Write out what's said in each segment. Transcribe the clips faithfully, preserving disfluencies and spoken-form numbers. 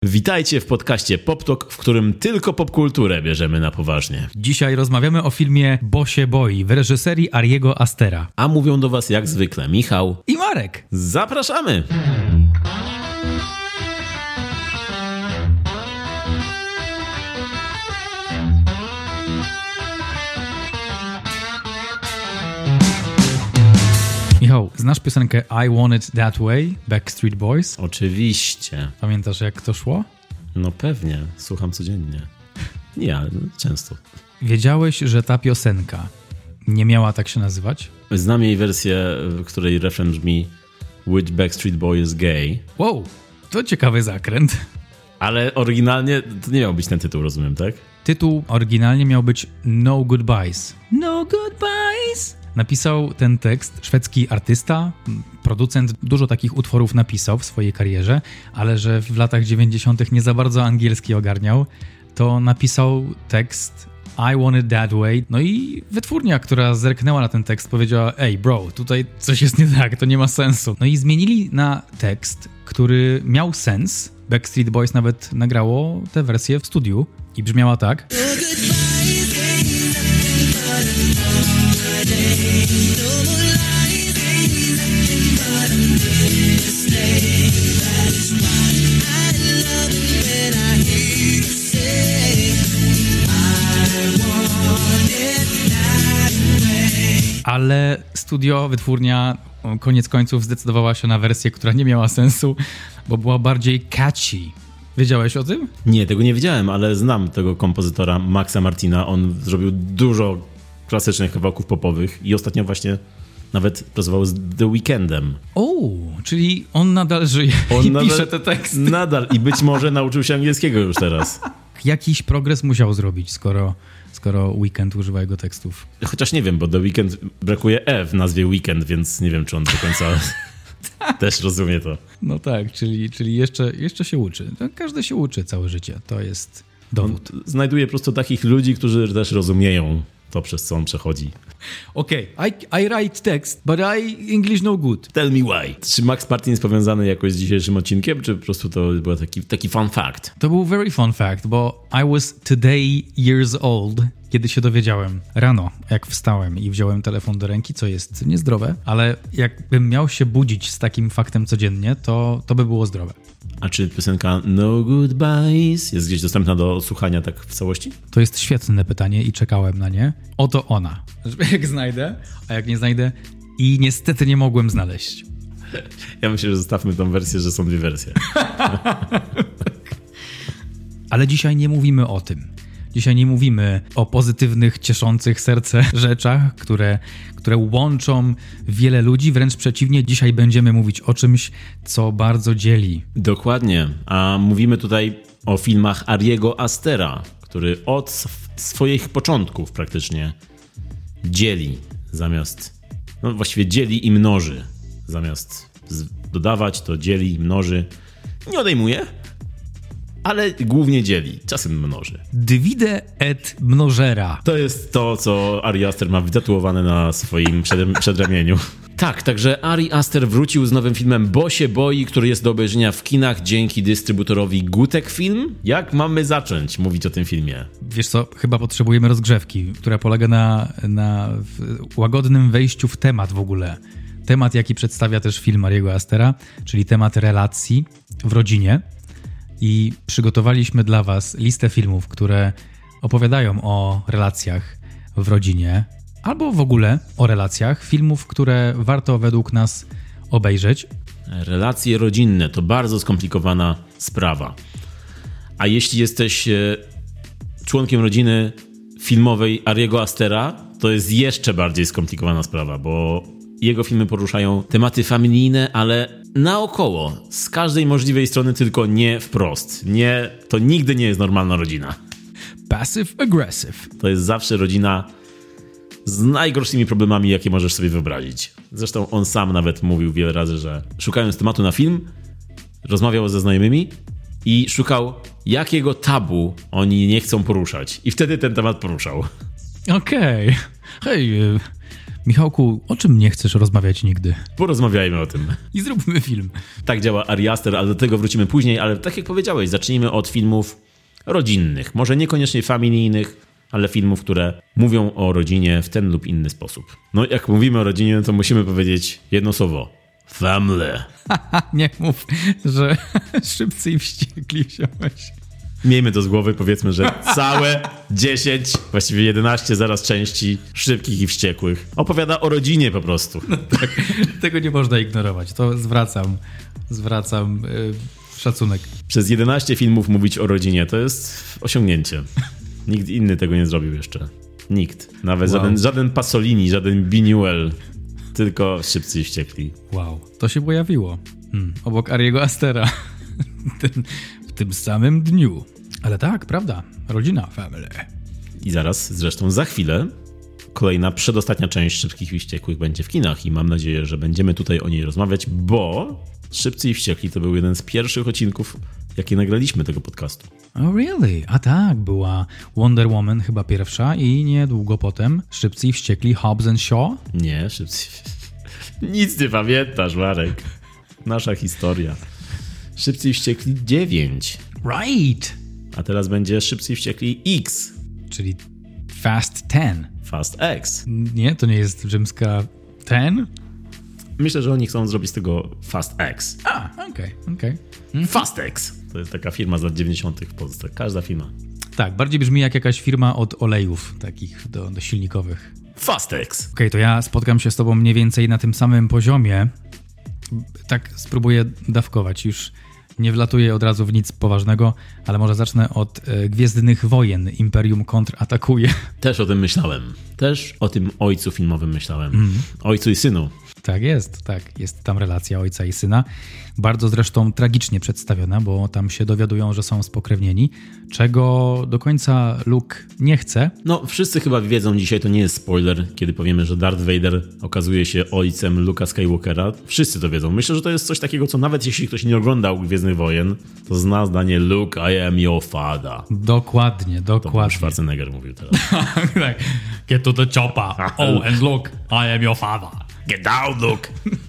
Witajcie w podcaście PopTalk, w którym tylko popkulturę bierzemy na poważnie. Dzisiaj rozmawiamy o filmie Bo się boi w reżyserii Ariego Astera. A mówią do was jak zwykle Michał i Marek. Zapraszamy! Michał, znasz piosenkę I Want It That Way, Backstreet Boys? Oczywiście. Pamiętasz, jak to szło? No pewnie, słucham codziennie. Nie, ale często. Wiedziałeś, że ta piosenka nie miała tak się nazywać? Znam jej wersję, w której refren brzmi Which Backstreet Boy is gay? Wow, to ciekawy zakręt. Ale oryginalnie to nie miał być ten tytuł, rozumiem, tak? Tytuł oryginalnie miał być No Goodbyes. No Goodbyes! Napisał ten tekst szwedzki artysta, producent, dużo takich utworów napisał w swojej karierze, ale że w latach dziewięćdziesiątych nie za bardzo angielski ogarniał, to napisał tekst I Want It That Way. No i wytwórnia, która zerknęła na ten tekst, powiedziała: ej bro, tutaj coś jest nie tak, to nie ma sensu. No i zmienili na tekst, który miał sens. Backstreet Boys nawet nagrało tę wersję w studiu i brzmiała tak. Ale studio, wytwórnia koniec końców zdecydowała się na wersję, która nie miała sensu, bo była bardziej catchy. Wiedziałeś o tym? Nie, tego nie wiedziałem, ale znam tego kompozytora Maxa Martina. On zrobił dużo klasycznych kawałków popowych i ostatnio właśnie nawet pracował z The Weekndem. O, czyli on nadal żyje on i nadal, pisze te teksty. Nadal i być może nauczył się angielskiego już teraz. Jakiś progres musiał zrobić, skoro, skoro Weeknd używa jego tekstów. Chociaż nie wiem, bo The Weeknd brakuje E w nazwie Weekend, więc nie wiem, czy on do końca też rozumie to. No tak, czyli, czyli jeszcze, jeszcze się uczy. Każdy się uczy całe życie, to jest dowód. On znajduje po prostu takich ludzi, którzy też rozumieją to, przez co on przechodzi. Okej, okay. I, I write text, but I English no good. Tell me why. Czy Max Martin jest powiązany jakoś z dzisiejszym odcinkiem, czy po prostu to był taki, taki fun fact? To był very fun fact, bo I was today years old, kiedy się dowiedziałem. Rano, jak wstałem i wziąłem telefon do ręki, co jest niezdrowe, ale jakbym miał się budzić z takim faktem codziennie, to, to by było zdrowe. A czy piosenka No Goodbyes jest gdzieś dostępna do słuchania tak w całości? To jest świetne pytanie i czekałem na nie. Oto ona. Jak znajdę, a jak nie znajdę i niestety nie mogłem znaleźć. Ja myślę, że zostawmy tą wersję, że są dwie wersje. Ale dzisiaj nie mówimy o tym. Dzisiaj nie mówimy o pozytywnych, cieszących serce rzeczach, które, które łączą wiele ludzi. Wręcz przeciwnie, dzisiaj będziemy mówić o czymś, co bardzo dzieli. Dokładnie. A mówimy tutaj o filmach Ariego Astera, który od swoich początków praktycznie dzieli zamiast... No właściwie dzieli i mnoży. Zamiast dodawać, to dzieli i mnoży. Nie odejmuje, ale głównie dzieli, czasem mnoży. Divide et mnożera. To jest to, co Ari Aster ma wytatuowane na swoim przed, przedramieniu. Tak, także Ari Aster wrócił z nowym filmem Bo się boi, który jest do obejrzenia w kinach dzięki dystrybutorowi Gutek Film. Jak mamy zacząć mówić o tym filmie? Wiesz co, chyba potrzebujemy rozgrzewki, która polega na, na łagodnym wejściu w temat w ogóle. Temat, jaki przedstawia też film Ariego Astera, czyli temat relacji w rodzinie. I przygotowaliśmy dla was listę filmów, które opowiadają o relacjach w rodzinie albo w ogóle o relacjach. Filmów, które warto według nas obejrzeć. Relacje rodzinne to bardzo skomplikowana sprawa. A jeśli jesteś członkiem rodziny filmowej Ariego Astera, to jest jeszcze bardziej skomplikowana sprawa, bo jego filmy poruszają tematy familijne, ale naokoło, z każdej możliwej strony, tylko nie wprost. Nie, to nigdy nie jest normalna rodzina. Passive aggressive. To jest zawsze rodzina z najgorszymi problemami, jakie możesz sobie wyobrazić. Zresztą on sam nawet mówił wiele razy, że szukając tematu na film, rozmawiał ze znajomymi i szukał, jakiego tabu oni nie chcą poruszać. I wtedy ten temat poruszał. Okej. Okay. Hej, Michałku, o czym nie chcesz rozmawiać nigdy? Porozmawiajmy o tym. I zróbmy film. Tak działa Ari Aster, ale do tego wrócimy później, ale tak jak powiedziałeś, zacznijmy od filmów rodzinnych. Może niekoniecznie familijnych, ale filmów, które mówią o rodzinie w ten lub inny sposób. No jak mówimy o rodzinie, to musimy powiedzieć jedno słowo. Family. Nie mów, że Szybcy i Wściekli wziąłeś. Miejmy to z głowy, powiedzmy, że całe dziesięć, właściwie jedenaście zaraz części Szybkich i Wściekłych opowiada o rodzinie po prostu. No tak, tego nie można ignorować. To zwracam, zwracam yy, szacunek. Przez jedenaście filmów mówić o rodzinie to jest osiągnięcie. Nikt inny tego nie zrobił jeszcze. Nikt. Nawet wow. żaden, żaden Pasolini, żaden Buñuel. Tylko Szybcy i Wściekli. Wow, to się pojawiło. Hmm, obok Ariego Astera. Ten, w tym samym dniu. Ale tak, prawda. Rodzina, family. I zaraz, zresztą za chwilę, kolejna, przedostatnia część Szybkich i Wściekłych będzie w kinach i mam nadzieję, że będziemy tutaj o niej rozmawiać, bo Szybcy i Wściekli to był jeden z pierwszych odcinków, jakie nagraliśmy tego podcastu. Oh really? A tak, była Wonder Woman chyba pierwsza i niedługo potem Szybcy i Wściekli Hobbs and Shaw? Nie, Szybcy... Nic nie pamiętasz, Marek. Nasza historia. Szybcy i Wściekli dziewięć. Right! A teraz będzie Szybcy i Wściekli X. Czyli Fast ten. Fast X. Nie, to nie jest rzymska ten? Myślę, że oni chcą zrobić z tego Fast X. A, okej, okay, okej. Okay. Fast X. To jest taka firma z lat dziewięćdziesiątych w Polsce. Każda firma. Tak, bardziej brzmi jak jakaś firma od olejów takich do, do silnikowych. Fast X. Okej, okay, to ja spotkam się z tobą mniej więcej na tym samym poziomie. Tak spróbuję dawkować. Już nie wlatuję od razu w nic poważnego, ale może zacznę od e, Gwiezdnych Wojen. Imperium kontratakuje. Też o tym myślałem. Też o tym ojcu filmowym myślałem. Mm. Ojcu i synu. Tak jest, tak. Jest tam relacja ojca i syna. Bardzo zresztą tragicznie przedstawiona, bo tam się dowiadują, że są spokrewnieni, czego do końca Luke nie chce. No, wszyscy chyba wiedzą dzisiaj, to nie jest spoiler, kiedy powiemy, że Darth Vader okazuje się ojcem Luke'a Skywalkera. Wszyscy to wiedzą. Myślę, że to jest coś takiego, co nawet jeśli ktoś nie oglądał Gwiezdnych Wojen, to zna zdanie Luke, I am your father. Dokładnie, dokładnie. To Schwarzenegger mówił teraz. Tak. Get to the chopper. Oh, and look, I am your father. Get down, Luke!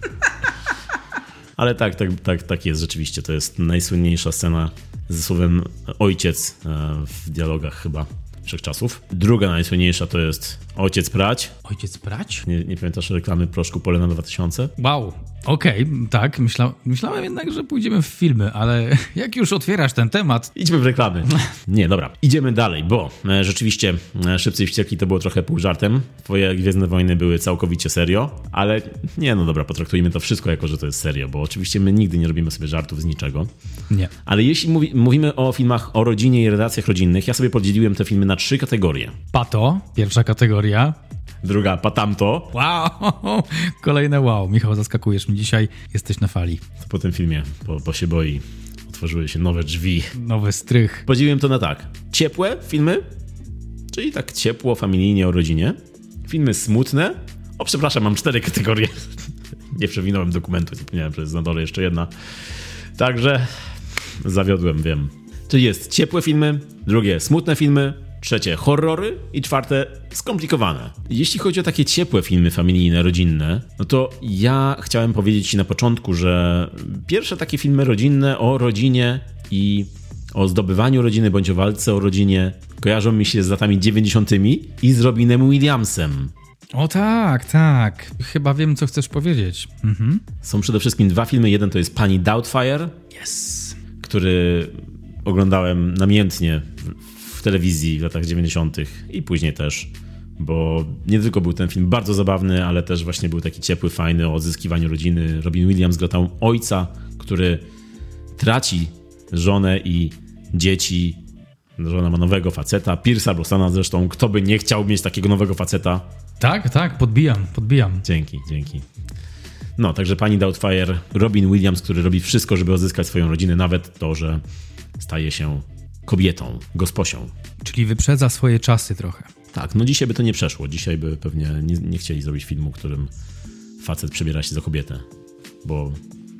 Ale tak, tak, tak, tak jest rzeczywiście. To jest najsłynniejsza scena ze słowem ojciec w dialogach chyba wszechczasów. Druga najsłynniejsza to jest ojciec prać. Ojciec prać? Nie, nie pamiętasz reklamy proszku Polena dwa tysiące? Wow, okej, okay, tak. Myśla, myślałem jednak, że pójdziemy w filmy, ale jak już otwierasz ten temat... Idźmy w reklamy. Nie, dobra. Idziemy dalej, bo e, rzeczywiście e, Szybcy i Wściekli to było trochę pół żartem. Twoje Gwiezdne Wojny były całkowicie serio, ale nie, no dobra, potraktujmy to wszystko jako, że to jest serio, bo oczywiście my nigdy nie robimy sobie żartów z niczego. Nie. Ale jeśli mówi, mówimy o filmach o rodzinie i relacjach rodzinnych, ja sobie podzieliłem te filmy na trzy kategorie. Pato, pierwsza kategoria. Druga, patamto. Wow, kolejne wow. Michał, zaskakujesz mnie dzisiaj, jesteś na fali. To po tym filmie, bo, bo się boi, otworzyły się nowe drzwi. Nowy strych. Podzieliłem to na tak. Ciepłe filmy, czyli tak ciepło, familijnie o rodzinie. Filmy smutne. O, przepraszam, mam cztery kategorie. Nie przewinąłem dokumentu, zapomniałem, że jest na dole jeszcze jedna. Także zawiodłem, wiem. Czyli jest ciepłe filmy, drugie smutne filmy, trzecie horrory i czwarte skomplikowane. Jeśli chodzi o takie ciepłe filmy familijne, rodzinne, no to ja chciałem powiedzieć ci na początku, że pierwsze takie filmy rodzinne o rodzinie i o zdobywaniu rodziny bądź o walce o rodzinie kojarzą mi się z latami dziewięćdziesiątymi i z Robinem Williamsem. O tak, tak. Chyba wiem, co chcesz powiedzieć. Mhm. Są przede wszystkim dwa filmy. Jeden to jest Pani Doubtfire, yes, który oglądałem namiętnie w, w telewizji w latach dziewięćdziesiątych i później też, bo nie tylko był ten film bardzo zabawny, ale też właśnie był taki ciepły, fajny o odzyskiwaniu rodziny. Robin Williams gra tam ojca, który traci żonę i dzieci. Żona ma nowego faceta, Pierce'a Brosnana zresztą. Kto by nie chciał mieć takiego nowego faceta? Tak, tak, podbijam, podbijam. Dzięki, dzięki. No, także Pani Doubtfire, Robin Williams, który robi wszystko, żeby odzyskać swoją rodzinę, nawet to, że staje się kobietą, gosposią. Czyli wyprzedza swoje czasy trochę. Tak, no dzisiaj by to nie przeszło. Dzisiaj by pewnie nie, nie chcieli zrobić filmu, w którym facet przebiera się za kobietę, bo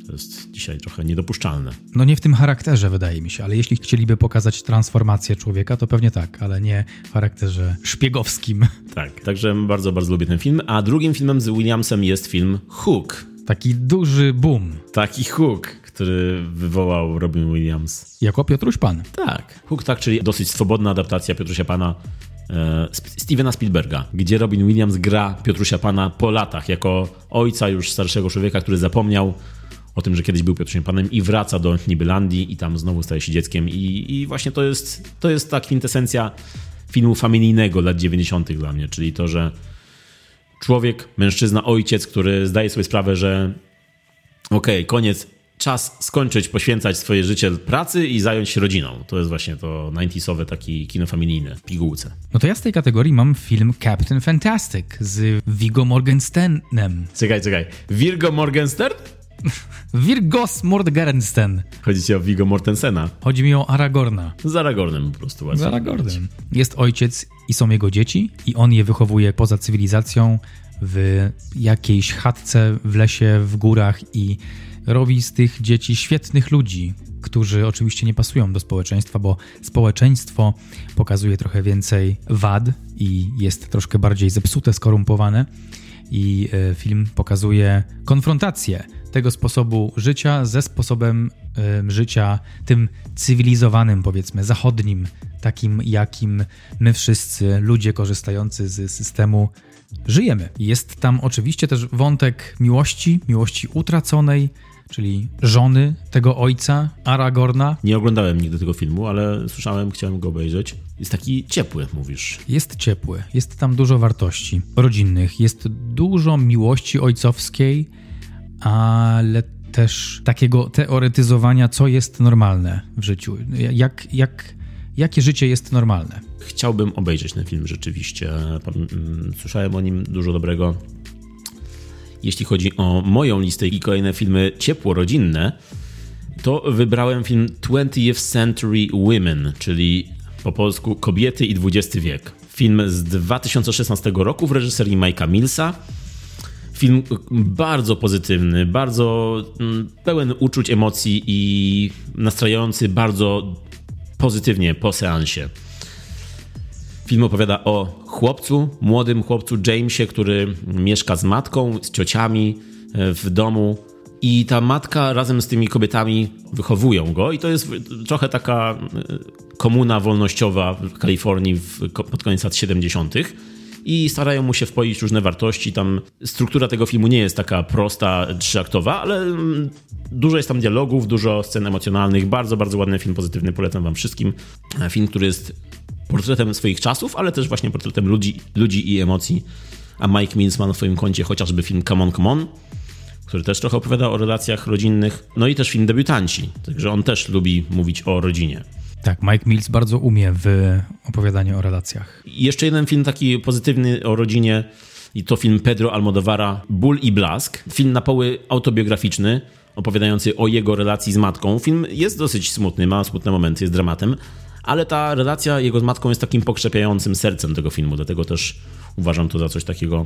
To jest dzisiaj trochę niedopuszczalne. No nie w tym charakterze, wydaje mi się, ale jeśli chcieliby pokazać transformację człowieka, to pewnie tak, ale nie w charakterze szpiegowskim. Tak, także bardzo, bardzo lubię ten film. A drugim filmem z Williamsem jest film Hook. Taki duży boom. Taki Hook, który wywołał Robin Williams. Jako Piotruś Pan. Tak. Hook, tak, czyli dosyć swobodna adaptacja Piotrusia Pana e, Stevena Spielberga, gdzie Robin Williams gra Piotrusia Pana po latach, jako ojca już starszego człowieka, który zapomniał o tym, że kiedyś był Piotrusiem Panem i wraca do Nibylandii i tam znowu staje się dzieckiem. I, i właśnie to jest, to jest ta kwintesencja filmu familijnego lat dziewięćdziesiątych dla mnie, czyli to, że człowiek, mężczyzna, ojciec, który zdaje sobie sprawę, że okej, okay, koniec, czas skończyć, poświęcać swoje życie pracy i zająć się rodziną. To jest właśnie to dziewięćdziesiąte taki kino familijne w pigułce. No to ja z tej kategorii mam film Captain Fantastic z Viggo Morgensternem. Czekaj, czekaj. Viggo Morgenstern? Viggo's Morgenstern. Chodzi ci o Viggo Mortensena. Chodzi mi o Aragorna. Z Aragornem po prostu. Z Aragornem. Jest ojciec i są jego dzieci i on je wychowuje poza cywilizacją w jakiejś chatce w lesie, w górach i robi z tych dzieci świetnych ludzi, którzy oczywiście nie pasują do społeczeństwa, bo społeczeństwo pokazuje trochę więcej wad i jest troszkę bardziej zepsute, skorumpowane. I film pokazuje konfrontację tego sposobu życia ze sposobem y, życia tym cywilizowanym, powiedzmy, zachodnim, takim jakim my wszyscy, ludzie korzystający z systemu, żyjemy. Jest tam oczywiście też wątek miłości, miłości utraconej, czyli żony tego ojca, Aragorna. Nie oglądałem nigdy tego filmu, ale słyszałem, chciałem go obejrzeć. Jest taki ciepły, mówisz. Jest ciepły. Jest tam dużo wartości rodzinnych. Jest dużo miłości ojcowskiej, ale też takiego teoretyzowania, co jest normalne w życiu. Jak, jak, jakie życie jest normalne. Chciałbym obejrzeć ten film rzeczywiście. Słyszałem o nim dużo dobrego. Jeśli chodzi o moją listę i kolejne filmy ciepło-rodzinne, to wybrałem film twentieth Century Women, czyli po polsku Kobiety i dwudziesty wiek. Film z dwa tysiące szesnastego roku w reżyserii Mike'a Millsa. Film bardzo pozytywny, bardzo pełen uczuć, emocji i nastrajający bardzo pozytywnie po seansie. Film opowiada o chłopcu, młodym chłopcu Jamesie, który mieszka z matką, z ciociami w domu i ta matka razem z tymi kobietami wychowują go i to jest trochę taka komuna wolnościowa w Kalifornii w, pod koniec lat siedemdziesiątych i starają mu się wpoić różne wartości. Tam struktura tego filmu nie jest taka prosta, trzyaktowa, ale dużo jest tam dialogów, dużo scen emocjonalnych, bardzo, bardzo ładny film, pozytywny, polecam wam wszystkim. Film, który jest portretem swoich czasów, ale też właśnie portretem ludzi, ludzi i emocji. A Mike Mills ma na swoim koncie chociażby film Come On, Come On, który też trochę opowiada o relacjach rodzinnych. No i też film Debiutanci, także on też lubi mówić o rodzinie. Tak, Mike Mills bardzo umie w opowiadaniu o relacjach. I jeszcze jeden film taki pozytywny o rodzinie i to film Pedro Almodovara Ból i Blask. Film na poły autobiograficzny, opowiadający o jego relacji z matką. Film jest dosyć smutny, ma smutne momenty, jest dramatem, ale ta relacja jego z matką jest takim pokrzepiającym sercem tego filmu, dlatego też uważam to za coś takiego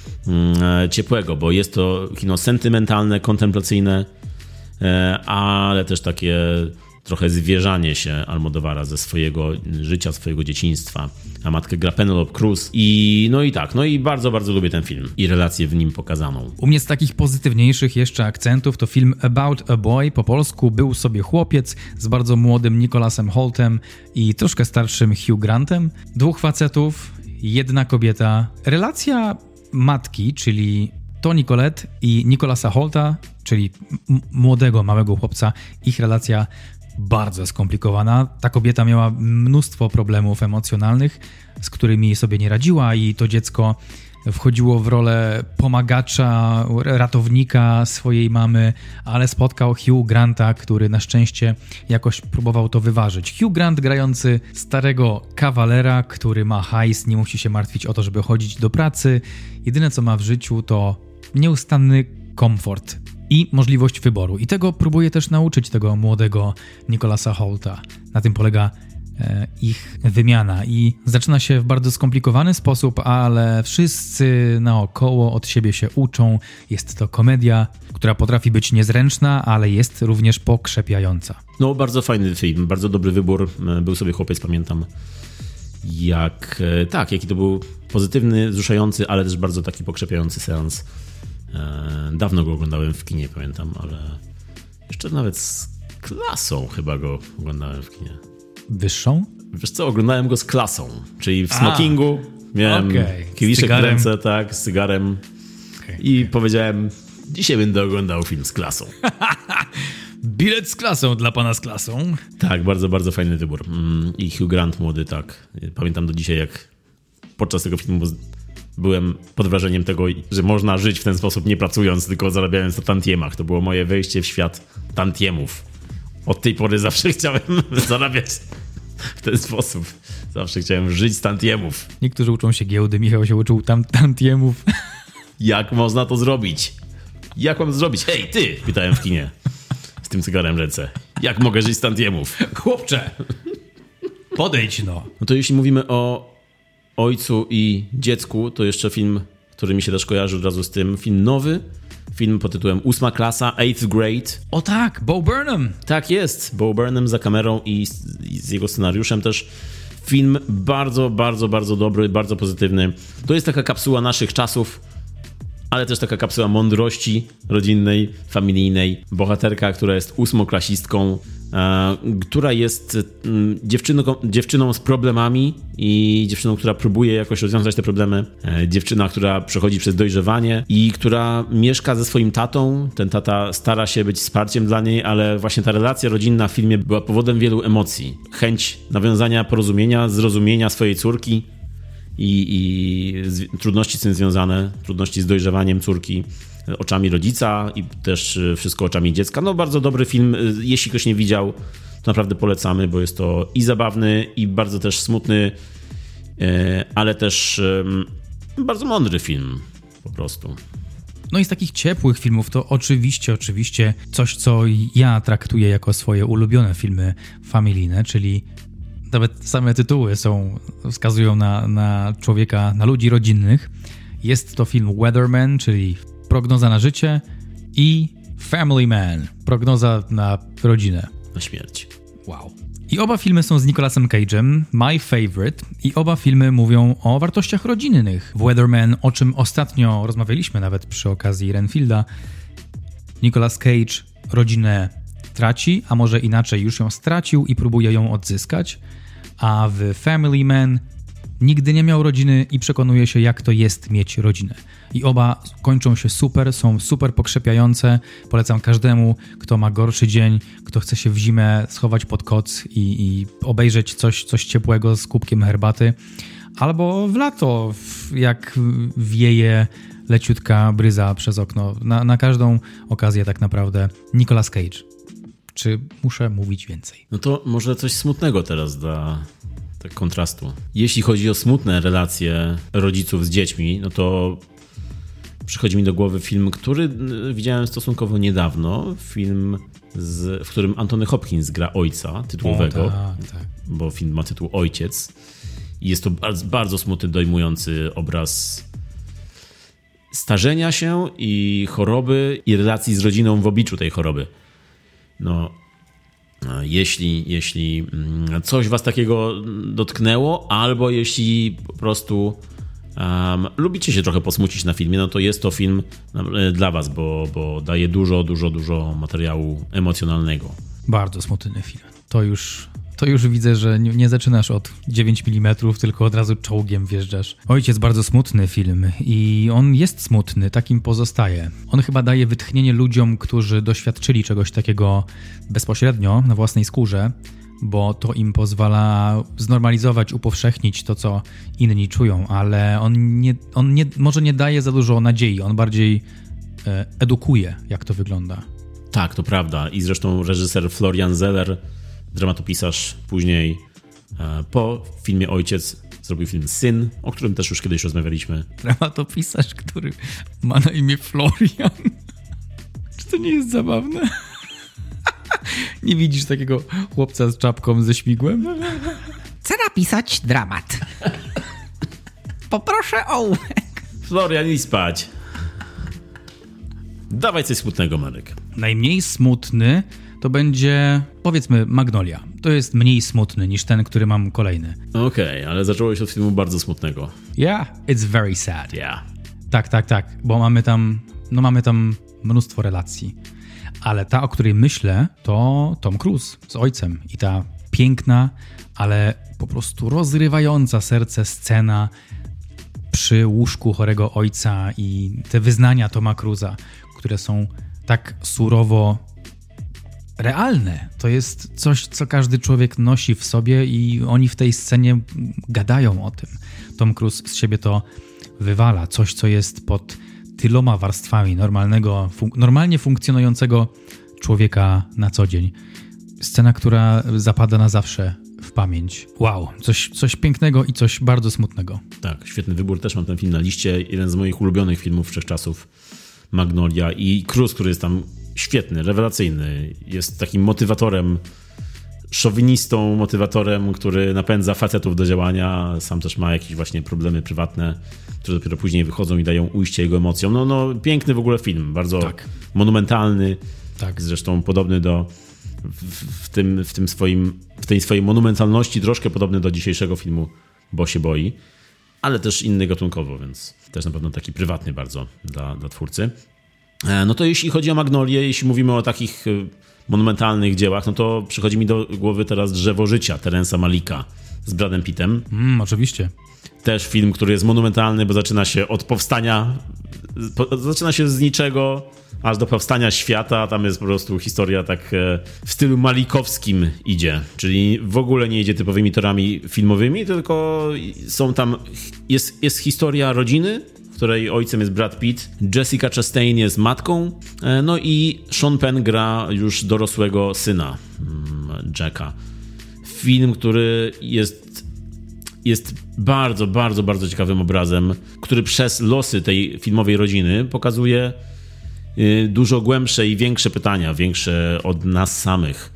mm, ciepłego, bo jest to kino sentymentalne, kontemplacyjne, e, ale też takie trochę zwierzanie się Almodovara ze swojego życia, swojego dzieciństwa, a matkę gra Penelope Cruz i no i tak, no i bardzo, bardzo lubię ten film i relację w nim pokazaną. U mnie z takich pozytywniejszych jeszcze akcentów to film About a Boy, po polsku Był sobie chłopiec, z bardzo młodym Nicholasem Holtem i troszkę starszym Hugh Grantem. Dwóch facetów, jedna kobieta. Relacja matki, czyli Toni Collette i Nicholasa Holta, czyli m- młodego, małego chłopca, ich relacja bardzo skomplikowana. Ta kobieta miała mnóstwo problemów emocjonalnych, z którymi sobie nie radziła i to dziecko wchodziło w rolę pomagacza, ratownika swojej mamy, ale spotkał Hugh Granta, który na szczęście jakoś próbował to wyważyć. Hugh Grant grający starego kawalera, który ma hajs, nie musi się martwić o to, żeby chodzić do pracy. Jedyne co ma w życiu to nieustanny komfort i możliwość wyboru. I tego próbuje też nauczyć tego młodego Nicholasa Holta. Na tym polega ich wymiana i zaczyna się w bardzo skomplikowany sposób, ale wszyscy naokoło od siebie się uczą. Jest to komedia, która potrafi być niezręczna, ale jest również pokrzepiająca. No, bardzo fajny film, bardzo dobry wybór. Był sobie chłopiec, pamiętam, jak, tak, jaki to był pozytywny, wzruszający, ale też bardzo taki pokrzepiający seans. Dawno go oglądałem w kinie, pamiętam, ale jeszcze nawet z klasą chyba go oglądałem w kinie. Wyższą? Wiesz co, oglądałem go z klasą, czyli w smokingu. A, miałem okay. kieliszek w ręce, tak, z cygarem okay, i okay. powiedziałem, dzisiaj będę oglądał film z klasą. Bilet z klasą dla pana z klasą. Tak, bardzo, bardzo fajny wybór. I Hugh Grant młody, tak. Pamiętam do dzisiaj, jak podczas tego filmu byłem pod wrażeniem tego, że można żyć w ten sposób nie pracując, tylko zarabiając na tantiemach. To było moje wejście w świat tantiemów. Od tej pory zawsze chciałem zarabiać w ten sposób. Zawsze chciałem żyć z tantiemów. Niektórzy uczą się giełdy, Michał się uczył tam tantiemów. Jak można to zrobić? Jak mam to zrobić? Hej, ty! Pytałem w kinie. Z tym cygarem w ręce. Jak mogę żyć z tantiemów? Chłopcze! Podejdź no. No to jeśli mówimy o ojcu i dziecku, to jeszcze film, który mi się też kojarzy od razu z tym. Film nowy. Film pod tytułem Ósma klasa, Eighth Grade. O tak, Bo Burnham. Tak jest, Bo Burnham za kamerą i z, i z jego scenariuszem też. Film bardzo, bardzo, bardzo dobry, bardzo pozytywny. To jest taka kapsuła naszych czasów, ale też taka kapsuła mądrości rodzinnej, familijnej. Bohaterka, która jest ósmoklasistką, e, która jest m, dziewczyną, dziewczyną z problemami i dziewczyną, która próbuje jakoś rozwiązać te problemy. E, dziewczyna, która przechodzi przez dojrzewanie i która mieszka ze swoim tatą. Ten tata stara się być wsparciem dla niej, ale właśnie ta relacja rodzinna w filmie była powodem wielu emocji. Chęć nawiązania porozumienia, zrozumienia swojej córki, i, i z, trudności z tym związane, trudności z dojrzewaniem córki oczami rodzica i też wszystko oczami dziecka. No bardzo dobry film, jeśli ktoś nie widział, to naprawdę polecamy, bo jest to i zabawny, i bardzo też smutny, ale też bardzo mądry film po prostu. No i z takich ciepłych filmów to oczywiście, oczywiście coś, co ja traktuję jako swoje ulubione filmy familijne, czyli nawet same tytuły są, wskazują na, na człowieka, na ludzi rodzinnych. Jest to film Weatherman, czyli prognoza na życie, i Family Man, prognoza na rodzinę. Na śmierć. Wow. I oba filmy są z Nicolasem Cage'em, my favorite, i oba filmy mówią o wartościach rodzinnych. W Weatherman, o czym ostatnio rozmawialiśmy nawet przy okazji Renfielda, Nicolas Cage rodzinę traci, a może inaczej, już ją stracił i próbuje ją odzyskać, a w Family Man nigdy nie miał rodziny i przekonuje się, jak to jest mieć rodzinę. I oba kończą się super, są super pokrzepiające. Polecam każdemu, kto ma gorszy dzień, kto chce się w zimę schować pod koc i, i obejrzeć coś, coś ciepłego z kubkiem herbaty. Albo w lato, jak wieje leciutka bryza przez okno. Na, na każdą okazję tak naprawdę Nicolas Cage. Czy muszę mówić więcej? No to może coś smutnego teraz dla tak kontrastu. Jeśli chodzi o smutne relacje rodziców z dziećmi, no to przychodzi mi do głowy film, który widziałem stosunkowo niedawno. Film, z, w którym Anthony Hopkins gra ojca tytułowego, o, tak, tak. bo film ma tytuł Ojciec. I jest to bardzo, bardzo smutny, dojmujący obraz starzenia się i choroby i relacji z rodziną w obliczu tej choroby. No, jeśli, jeśli coś was takiego dotknęło, albo jeśli po prostu um, lubicie się trochę posmucić na filmie, no to jest to film dla was, bo, bo daje dużo, dużo, dużo materiału emocjonalnego. Bardzo smutny film. To już, to już widzę, że nie, nie zaczynasz od dziewięć milimetrów, tylko od razu czołgiem wjeżdżasz. Ojciec, bardzo smutny film i on jest smutny, takim pozostaje. On chyba daje wytchnienie ludziom, którzy doświadczyli czegoś takiego bezpośrednio na własnej skórze, bo to im pozwala znormalizować, upowszechnić to, co inni czują, ale on, nie, on nie, może nie daje za dużo nadziei, on bardziej e, edukuje, jak to wygląda. Tak, to prawda. I zresztą reżyser Florian Zeller, dramatopisarz, później e, po filmie Ojciec zrobił film Syn, o którym też już kiedyś rozmawialiśmy. Dramatopisarz, który ma na imię Florian. Czy to nie jest zabawne? Nie widzisz takiego chłopca z czapką ze śmigłem? Chcę napisać dramat. Poproszę o ołówek. Florian, idź spać. Dawaj coś smutnego, Marek. Najmniej smutny to będzie, powiedzmy, Magnolia. To jest mniej smutny niż ten, który mam kolejny. Okej, okay, ale zacząłeś od filmu bardzo smutnego. Yeah, it's very sad. Yeah. Tak, tak, tak, bo mamy tam, no mamy tam mnóstwo relacji. Ale ta, o której myślę, to Tom Cruise z ojcem. I ta piękna, ale po prostu rozrywająca serce scena przy łóżku chorego ojca i te wyznania Toma Cruise'a, które są tak surowo realne. To jest coś, co każdy człowiek nosi w sobie i oni w tej scenie gadają o tym. Tom Cruise z siebie to wywala. Coś, co jest pod tyloma warstwami normalnego, fun- normalnie funkcjonującego człowieka na co dzień. Scena, która zapada na zawsze w pamięć. Wow, coś, coś pięknego i coś bardzo smutnego. Tak, świetny wybór. Też mam ten film na liście. Jeden z moich ulubionych filmów wszechczasów. Magnolia i Cruise, który jest tam świetny, rewelacyjny. Jest takim motywatorem, szowinistą, motywatorem, który napędza facetów do działania. Sam też ma jakieś właśnie problemy prywatne, które dopiero później wychodzą i dają ujście jego emocjom. No, no piękny w ogóle film, bardzo tak. monumentalny. Tak. Zresztą podobny do w, w, tym, w tym swoim, w tej swojej monumentalności troszkę podobny do dzisiejszego filmu Bo się boi, ale też inny gatunkowo, więc też na pewno taki prywatny bardzo dla, dla twórcy. No to jeśli chodzi o Magnolię, jeśli mówimy o takich monumentalnych dziełach, no to przychodzi mi do głowy teraz Drzewo życia Terensa Malika z Bradem Pittem. Mm, oczywiście. Też film, który jest monumentalny, bo zaczyna się od powstania, po, zaczyna się z niczego, aż do powstania świata. Tam jest po prostu historia tak w stylu malikowskim idzie, czyli w ogóle nie idzie typowymi torami filmowymi, tylko są tam, jest, jest historia rodziny, w której ojcem jest Brad Pitt, Jessica Chastain jest matką, no i Sean Penn gra już dorosłego syna Jacka. Film, który jest, jest bardzo, bardzo, bardzo ciekawym obrazem, który przez losy tej filmowej rodziny pokazuje dużo głębsze i większe pytania, większe od nas samych.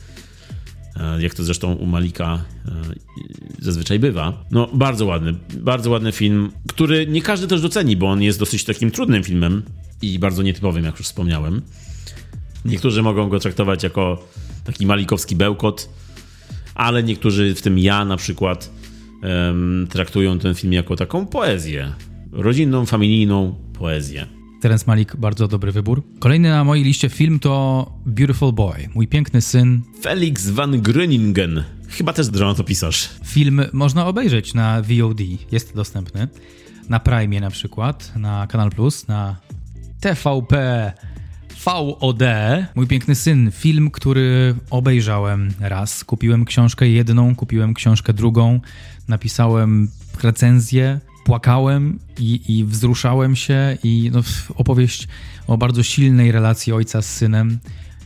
Jak to zresztą u Malika zazwyczaj bywa. No, bardzo ładny, bardzo ładny film, który nie każdy też doceni, bo on jest dosyć takim trudnym filmem i bardzo nietypowym, jak już wspomniałem. Niektórzy mogą go traktować jako taki malikowski bełkot, ale niektórzy, w tym ja na przykład, um, traktują ten film jako taką poezję. Rodzinną, familijną poezję. Terence Malick, bardzo dobry wybór. Kolejny na mojej liście film to Beautiful Boy, Mój piękny syn. Felix van Groeningen. Chyba też dramatopisarz. Film można obejrzeć na V O D, jest dostępny. Na Prime na przykład, na Kanal Plus, na T V P V O D. Mój piękny syn, film, który obejrzałem raz. Kupiłem książkę jedną, kupiłem książkę drugą, napisałem recenzję, płakałem i, i wzruszałem się i no, opowieść o bardzo silnej relacji ojca z synem,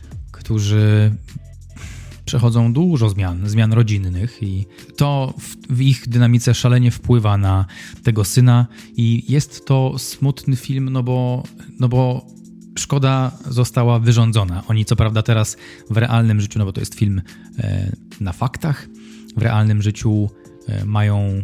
którzy przechodzą dużo zmian, zmian rodzinnych i to w, w ich dynamice szalenie wpływa na tego syna i jest to smutny film, no bo, no bo szkoda została wyrządzona. Oni co prawda teraz w realnym życiu, no bo to jest film e, na faktach, w realnym życiu e, mają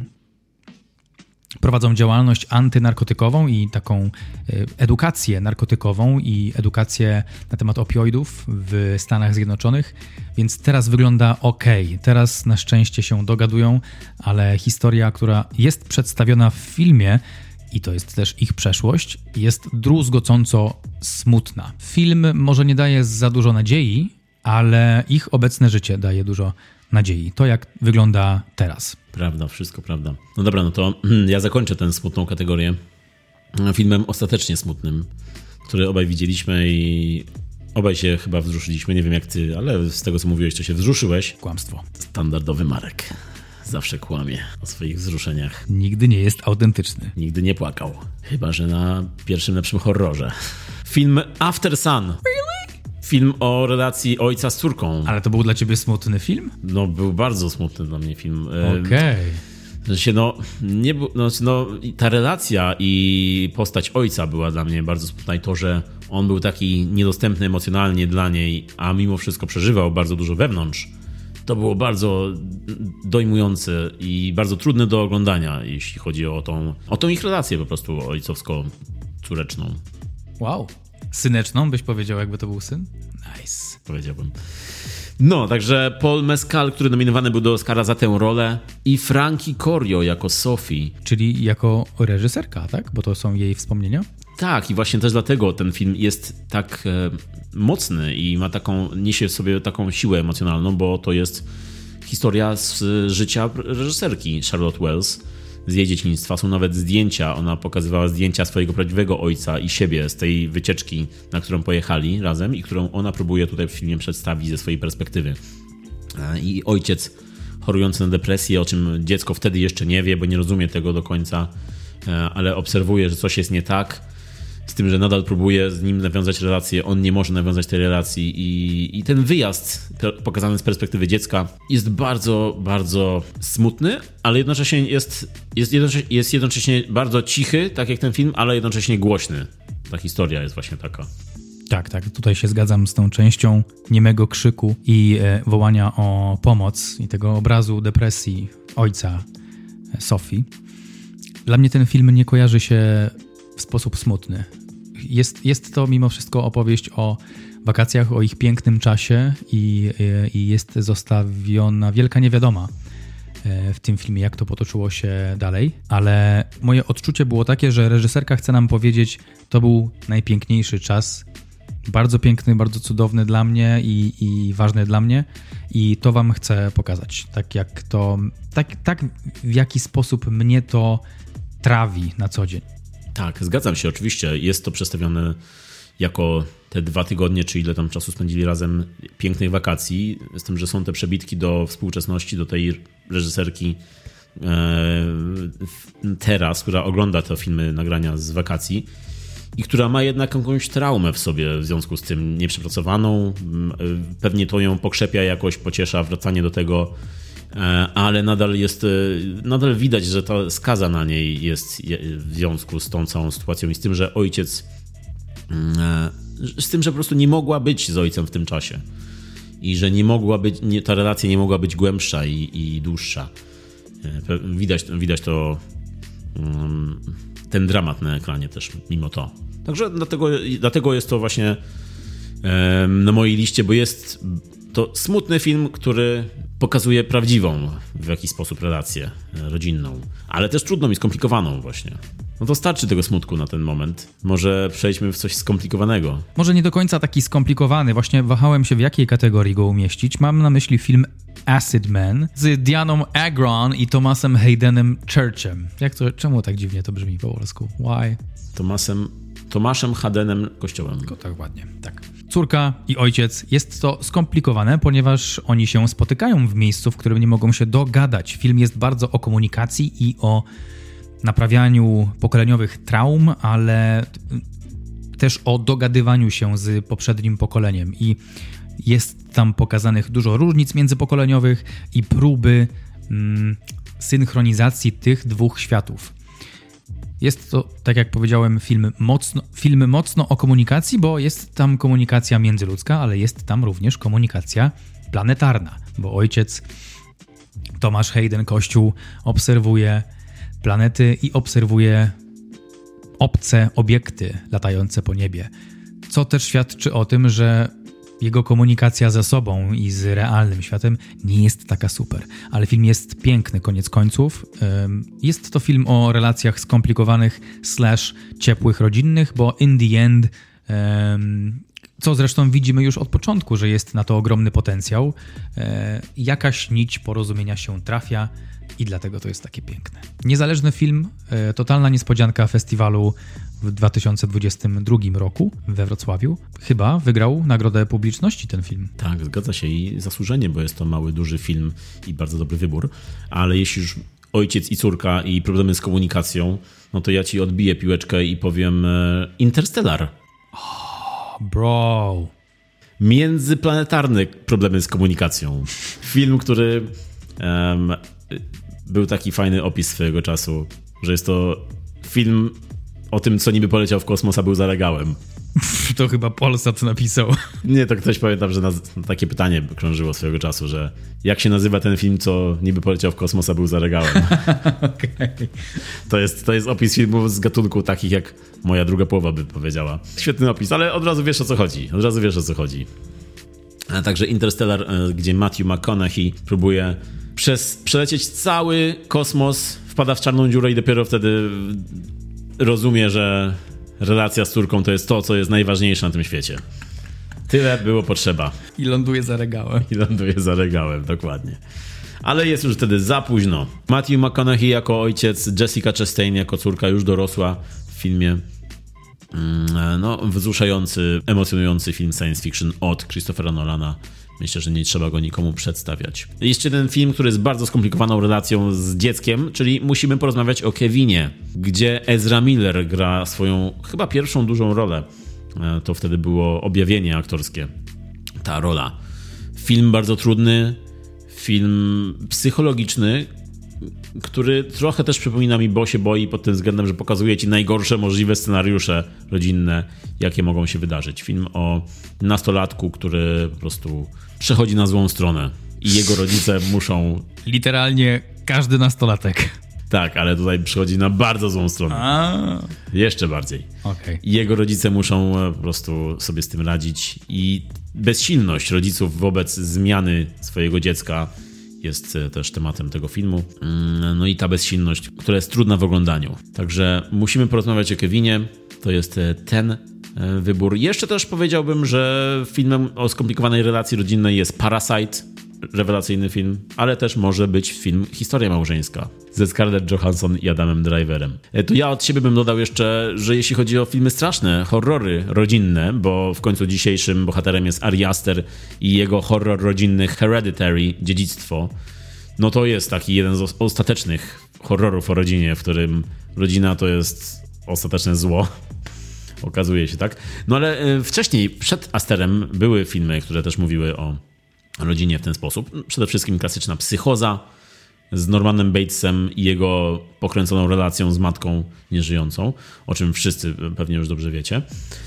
prowadzą działalność antynarkotykową i taką edukację narkotykową i edukację na temat opioidów w Stanach Zjednoczonych, więc teraz wygląda ok. Teraz na szczęście się dogadują, ale historia, która jest przedstawiona w filmie, i to jest też ich przeszłość, jest druzgocąco smutna. Film może nie daje za dużo nadziei, ale ich obecne życie daje dużo nadziei. To jak wygląda teraz. Prawda, wszystko prawda. No dobra, no to ja zakończę tę smutną kategorię filmem ostatecznie smutnym, który obaj widzieliśmy i obaj się chyba wzruszyliśmy. Nie wiem jak ty, ale z tego co mówiłeś, to się wzruszyłeś. Kłamstwo. Standardowy Marek. Zawsze kłamie o swoich wzruszeniach. Nigdy nie jest autentyczny. Nigdy nie płakał. Chyba że na pierwszym lepszym horrorze. Film After Sun. Really? Film o relacji ojca z córką. Ale to był dla ciebie smutny film? No, był bardzo smutny dla mnie film. Okej. Okay. No, nie, no, no, ta relacja i postać ojca była dla mnie bardzo smutna i to, że on był taki niedostępny emocjonalnie dla niej, a mimo wszystko przeżywał bardzo dużo wewnątrz To było bardzo dojmujące i bardzo trudne do oglądania, jeśli chodzi o tą, o tą ich relację po prostu ojcowsko-córeczną. Wow. Syneczną byś powiedział, jakby to był syn? Nice. Powiedziałbym. No, także Paul Mescal, który nominowany był do Oscara za tę rolę, i Frankie Corio jako Sophie. Czyli jako reżyserka, tak? Bo to są jej wspomnienia? Tak, i właśnie też dlatego ten film jest tak e, mocny i ma taką, niesie w sobie taką siłę emocjonalną, bo to jest historia z życia reżyserki Charlotte Wells, z jej dzieciństwa. Są nawet zdjęcia, ona pokazywała zdjęcia swojego prawdziwego ojca i siebie z tej wycieczki, na którą pojechali razem i którą ona próbuje tutaj w filmie przedstawić ze swojej perspektywy. I ojciec chorujący na depresję, o czym dziecko wtedy jeszcze nie wie, bo nie rozumie tego do końca, ale obserwuje, że coś jest nie tak, z tym, że nadal próbuje z nim nawiązać relację, on nie może nawiązać tej relacji i, i ten wyjazd pokazany z perspektywy dziecka jest bardzo, bardzo smutny, ale jednocześnie jest, jest, jednocześnie, jest jednocześnie bardzo cichy, tak jak ten film, ale jednocześnie głośny. Ta historia jest właśnie taka. Tak, tak, tutaj się zgadzam z tą częścią niemego krzyku i e, wołania o pomoc i tego obrazu depresji ojca e, Sophie. Dla mnie ten film nie kojarzy się w sposób smutny. Jest, jest to mimo wszystko opowieść o wakacjach, o ich pięknym czasie i, i jest zostawiona wielka niewiadoma w tym filmie, jak to potoczyło się dalej, ale moje odczucie było takie, że reżyserka chce nam powiedzieć, to był najpiękniejszy czas, bardzo piękny, bardzo cudowny dla mnie i, i ważny dla mnie i to wam chcę pokazać, tak jak to, tak, tak w jaki sposób mnie to trawi na co dzień. Tak, zgadzam się, oczywiście. Jest to przedstawione jako te dwa tygodnie, czy ile tam czasu spędzili razem, pięknych wakacji. Z tym, że są te przebitki do współczesności, do tej reżyserki e, teraz, która ogląda te filmy, nagrania z wakacji i która ma jednak jakąś traumę w sobie w związku z tym nieprzepracowaną. Pewnie to ją pokrzepia jakoś, pociesza wracanie do tego, ale nadal jest, nadal widać, że ta skaza na niej jest w związku z tą całą sytuacją i z tym, że ojciec, z tym, że po prostu nie mogła być z ojcem w tym czasie i że nie mogła być, nie, ta relacja nie mogła być głębsza i, i dłuższa. Widać, widać to, ten dramat na ekranie też mimo to. Także dlatego, dlatego jest to właśnie na mojej liście, bo jest to smutny film, który pokazuje prawdziwą w jakiś sposób relację rodzinną, ale też trudną i skomplikowaną właśnie. No to starczy tego smutku na ten moment. Może przejdźmy w coś skomplikowanego. Może nie do końca taki skomplikowany. Właśnie wahałem się, w jakiej kategorii go umieścić. Mam na myśli film Acid Man z Dianą Agron i Thomasem Haydenem Churchem. Jak to, czemu tak dziwnie to brzmi po polsku? Why? Tomasem, Tomaszem Haydenem Kościołem. Tylko tak ładnie, tak. Córka i ojciec. Jest to skomplikowane, ponieważ oni się spotykają w miejscu, w którym nie mogą się dogadać. Film jest bardzo o komunikacji i o naprawianiu pokoleniowych traum, ale też o dogadywaniu się z poprzednim pokoleniem. I jest tam pokazanych dużo różnic międzypokoleniowych i próby mm, synchronizacji tych dwóch światów. Jest to, tak jak powiedziałem, film mocno, film mocno o komunikacji, bo jest tam komunikacja międzyludzka, ale jest tam również komunikacja planetarna, bo ojciec Tomasz Hayden Kościół obserwuje planety i obserwuje obce obiekty latające po niebie, co też świadczy o tym, że jego komunikacja ze sobą i z realnym światem nie jest taka super. Ale film jest piękny, koniec końców. Jest to film o relacjach skomplikowanych slash ciepłych, rodzinnych, bo in the end, co zresztą widzimy już od początku, że jest na to ogromny potencjał, jakaś nić porozumienia się trafia i dlatego to jest takie piękne. Niezależny film, totalna niespodzianka festiwalu w dwa tysiące dwudziestym drugim roku we Wrocławiu. Chyba wygrał Nagrodę Publiczności ten film. Tak, zgadza się i zasłużenie, bo jest to mały, duży film i bardzo dobry wybór. Ale jeśli już ojciec i córka i problemy z komunikacją, no to ja ci odbiję piłeczkę i powiem Interstellar. Oh, bro. Międzyplanetarne problemy z komunikacją. Film, który um, był taki fajny opis swojego czasu, że jest to film o tym, co niby poleciał w kosmos, a był za regałem. To chyba Polsat napisał. Nie, to ktoś, pamiętam, że na, takie pytanie krążyło swojego czasu, że jak się nazywa ten film, co niby poleciał w kosmos, a był za regałem. Okay. To jest, to jest opis filmów z gatunku takich, jak moja druga połowa by powiedziała. Świetny opis, ale od razu wiesz, o co chodzi. Od razu wiesz, o co chodzi. A także Interstellar, gdzie Matthew McConaughey próbuje przez, przelecieć cały kosmos, wpada w czarną dziurę i dopiero wtedy rozumie, że relacja z córką to jest to, co jest najważniejsze na tym świecie. Tyle było potrzeba. I ląduje za regałem. I ląduje za regałem, dokładnie. Ale jest już wtedy za późno. Matthew McConaughey jako ojciec, Jessica Chastain jako córka już dorosła w filmie. No, wzruszający, emocjonujący film science fiction od Christophera Nolana. Myślę, że nie trzeba go nikomu przedstawiać. Jeszcze jeden film, który jest bardzo skomplikowaną relacją z dzieckiem, czyli musimy porozmawiać o Kevinie, gdzie Ezra Miller gra swoją chyba pierwszą dużą rolę. To wtedy było objawienie aktorskie, ta rola. Film bardzo trudny, film psychologiczny, który trochę też przypomina mi Bo się boi pod tym względem, że pokazuje ci najgorsze możliwe scenariusze rodzinne, jakie mogą się wydarzyć. Film o nastolatku, który po prostu przechodzi na złą stronę i jego rodzice muszą... Literalnie każdy nastolatek. Tak, ale tutaj przychodzi na bardzo złą stronę. A. Jeszcze bardziej. Okay. I jego rodzice muszą po prostu sobie z tym radzić i bezsilność rodziców wobec zmiany swojego dziecka jest też tematem tego filmu. No i ta bezsilność, która jest trudna w oglądaniu. Także musimy porozmawiać o Kevinie. To jest ten wybór. Jeszcze też powiedziałbym, że filmem o skomplikowanej relacji rodzinnej jest Parasite. Rewelacyjny film, ale też może być film Historia małżeńska ze Scarlett Johansson i Adamem Driverem. To ja od siebie bym dodał jeszcze, że jeśli chodzi o filmy straszne, horrory rodzinne, bo w końcu dzisiejszym bohaterem jest Ari Aster i jego horror rodzinny Hereditary, Dziedzictwo, no to jest taki jeden z ostatecznych horrorów o rodzinie, w którym rodzina to jest ostateczne zło. Okazuje się, tak? No ale wcześniej, przed Asterem były filmy, które też mówiły o rodzinie w ten sposób. Przede wszystkim klasyczna Psychoza z Normanem Batesem i jego pokręconą relacją z matką nieżyjącą, o czym wszyscy pewnie już dobrze wiecie.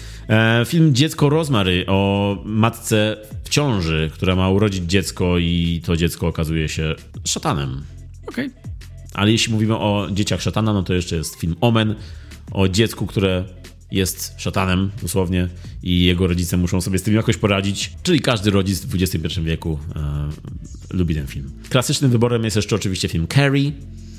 Film Dziecko Rosemary o matce w ciąży, która ma urodzić dziecko i to dziecko okazuje się szatanem. Okej. Okay. Ale jeśli mówimy o dzieciach szatana, no to jeszcze jest film Omen o dziecku, które jest szatanem dosłownie i jego rodzice muszą sobie z tym jakoś poradzić, czyli każdy rodzic w dwudziestym pierwszym wieku e, lubi ten film. Klasycznym wyborem jest jeszcze oczywiście film Carrie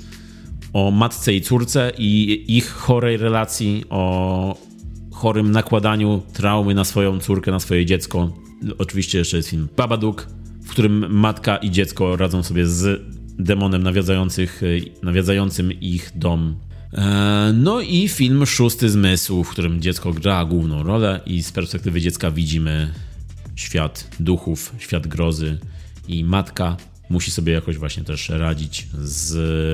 o matce i córce i ich chorej relacji, o chorym nakładaniu traumy na swoją córkę, na swoje dziecko. Oczywiście jeszcze jest film Babadook, w którym matka i dziecko radzą sobie z demonem nawiedzających, nawiedzającym ich dom. No i film Szósty Zmysł, w którym dziecko gra główną rolę i z perspektywy dziecka widzimy świat duchów, świat grozy i matka musi sobie jakoś właśnie też radzić z,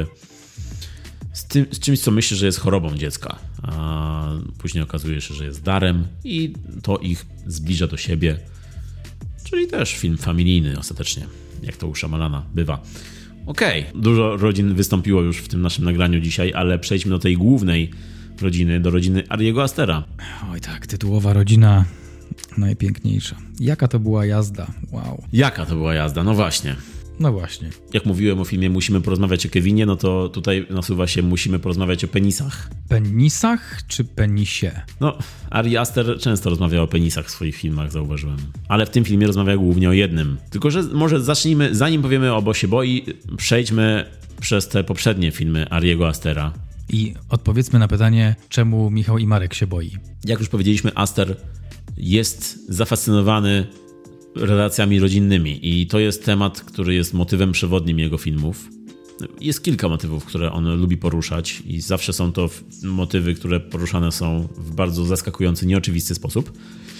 z, tym, z czymś, co myśli, że jest chorobą dziecka, a później okazuje się, że jest darem i to ich zbliża do siebie, czyli też film familijny ostatecznie, jak to u Shyamalana bywa. Okej, okay. Dużo rodzin wystąpiło już w tym naszym nagraniu dzisiaj, ale przejdźmy do tej głównej rodziny, do rodziny Ariego Astera. Oj tak, tytułowa rodzina najpiękniejsza. Jaka to była jazda? Wow. Jaka to była jazda? No właśnie. No właśnie. Jak mówiłem o filmie Musimy porozmawiać o Kevinie, no to tutaj nasuwa się Musimy porozmawiać o penisach. Penisach czy penisie? No, Ari Aster często rozmawia o penisach w swoich filmach, zauważyłem. Ale w tym filmie rozmawia głównie o jednym. Tylko że może zacznijmy, zanim powiemy o Bo się boi, przejdźmy przez te poprzednie filmy Ariego Astera. I odpowiedzmy na pytanie, czemu Michał i Marek się boi. Jak już powiedzieliśmy, Aster jest zafascynowany relacjami rodzinnymi i to jest temat, który jest motywem przewodnim jego filmów. Jest kilka motywów, które on lubi poruszać i zawsze są to motywy, które poruszane są w bardzo zaskakujący, nieoczywisty sposób.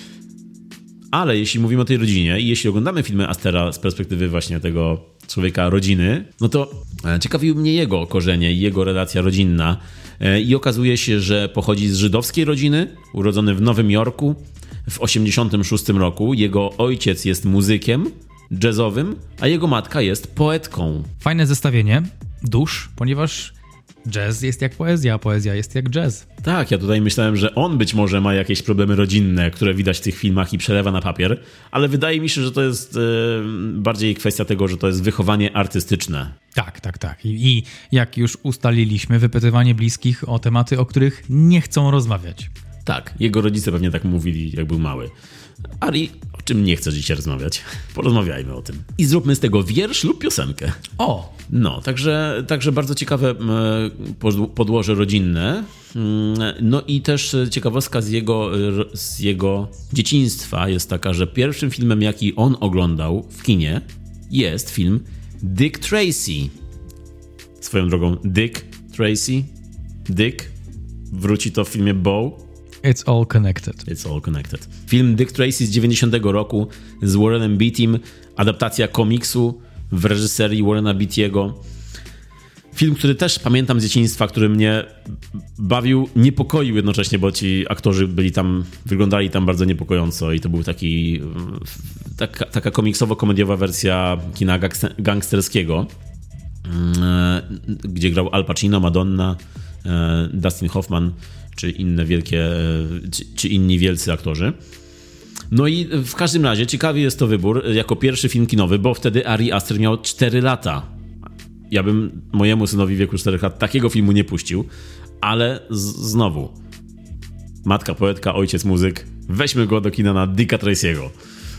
Ale jeśli mówimy o tej rodzinie i jeśli oglądamy filmy Astera z perspektywy właśnie tego człowieka rodziny, no to ciekawiły mnie jego korzenie i jego relacja rodzinna i okazuje się, że pochodzi z żydowskiej rodziny, urodzony w Nowym Jorku w osiemdziesiątym szóstym roku. Jego ojciec jest muzykiem jazzowym, a jego matka jest poetką. Fajne zestawienie dusz, ponieważ Jazz jest jak poezja, a poezja jest jak jazz. Tak, ja tutaj myślałem, że on być może ma jakieś problemy rodzinne, które widać w tych filmach i przelewa na papier, ale wydaje mi się, że to jest e, bardziej kwestia tego, że to jest wychowanie artystyczne. Tak, tak, tak. I, I jak już ustaliliśmy, wypytywanie bliskich o tematy, o których nie chcą rozmawiać. Tak, jego rodzice pewnie tak mówili, jak był mały. Ari, o czym nie chcesz dzisiaj rozmawiać? Porozmawiajmy o tym. I zróbmy z tego wiersz lub piosenkę. O! No, także, także bardzo ciekawe podłoże rodzinne. No i też ciekawostka z jego, z jego dzieciństwa jest taka, że pierwszym filmem, jaki on oglądał w kinie, jest film Dick Tracy. Swoją drogą, Dick Tracy. Dick. Wróci to w filmie Bo. It's all connected. It's all connected. Film Dick Tracy z dziewięćdziesiątego roku z Warrenem Beattym. Adaptacja komiksu w reżyserii Warrena Beattiego. Film, który też pamiętam z dzieciństwa, który mnie bawił, niepokoił jednocześnie, bo ci aktorzy byli tam, wyglądali tam bardzo niepokojąco i to był taki taka, taka komiksowo-komediowa wersja kina gangsterskiego, gdzie grał Al Pacino, Madonna, Dustin Hoffman czy inne wielkie, czy, czy inni wielcy aktorzy. No i w każdym razie ciekawy jest to wybór jako pierwszy film kinowy, bo wtedy Ari Aster miał cztery lata. Ja bym mojemu synowi w wieku czterech lat takiego filmu nie puścił, ale z- znowu matka poetka, ojciec muzyk, weźmy go do kina na Dicka Tracy'ego.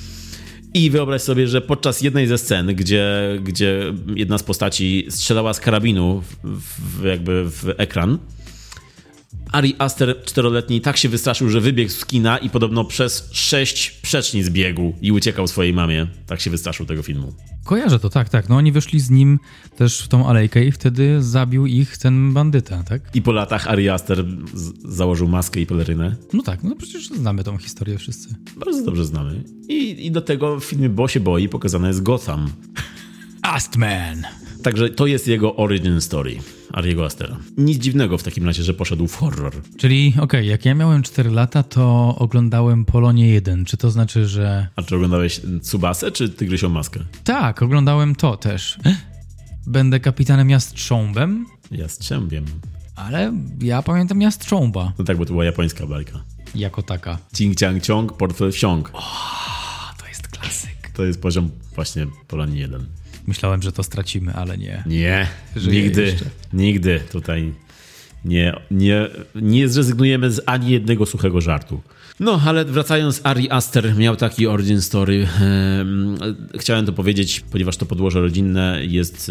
I wyobraź sobie, że podczas jednej ze scen, gdzie, gdzie jedna z postaci strzelała z karabinu w, w, jakby w ekran, Ari Aster czteroletni tak się wystraszył, że wybiegł z kina i podobno przez sześć przecznic biegł i uciekał swojej mamie. Tak się wystraszył tego filmu. Kojarzę to, tak, tak. No oni wyszli z nim też w tą alejkę i wtedy zabił ich ten bandyta, tak? I po latach Ari Aster z- założył maskę i pelerynę. No tak, no przecież znamy tą historię wszyscy. Bardzo dobrze znamy. I, i do tego w filmie Bo się boi pokazane jest Gotham. Astman! Także to jest jego origin story, Ariego Astera. Nic dziwnego w takim razie, że poszedł w horror. Czyli okej, okay, jak ja miałem cztery lata, to oglądałem Polonię jeden. Czy to znaczy, że... A czy oglądałeś Tsubasę czy Tygrysią Maskę? Tak, oglądałem to też. Będę kapitanem Jastrząbem? Jastrzębiem. Ale ja pamiętam Jastrząba. No tak, bo to była japońska bajka. Jako taka. Cing ciang ciąg, portfel wsiąg. O, to jest klasyk. To jest poziom właśnie Polonii jeden. Myślałem, że to stracimy, ale nie. Nie, Żyję nigdy, jeszcze. nigdy tutaj nie, nie, nie zrezygnujemy z ani jednego suchego żartu. No, ale wracając, Ari Aster miał taki origin story. Chciałem to powiedzieć, ponieważ to podłoże rodzinne jest...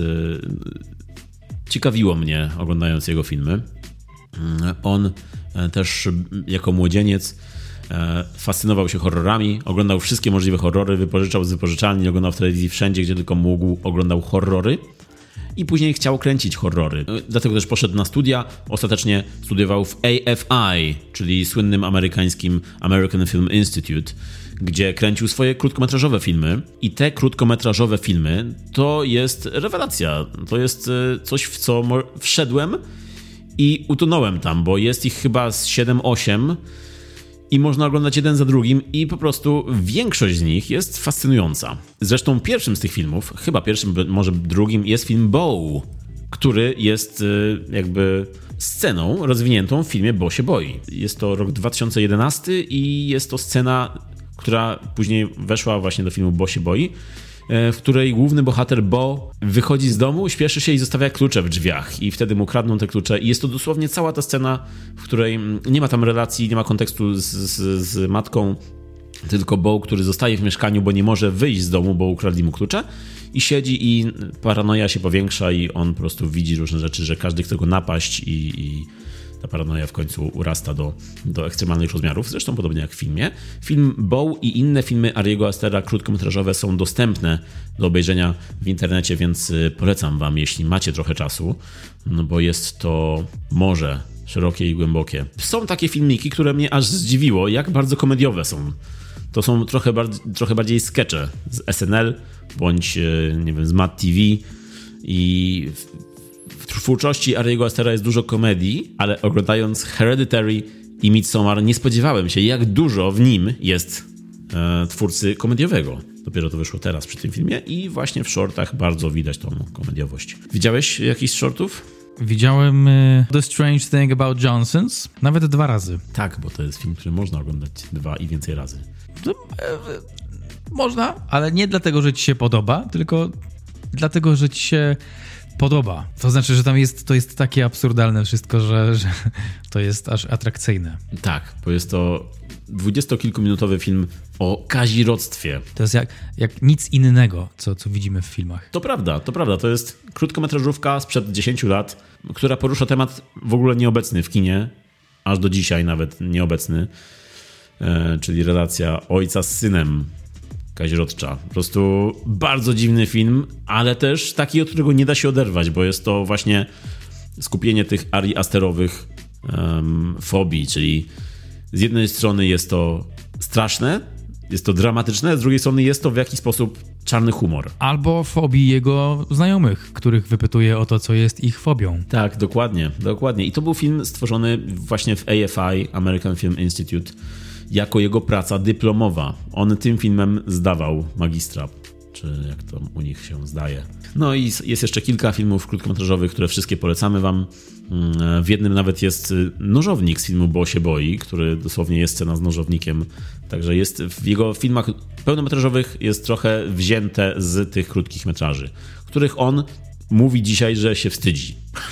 Ciekawiło mnie, oglądając jego filmy. On też jako młodzieniec fascynował się horrorami, oglądał wszystkie możliwe horrory, wypożyczał z wypożyczalni, oglądał w telewizji wszędzie, gdzie tylko mógł, oglądał horrory i później chciał kręcić horrory. Dlatego też poszedł na studia, ostatecznie studiował w A F I, czyli słynnym amerykańskim American Film Institute, gdzie kręcił swoje krótkometrażowe filmy i te krótkometrażowe filmy to jest rewelacja, to jest coś, w co wszedłem i utonąłem tam, bo jest ich chyba z siedem osiem i można oglądać jeden za drugim i po prostu większość z nich jest fascynująca. Zresztą pierwszym z tych filmów, chyba pierwszym, może drugim, jest film Bo, który jest jakby sceną rozwiniętą w filmie Bo się boi. Jest to rok dwa tysiące jedenasty i jest to scena, która później weszła właśnie do filmu Bo się boi, w której główny bohater Bo wychodzi z domu, śpieszy się i zostawia klucze w drzwiach i wtedy mu kradną te klucze i jest to dosłownie cała ta scena, w której nie ma tam relacji, nie ma kontekstu z, z, z matką, tylko Bo, który zostaje w mieszkaniu, bo nie może wyjść z domu, bo ukradli mu klucze i siedzi i paranoja się powiększa i on po prostu widzi różne rzeczy, że każdy chce go napaść i, i ta paranoja w końcu urasta do, do ekstremalnych rozmiarów, zresztą podobnie jak w filmie. Film Bo i inne filmy Ariego Astera krótkometrażowe są dostępne do obejrzenia w internecie, więc polecam wam, jeśli macie trochę czasu, no bo jest to morze szerokie i głębokie. Są takie filmiki, które mnie aż zdziwiło, jak bardzo komediowe są. To są trochę bardziej, trochę bardziej skecze z S N L bądź, nie wiem, z Mad T V i w twórczości Ariego Astera jest dużo komedii, ale oglądając Hereditary i Midsommar nie spodziewałem się, jak dużo w nim jest e, twórcy komediowego. Dopiero to wyszło teraz przy tym filmie i właśnie w shortach bardzo widać tą komediowość. Widziałeś jakiś z shortów? Widziałem y, The Strange Thing About Johnsons nawet dwa razy. Tak, bo to jest film, który można oglądać dwa i więcej razy. To, y, można, ale nie dlatego, że ci się podoba, tylko dlatego, że ci się podoba. To znaczy, że tam jest, to jest takie absurdalne wszystko, że, że to jest aż atrakcyjne. Tak, bo jest to dwudziestokilkuminutowy film o kazirodztwie. To jest jak, jak nic innego, co, co widzimy w filmach. To prawda, to prawda. To jest krótkometrażówka sprzed dziesięciu lat, która porusza temat w ogóle nieobecny w kinie, aż do dzisiaj nawet nieobecny, e, czyli relacja ojca z synem kazirodcza. Po prostu bardzo dziwny film, ale też taki, od którego nie da się oderwać, bo jest to właśnie skupienie tych arii asterowych um, fobii, czyli z jednej strony jest to straszne, jest to dramatyczne, z drugiej strony jest to w jakiś sposób czarny humor. Albo fobii jego znajomych, których wypytuje o to, co jest ich fobią. Tak, dokładnie, dokładnie. I to był film stworzony właśnie w A F I, American Film Institute, jako jego praca dyplomowa. On tym filmem zdawał magistra, czy jak to u nich się zdaje. No i jest jeszcze kilka filmów krótkometrażowych, które wszystkie polecamy wam. W jednym nawet jest nożownik z filmu Bo się boi, który dosłownie jest scena z nożownikiem. Także jest w jego filmach pełnometrażowych jest trochę wzięte z tych krótkich metraży, których on mówi dzisiaj, że się wstydzi.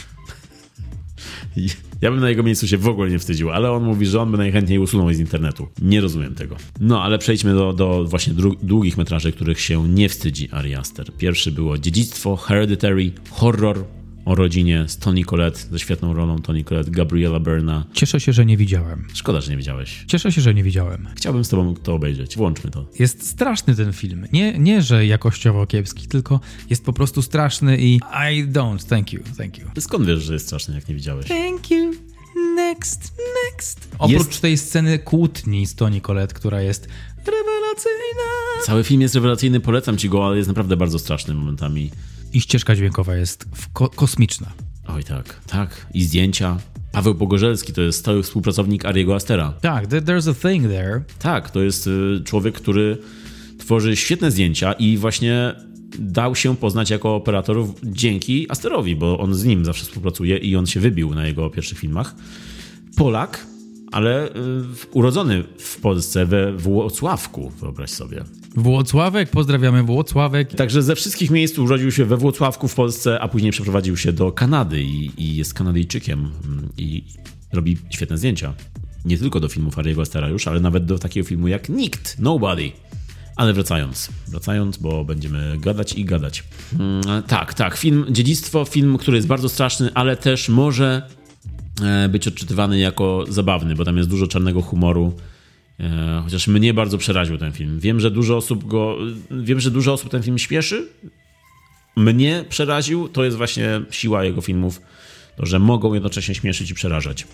Ja bym na jego miejscu się w ogóle nie wstydził, ale on mówi, że on by najchętniej usunął je z internetu. Nie rozumiem tego. No, ale przejdźmy do, do właśnie długich metraży, których się nie wstydzi Ari Aster. Pierwszy było Dziedzictwo, Hereditary, horror o rodzinie z Toni Collette, ze świetną rolą Toni Collette, Gabriela Byrna. Cieszę się, że nie widziałem. Szkoda, że nie widziałeś. Cieszę się, że nie widziałem. Chciałbym z tobą to obejrzeć. Włączmy to. Jest straszny ten film. Nie, nie że jakościowo kiepski, tylko jest po prostu straszny i I don't. Thank you, thank you. Skąd wiesz, że jest straszny, jak nie widziałeś? Thank you. Next, next. Oprócz jest... tej sceny kłótni z Toni Collette, która jest rewelacyjna. Cały film jest rewelacyjny, polecam ci go, ale jest naprawdę bardzo straszny momentami. I ścieżka dźwiękowa jest ko- kosmiczna. Oj tak, tak. I zdjęcia. Paweł Pogorzelski to jest stały współpracownik Ariego Astera. Tak, there's a thing there. Tak, to jest człowiek, który tworzy świetne zdjęcia i właśnie dał się poznać jako operator dzięki Asterowi, bo on z nim zawsze współpracuje i on się wybił na jego pierwszych filmach. Polak, ale urodzony w Polsce we Włocławku, wyobraź sobie. Włocławek, pozdrawiamy Włocławek. Także ze wszystkich miejsc urodził się we Włocławku w Polsce, a później przeprowadził się do Kanady i, i jest Kanadyjczykiem i robi świetne zdjęcia. Nie tylko do filmów Ariego Astera już, ale nawet do takiego filmu jak Nikt, Nobody. Ale wracając, wracając, bo będziemy gadać i gadać. Hmm, tak, tak, film Dziedzictwo, film, który jest bardzo straszny, ale też może być odczytywany jako zabawny, bo tam jest dużo czarnego humoru. Chociaż mnie bardzo przeraził ten film. Wiem, że dużo osób go. Wiem, że dużo osób ten film śmieszy. Mnie przeraził. To jest właśnie siła jego filmów, to, że mogą jednocześnie śmieszyć i przerażać.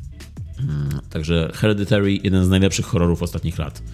Także Hereditary, jeden z najlepszych horrorów ostatnich lat.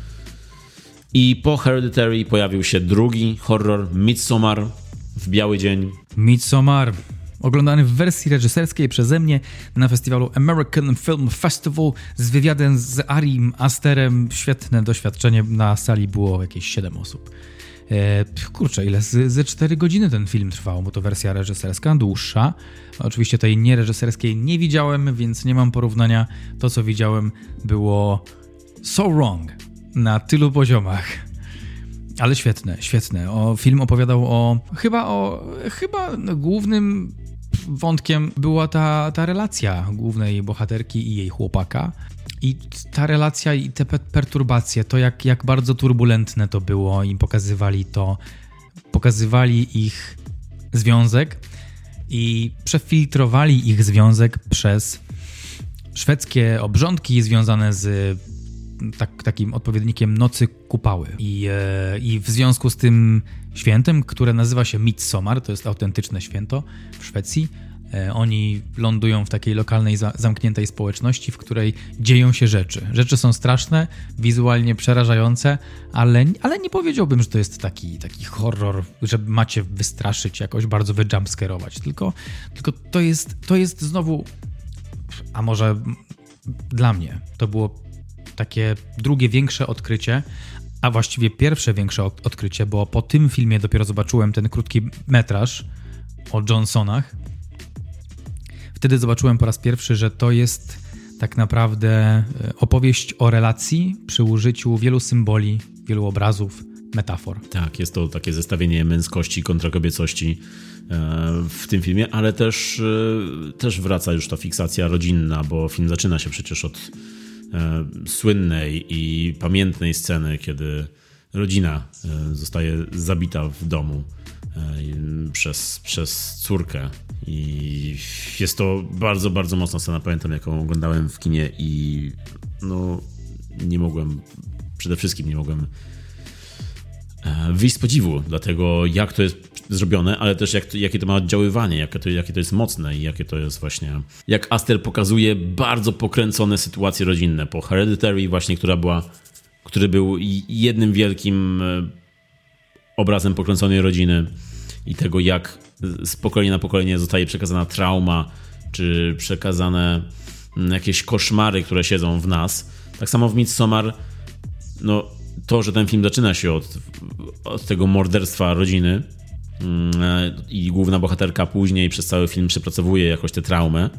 I po Hereditary pojawił się drugi horror, Midsommar, w biały dzień. Midsommar. Oglądany w wersji reżyserskiej przeze mnie na festiwalu American Film Festival z wywiadem z Arim Asterem. Świetne doświadczenie. Na sali było jakieś siedem osób. E, kurczę, ile? Z, ze cztery godziny ten film trwał, bo to wersja reżyserska, dłuższa. Oczywiście tej niereżyserskiej nie widziałem, więc nie mam porównania. To, co widziałem, było so wrong na tylu poziomach. Ale świetne, świetne. O, film opowiadał o... Chyba o... Chyba głównym wątkiem była ta, ta relacja głównej bohaterki i jej chłopaka. I ta relacja i te perturbacje, to jak, jak bardzo turbulentne to było i pokazywali to, pokazywali ich związek i przefiltrowali ich związek przez szwedzkie obrządki związane z tak, takim odpowiednikiem Nocy Kupały. I, e, I w związku z tym świętem, które nazywa się Midsommar, to jest autentyczne święto w Szwecji, e, oni lądują w takiej lokalnej, za, zamkniętej społeczności, w której dzieją się rzeczy. Rzeczy są straszne, wizualnie przerażające, ale, ale nie powiedziałbym, że to jest taki, taki horror, że macie wystraszyć, jakoś bardzo wyjumpscarować, tylko, tylko to jest, to jest znowu, a może dla mnie, to było takie drugie większe odkrycie, a właściwie pierwsze większe odkrycie, bo po tym filmie dopiero zobaczyłem ten krótki metraż o Johnsonach Wtedy zobaczyłem po raz pierwszy, że to jest tak naprawdę opowieść o relacji przy użyciu wielu symboli, wielu obrazów, metafor. Tak, jest to takie zestawienie męskości kontra kobiecości w tym filmie, ale też, też wraca już ta fiksacja rodzinna, bo film zaczyna się przecież od słynnej i pamiętnej sceny, kiedy rodzina zostaje zabita w domu przez, przez córkę i jest to bardzo, bardzo mocna scena. Pamiętam, jaką oglądałem w kinie i no nie mogłem, przede wszystkim nie mogłem wyjść z podziwu dla tego, jak to jest zrobione, ale też jak to, jakie to ma oddziaływanie, jakie to, jakie to jest mocne i jakie to jest właśnie... Jak Aster pokazuje bardzo pokręcone sytuacje rodzinne po Hereditary właśnie, która była, który był jednym wielkim obrazem pokręconej rodziny i tego, jak z pokolenia na pokolenie zostaje przekazana trauma, czy przekazane jakieś koszmary, które siedzą w nas. Tak samo w Midsommar, no to, że ten film zaczyna się od, od tego morderstwa rodziny i główna bohaterka później przez cały film przepracowuje jakoś tę traumę,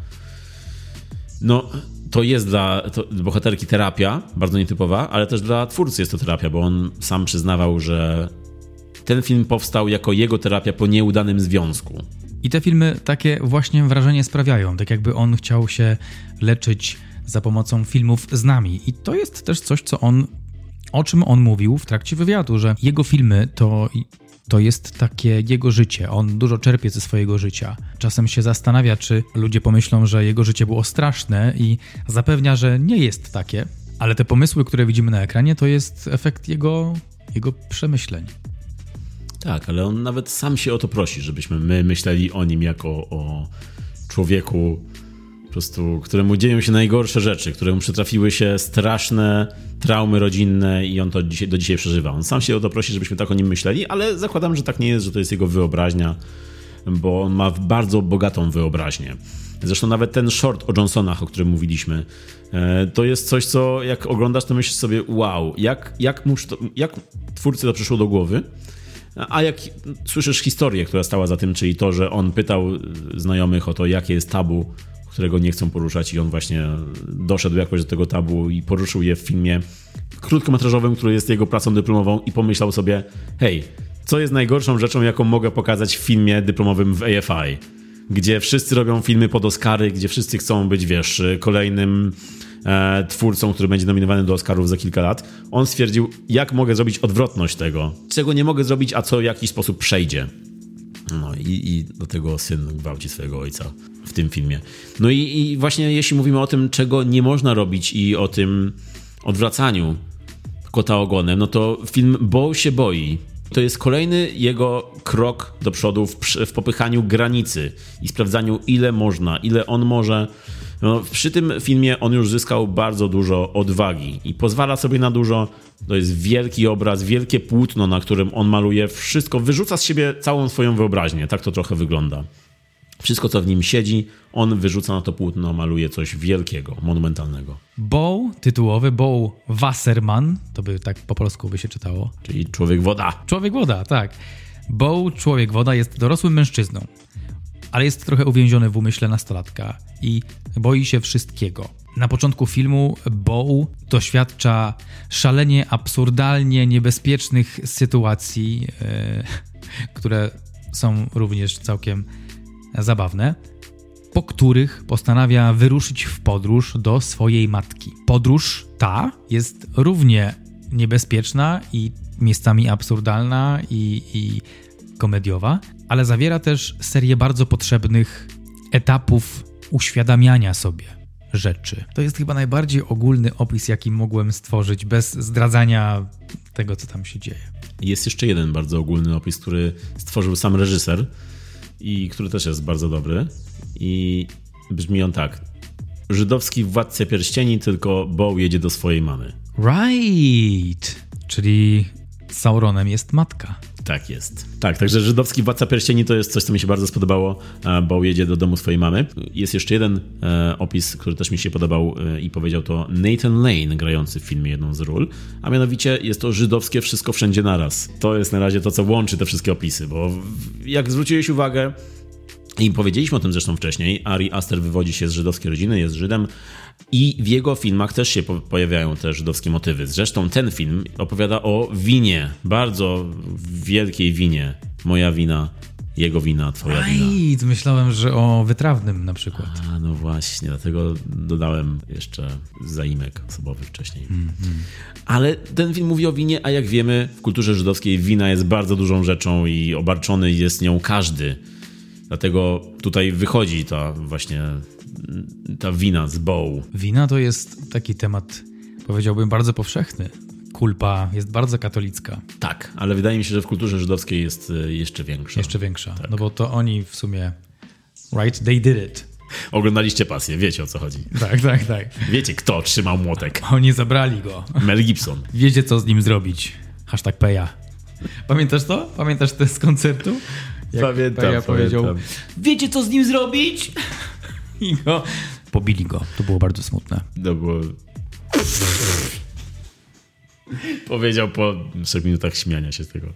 no to jest dla to, bohaterki terapia, bardzo nietypowa, ale też dla twórcy jest to terapia, bo on sam przyznawał, że ten film powstał jako jego terapia po nieudanym związku. I te filmy takie właśnie wrażenie sprawiają, tak jakby on chciał się leczyć za pomocą filmów z nami. I to jest też coś, co on, o czym on mówił w trakcie wywiadu, że jego filmy to, to jest takie jego życie. On dużo czerpie ze swojego życia. Czasem się zastanawia, czy ludzie pomyślą, że jego życie było straszne i zapewnia, że nie jest takie. Ale te pomysły, które widzimy na ekranie, to jest efekt jego, jego przemyśleń. Tak, ale on nawet sam się o to prosi, żebyśmy my myśleli o nim jako o człowieku, po prostu, któremu dzieją się najgorsze rzeczy, któremu przytrafiły się straszne traumy rodzinne i on to dzisiaj, do dzisiaj przeżywa. On sam się o to prosi, żebyśmy tak o nim myśleli, ale zakładam, że tak nie jest, że to jest jego wyobraźnia, bo on ma bardzo bogatą wyobraźnię. Zresztą nawet ten short o Johnsonach, o którym mówiliśmy, to jest coś, co jak oglądasz, to myślisz sobie, wow, jak, jak, mu to, jak twórcy to przyszło do głowy. A jak słyszysz historię, która stała za tym, czyli to, że on pytał znajomych o to, jakie jest tabu, którego nie chcą poruszać i on właśnie doszedł jakoś do tego tabu i poruszył je w filmie krótkometrażowym, który jest jego pracą dyplomową i pomyślał sobie, hej, co jest najgorszą rzeczą, jaką mogę pokazać w filmie dyplomowym w A F I, gdzie wszyscy robią filmy pod Oscary, gdzie wszyscy chcą być, wiesz, kolejnym e, twórcą, który będzie nominowany do Oscarów za kilka lat. On stwierdził, jak mogę zrobić odwrotność tego, czego nie mogę zrobić, a co w jakiś sposób przejdzie. No i, i do tego syn gwałci swojego ojca w tym filmie. No i, i właśnie jeśli mówimy o tym, czego nie można robić i o tym odwracaniu kota ogonem, no to film Bo się boi. To jest kolejny jego krok do przodu w, w popychaniu granicy i sprawdzaniu, ile można, ile on może. No, przy tym filmie on już zyskał bardzo dużo odwagi i pozwala sobie na dużo. To jest wielki obraz, wielkie płótno, na którym on maluje wszystko, wyrzuca z siebie całą swoją wyobraźnię. Tak to trochę wygląda. Wszystko, co w nim siedzi, on wyrzuca na to płótno, maluje coś wielkiego, monumentalnego. Bo tytułowy, Bo Wasserman, to by tak po polsku by się czytało. Czyli człowiek woda. Człowiek woda, tak. Bo człowiek woda jest dorosłym mężczyzną, ale jest trochę uwięziony w umyśle nastolatka i boi się wszystkiego. Na początku filmu Bo doświadcza szalenie, absurdalnie niebezpiecznych sytuacji, yy, które są również całkiem zabawne, po których postanawia wyruszyć w podróż do swojej matki. Podróż ta jest równie niebezpieczna i miejscami absurdalna i, i komediowa, ale zawiera też serię bardzo potrzebnych etapów uświadamiania sobie rzeczy. To jest chyba najbardziej ogólny opis, jaki mogłem stworzyć, bez zdradzania tego, co tam się dzieje. Jest jeszcze jeden bardzo ogólny opis, który stworzył sam reżyser i który też jest bardzo dobry i brzmi on tak. Żydowski władca pierścieni, tylko Bo jedzie do swojej mamy. Right! Czyli Sauronem jest matka. Tak jest. Tak, także żydowski władca pierścieni to jest coś, co mi się bardzo spodobało, bo jedzie do domu swojej mamy. Jest jeszcze jeden e, opis, który też mi się podobał e, i powiedział to Nathan Lane, grający w filmie jedną z ról, a mianowicie jest to żydowskie wszystko wszędzie naraz. To jest na razie to, co łączy te wszystkie opisy, bo jak zwróciłeś uwagę, I powiedzieliśmy o tym zresztą wcześniej. Ari Aster wywodzi się z żydowskiej rodziny, jest Żydem i w jego filmach też się po- pojawiają te żydowskie motywy. Zresztą ten film opowiada o winie, bardzo wielkiej winie. Moja wina, jego wina, twoja wina. Aj, myślałem, że o wytrawnym na przykład. A, no właśnie, dlatego dodałem jeszcze zaimek osobowy wcześniej. Mm-hmm. Ale ten film mówi o winie, a jak wiemy, w kulturze żydowskiej wina jest bardzo dużą rzeczą i obarczony jest nią każdy. Dlatego tutaj wychodzi ta właśnie ta wina z bow. Wina to jest taki temat, powiedziałbym, bardzo powszechny. Kulpa jest bardzo katolicka. Tak, ale wydaje mi się, że w kulturze żydowskiej jest jeszcze większa. Jeszcze większa, tak. No bo to oni w sumie, right, they did it. Oglądaliście Pasję, wiecie o co chodzi. Tak, tak, tak. Wiecie, kto trzymał młotek. Oni zabrali go. Mel Gibson. Wiecie, co z nim zrobić. Hashtag Peja. Pamiętasz to? Pamiętasz to z koncertu? Jak pamiętam, Peja powiedział, pamiętam. Wiecie, co z nim zrobić? I go... Pobili go. To było bardzo smutne. To było... Powiedział po trzech minutach śmiania się z tego.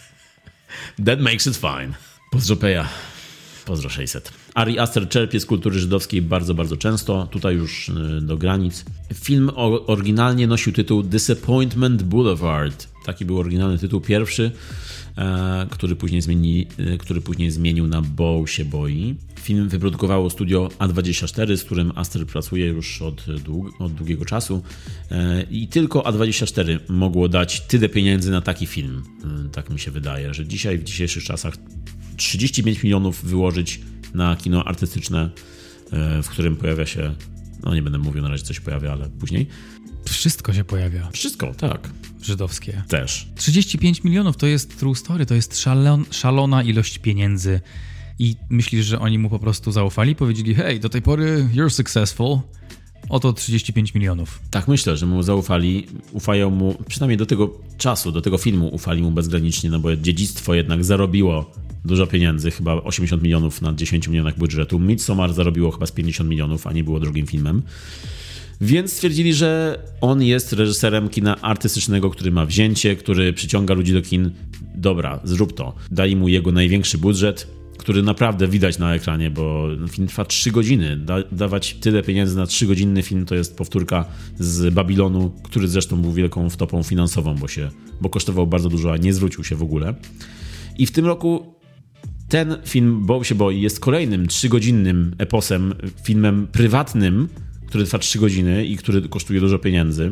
That makes it fine. Pozdro Peja. Pozdro sześćset. Ari Aster czerpie z kultury żydowskiej bardzo, bardzo często. Tutaj już do granic. Film oryginalnie nosił tytuł Disappointment Boulevard. Taki był oryginalny tytuł pierwszy, który później, zmieni, który później zmienił na Bo się boi. Film wyprodukowało studio A dwadzieścia cztery, z którym Aster pracuje już od, dług, od długiego czasu. I tylko A dwadzieścia cztery mogło dać tyle pieniędzy na taki film. Tak mi się wydaje, że dzisiaj, w dzisiejszych czasach trzydzieści pięć milionów wyłożyć na kino artystyczne, w którym pojawia się, no nie będę mówił na razie, co się pojawia, ale później. Wszystko się pojawia. Wszystko, tak. Żydowskie. Też. trzydzieści pięć milionów to jest true story, to jest szalon, szalona ilość pieniędzy. I myślisz, że oni mu po prostu zaufali? Powiedzieli, hej, do tej pory you're successful. Oto trzydzieści pięć milionów. Tak, myślę, że mu zaufali, ufają mu, przynajmniej do tego czasu, do tego filmu ufali mu bezgranicznie, no bo dziedzictwo jednak zarobiło dużo pieniędzy, chyba osiemdziesiąt milionów na dziesięć milionach budżetu. Midsommar zarobiło chyba z pięćdziesiąt milionów, a nie było drugim filmem. Więc stwierdzili, że on jest reżyserem kina artystycznego, który ma wzięcie, który przyciąga ludzi do kin. Dobra, zrób to. Daj mu jego największy budżet, który naprawdę widać na ekranie, bo film trwa trzy godziny. Da, dawać tyle pieniędzy na trzygodzinny film to jest powtórka z Babilonu, który zresztą był wielką wtopą finansową, bo, się, bo kosztował bardzo dużo, a nie zwrócił się w ogóle. I w tym roku ten film Bo się boi jest kolejnym trzygodzinnym eposem, filmem prywatnym, który trwa trzy godziny i który kosztuje dużo pieniędzy.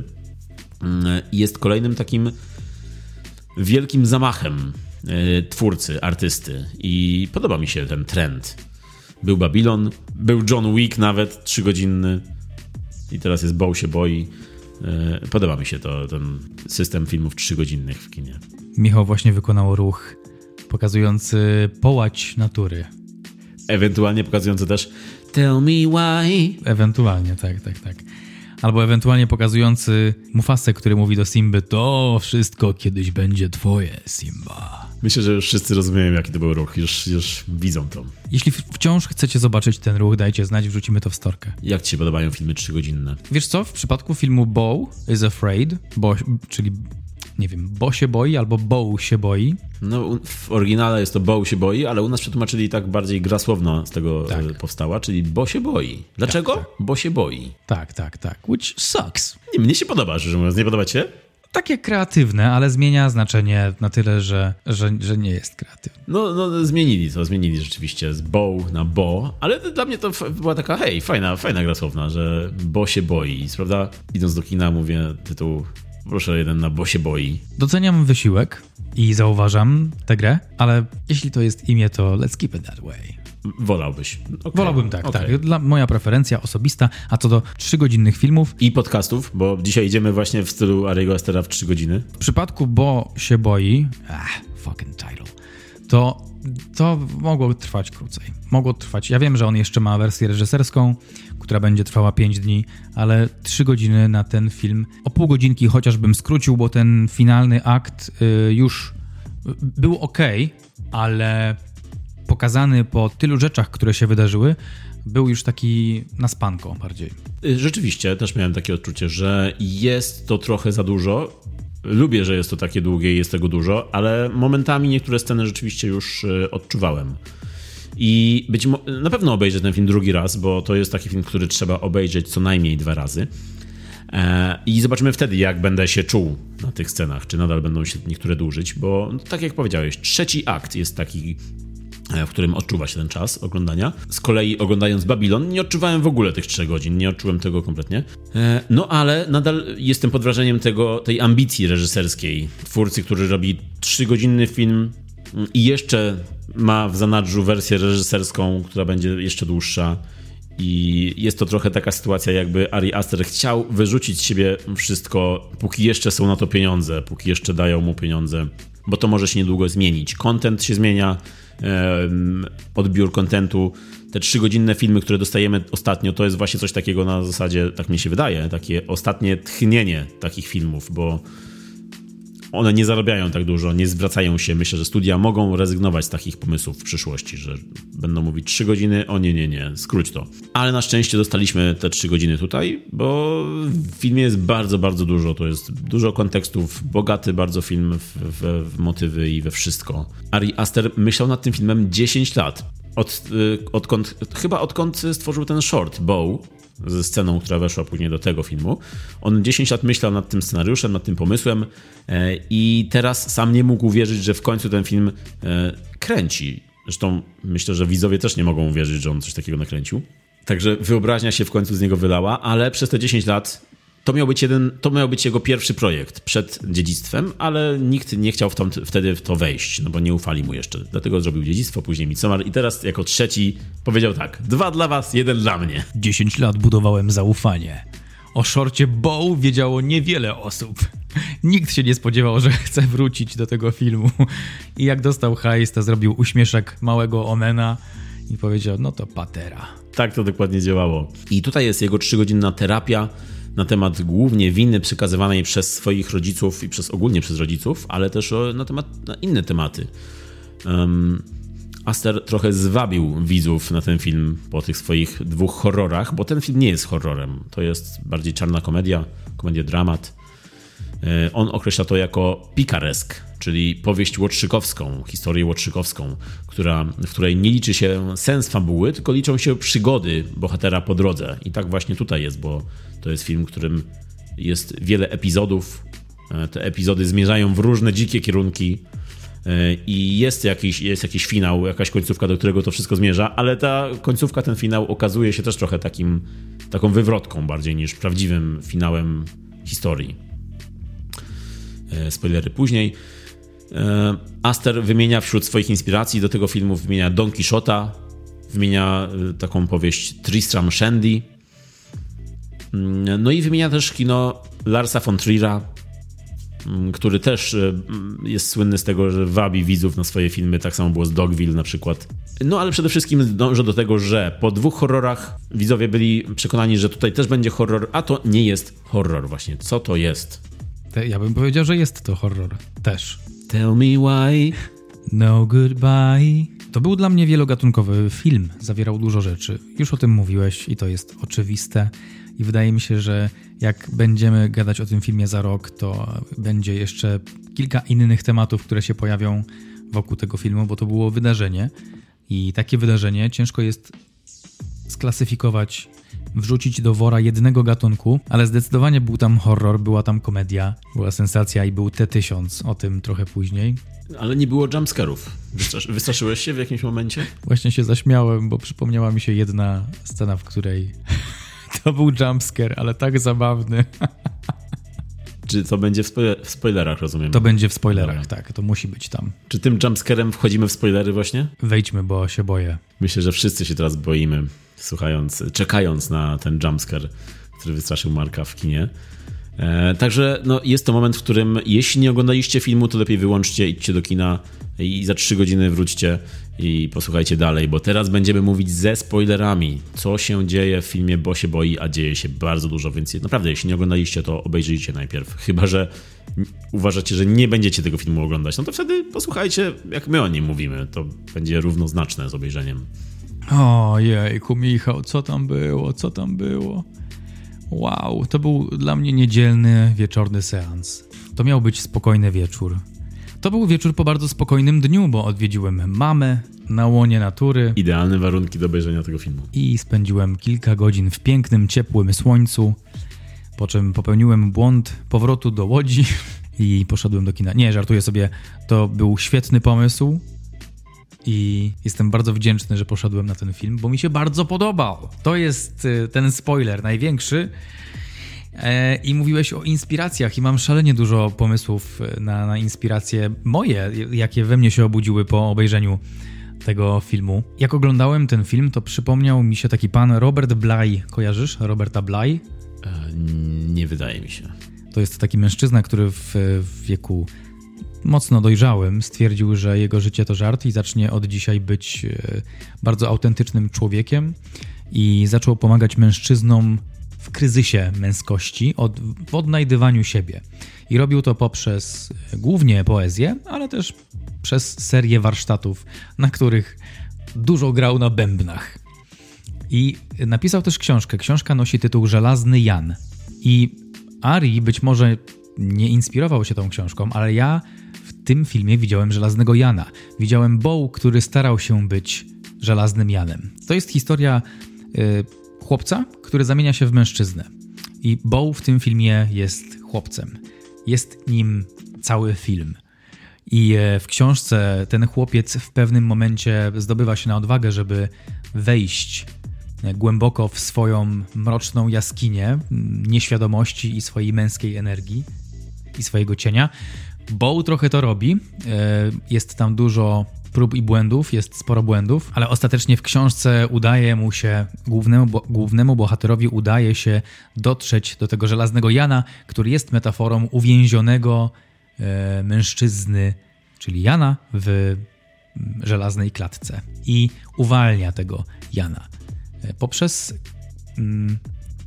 Jest kolejnym takim wielkim zamachem twórcy, artysty i podoba mi się ten trend. Był Babylon, był John Wick nawet trzygodzinny i teraz jest Bo się boi. Podoba mi się to, ten system filmów trzygodzinnych w kinie. Michał właśnie wykonał ruch pokazujący połać natury. Ewentualnie pokazujący też Tell me why. Ewentualnie, tak, tak, tak. Albo ewentualnie pokazujący Mufasę, który mówi do Simby, to wszystko kiedyś będzie twoje, Simba. Myślę, że już wszyscy rozumieją, jaki to był ruch. Już, już widzą to. Jeśli wciąż chcecie zobaczyć ten ruch, dajcie znać, wrzucimy to w storkę. Jak ci się podobają filmy trzygodzinne? Wiesz co? W przypadku filmu Bo is Afraid, Bo, czyli nie wiem, Bo się boi albo Bo się boi. No, w oryginale jest to Bo się boi, ale u nas przetłumaczyli tak bardziej gra słowna z tego tak. powstała, czyli Bo się boi. Dlaczego? Tak, tak. Bo się boi. Tak, tak, tak. Which sucks. Nie, mnie się podoba, szczerze mówiąc. Nie podoba ci się? Takie kreatywne, ale zmienia znaczenie na tyle, że, że, że nie jest kreatywne. No, no, zmienili to, zmienili rzeczywiście z Bo na Bo, ale dla mnie to była taka, hej, fajna, fajna gra słowna, że Bo się boi. Prawda? Idąc do kina mówię tytuł, proszę jeden na Bo się boi. Doceniam wysiłek i zauważam tę grę, ale jeśli to jest imię, to let's keep it that way. Wolałbyś. Okay. Wolałbym tak, okay. tak. Dla, moja preferencja osobista, a co do trzygodzinnych filmów... I podcastów, bo dzisiaj idziemy właśnie w stylu Ariego Astera w trzy godziny. W przypadku Bo się boi... Ah, fucking title. To, to mogło trwać krócej. Mogło trwać... Ja wiem, że on jeszcze ma wersję reżyserską, która będzie trwała pięć dni, ale trzy godziny na ten film. O pół godzinki chociażbym skrócił, bo ten finalny akt y, już był okej, ale... pokazany po tylu rzeczach, które się wydarzyły, był już taki na spanko bardziej. Rzeczywiście, też miałem takie odczucie, że jest to trochę za dużo. Lubię, że jest to takie długie i jest tego dużo, ale momentami niektóre sceny rzeczywiście już odczuwałem. I być mo- na pewno obejrzę ten film drugi raz, bo to jest taki film, który trzeba obejrzeć co najmniej dwa razy. E, I zobaczymy wtedy, jak będę się czuł na tych scenach, czy nadal będą się niektóre dłużyć, bo no, tak jak powiedziałeś, trzeci akt jest taki, w którym odczuwa się ten czas oglądania. Z kolei oglądając Babylon nie odczuwałem w ogóle tych trzech godzin, nie odczułem tego kompletnie. No ale nadal jestem pod wrażeniem tego, tej ambicji reżyserskiej twórcy, który robi trzygodzinny film i jeszcze ma w zanadrzu wersję reżyserską, która będzie jeszcze dłuższa. I jest to trochę taka sytuacja, jakby Ari Aster chciał wyrzucić z siebie wszystko, póki jeszcze są na to pieniądze, póki jeszcze dają mu pieniądze, bo to może się niedługo zmienić. Content się zmienia, odbiór kontentu. Te trzygodzinne filmy, które dostajemy ostatnio, to jest właśnie coś takiego na zasadzie, tak mi się wydaje, takie ostatnie tchnienie takich filmów, bo one nie zarabiają tak dużo, nie zwracają się. Myślę, że studia mogą rezygnować z takich pomysłów w przyszłości, że będą mówić trzy godziny, o nie, nie, nie, skróć to. Ale na szczęście dostaliśmy te trzy godziny tutaj, bo w filmie jest bardzo, bardzo dużo. To jest dużo kontekstów, bogaty bardzo film w, w, w motywy i we wszystko. Ari Aster myślał nad tym filmem dziesięć lat. Od, odkąd, chyba odkąd stworzył ten short, Bow, ze sceną, która weszła później do tego filmu. On dziesięć lat myślał nad tym scenariuszem, nad tym pomysłem i teraz sam nie mógł uwierzyć, że w końcu ten film kręci. Zresztą myślę, że widzowie też nie mogą uwierzyć, że on coś takiego nakręcił. Także wyobraźnia się w końcu z niego wylała, ale przez te dziesięć lat to miał być jeden, to miał być jego pierwszy projekt przed Dziedzictwem, ale nikt nie chciał w to, wtedy w to wejść, no bo nie ufali mu jeszcze. Dlatego zrobił Dziedzictwo, później Midsommar i teraz jako trzeci powiedział tak: dwa dla was, jeden dla mnie. dziesięć lat budowałem zaufanie. O szorcie Bow wiedziało niewiele osób. Nikt się nie spodziewał, że chce wrócić do tego filmu. I jak dostał hajs, to zrobił uśmieszek małego Omena i powiedział, no to patera. Tak to dokładnie działało. I tutaj jest jego trzygodzinna terapia na temat głównie winy przekazywanej przez swoich rodziców i przez ogólnie przez rodziców, ale też na temat na inne tematy. Um, Aster trochę zwabił widzów na ten film po tych swoich dwóch horrorach, bo ten film nie jest horrorem. To jest bardziej czarna komedia, komedia dramat. On określa to jako pikaresk, czyli powieść łotrzykowską, historię łotrzykowską, która, w której nie liczy się sens fabuły, tylko liczą się przygody bohatera po drodze. I tak właśnie tutaj jest, bo to jest film, w którym jest wiele epizodów. Te epizody zmierzają w różne dzikie kierunki i jest jakiś, jest jakiś finał, jakaś końcówka, do którego to wszystko zmierza, ale ta końcówka, ten finał okazuje się też trochę takim, taką wywrotką bardziej niż prawdziwym finałem historii. Spoilery później. Aster wymienia wśród swoich inspiracji do tego filmu, wymienia Don Quixota, wymienia taką powieść Tristram Shandy, no i wymienia też kino Larsa von Trier'a, który też jest słynny z tego, że wabi widzów na swoje filmy, tak samo było z Dogville na przykład. No ale przede wszystkim dążę do tego, że po dwóch horrorach widzowie byli przekonani, że tutaj też będzie horror, a to nie jest horror właśnie. Co to jest? Ja bym powiedział, że jest to horror też. Tell me why. No goodbye. To był dla mnie wielogatunkowy film. Zawierał dużo rzeczy. Już o tym mówiłeś i to jest oczywiste. I wydaje mi się, że jak będziemy gadać o tym filmie za rok, to będzie jeszcze kilka innych tematów, które się pojawią wokół tego filmu, bo to było wydarzenie. I takie wydarzenie ciężko jest sklasyfikować, wrzucić do wora jednego gatunku, ale zdecydowanie był tam horror, była tam komedia, była sensacja i był T tysiąc, o tym trochę później. Ale nie było jumpscarów. Wystraszy, wystraszyłeś się w jakimś momencie? Właśnie się zaśmiałem, bo przypomniała mi się jedna scena, w której to był jumpscare, ale tak zabawny. Czy to będzie w, spoiler- w spoilerach, rozumiem? To będzie w spoilerach, Dobra. Tak, to musi być tam. Czy tym jumpscarem wchodzimy w spoilery właśnie? Wejdźmy, bo się boję. Myślę, że wszyscy się teraz boimy, słuchając, czekając na ten jumpscare, który wystraszył Marka w kinie. E, także no, jest to moment, w którym jeśli nie oglądaliście filmu, to lepiej wyłączcie, idźcie do kina i za trzy godziny wróćcie i posłuchajcie dalej, bo teraz będziemy mówić ze spoilerami, co się dzieje w filmie Bo się boi, a dzieje się bardzo dużo, więc naprawdę jeśli nie oglądaliście, to obejrzyjcie najpierw, chyba że uważacie, że nie będziecie tego filmu oglądać, no to wtedy posłuchajcie, jak my o nim mówimy, to będzie równoznaczne z obejrzeniem. Ojejku, Michał, co tam było, co tam było? Wow, to był dla mnie niedzielny, wieczorny seans. To miał być spokojny wieczór. To To był wieczór po bardzo spokojnym dniu, bo odwiedziłem mamę na łonie natury. Idealne warunki do obejrzenia tego filmu. I spędziłem kilka godzin w pięknym, ciepłym słońcu, po czym popełniłem błąd powrotu do Łodzi i poszedłem do kina. Nie, żartuję sobie, to był świetny pomysł i jestem bardzo wdzięczny, że poszedłem na ten film, bo mi się bardzo podobał. To jest ten spoiler największy. I mówiłeś o inspiracjach i mam szalenie dużo pomysłów na, na inspiracje moje, jakie we mnie się obudziły po obejrzeniu tego filmu. Jak oglądałem ten film, to przypomniał mi się taki pan Robert Bly. Kojarzysz Roberta Bly? E, nie wydaje mi się. To jest taki mężczyzna, który w, w wieku mocno dojrzałym stwierdził, że jego życie to żart i zacznie od dzisiaj być bardzo autentycznym człowiekiem i zaczął pomagać mężczyznom w kryzysie męskości, od, w odnajdywaniu siebie. I robił to poprzez głównie poezję, ale też przez serię warsztatów, na których dużo grał na bębnach. I napisał też książkę. Książka nosi tytuł Żelazny Jan. I Ari być może nie inspirował się tą książką, ale ja w tym filmie widziałem Żelaznego Jana. Widziałem Bo, który starał się być Żelaznym Janem. To jest historia y, chłopca, który zamienia się w mężczyznę. I Bo w tym filmie jest chłopcem. Jest nim cały film. I w książce ten chłopiec w pewnym momencie zdobywa się na odwagę, żeby wejść głęboko w swoją mroczną jaskinię nieświadomości i swojej męskiej energii i swojego cienia. Bo trochę to robi. Jest tam dużo prób i błędów, jest sporo błędów, ale ostatecznie w książce udaje mu się, głównemu, bo, głównemu bohaterowi udaje się dotrzeć do tego Żelaznego Jana, który jest metaforą uwięzionego e, mężczyzny, czyli Jana w żelaznej klatce. I uwalnia tego Jana e, poprzez mm,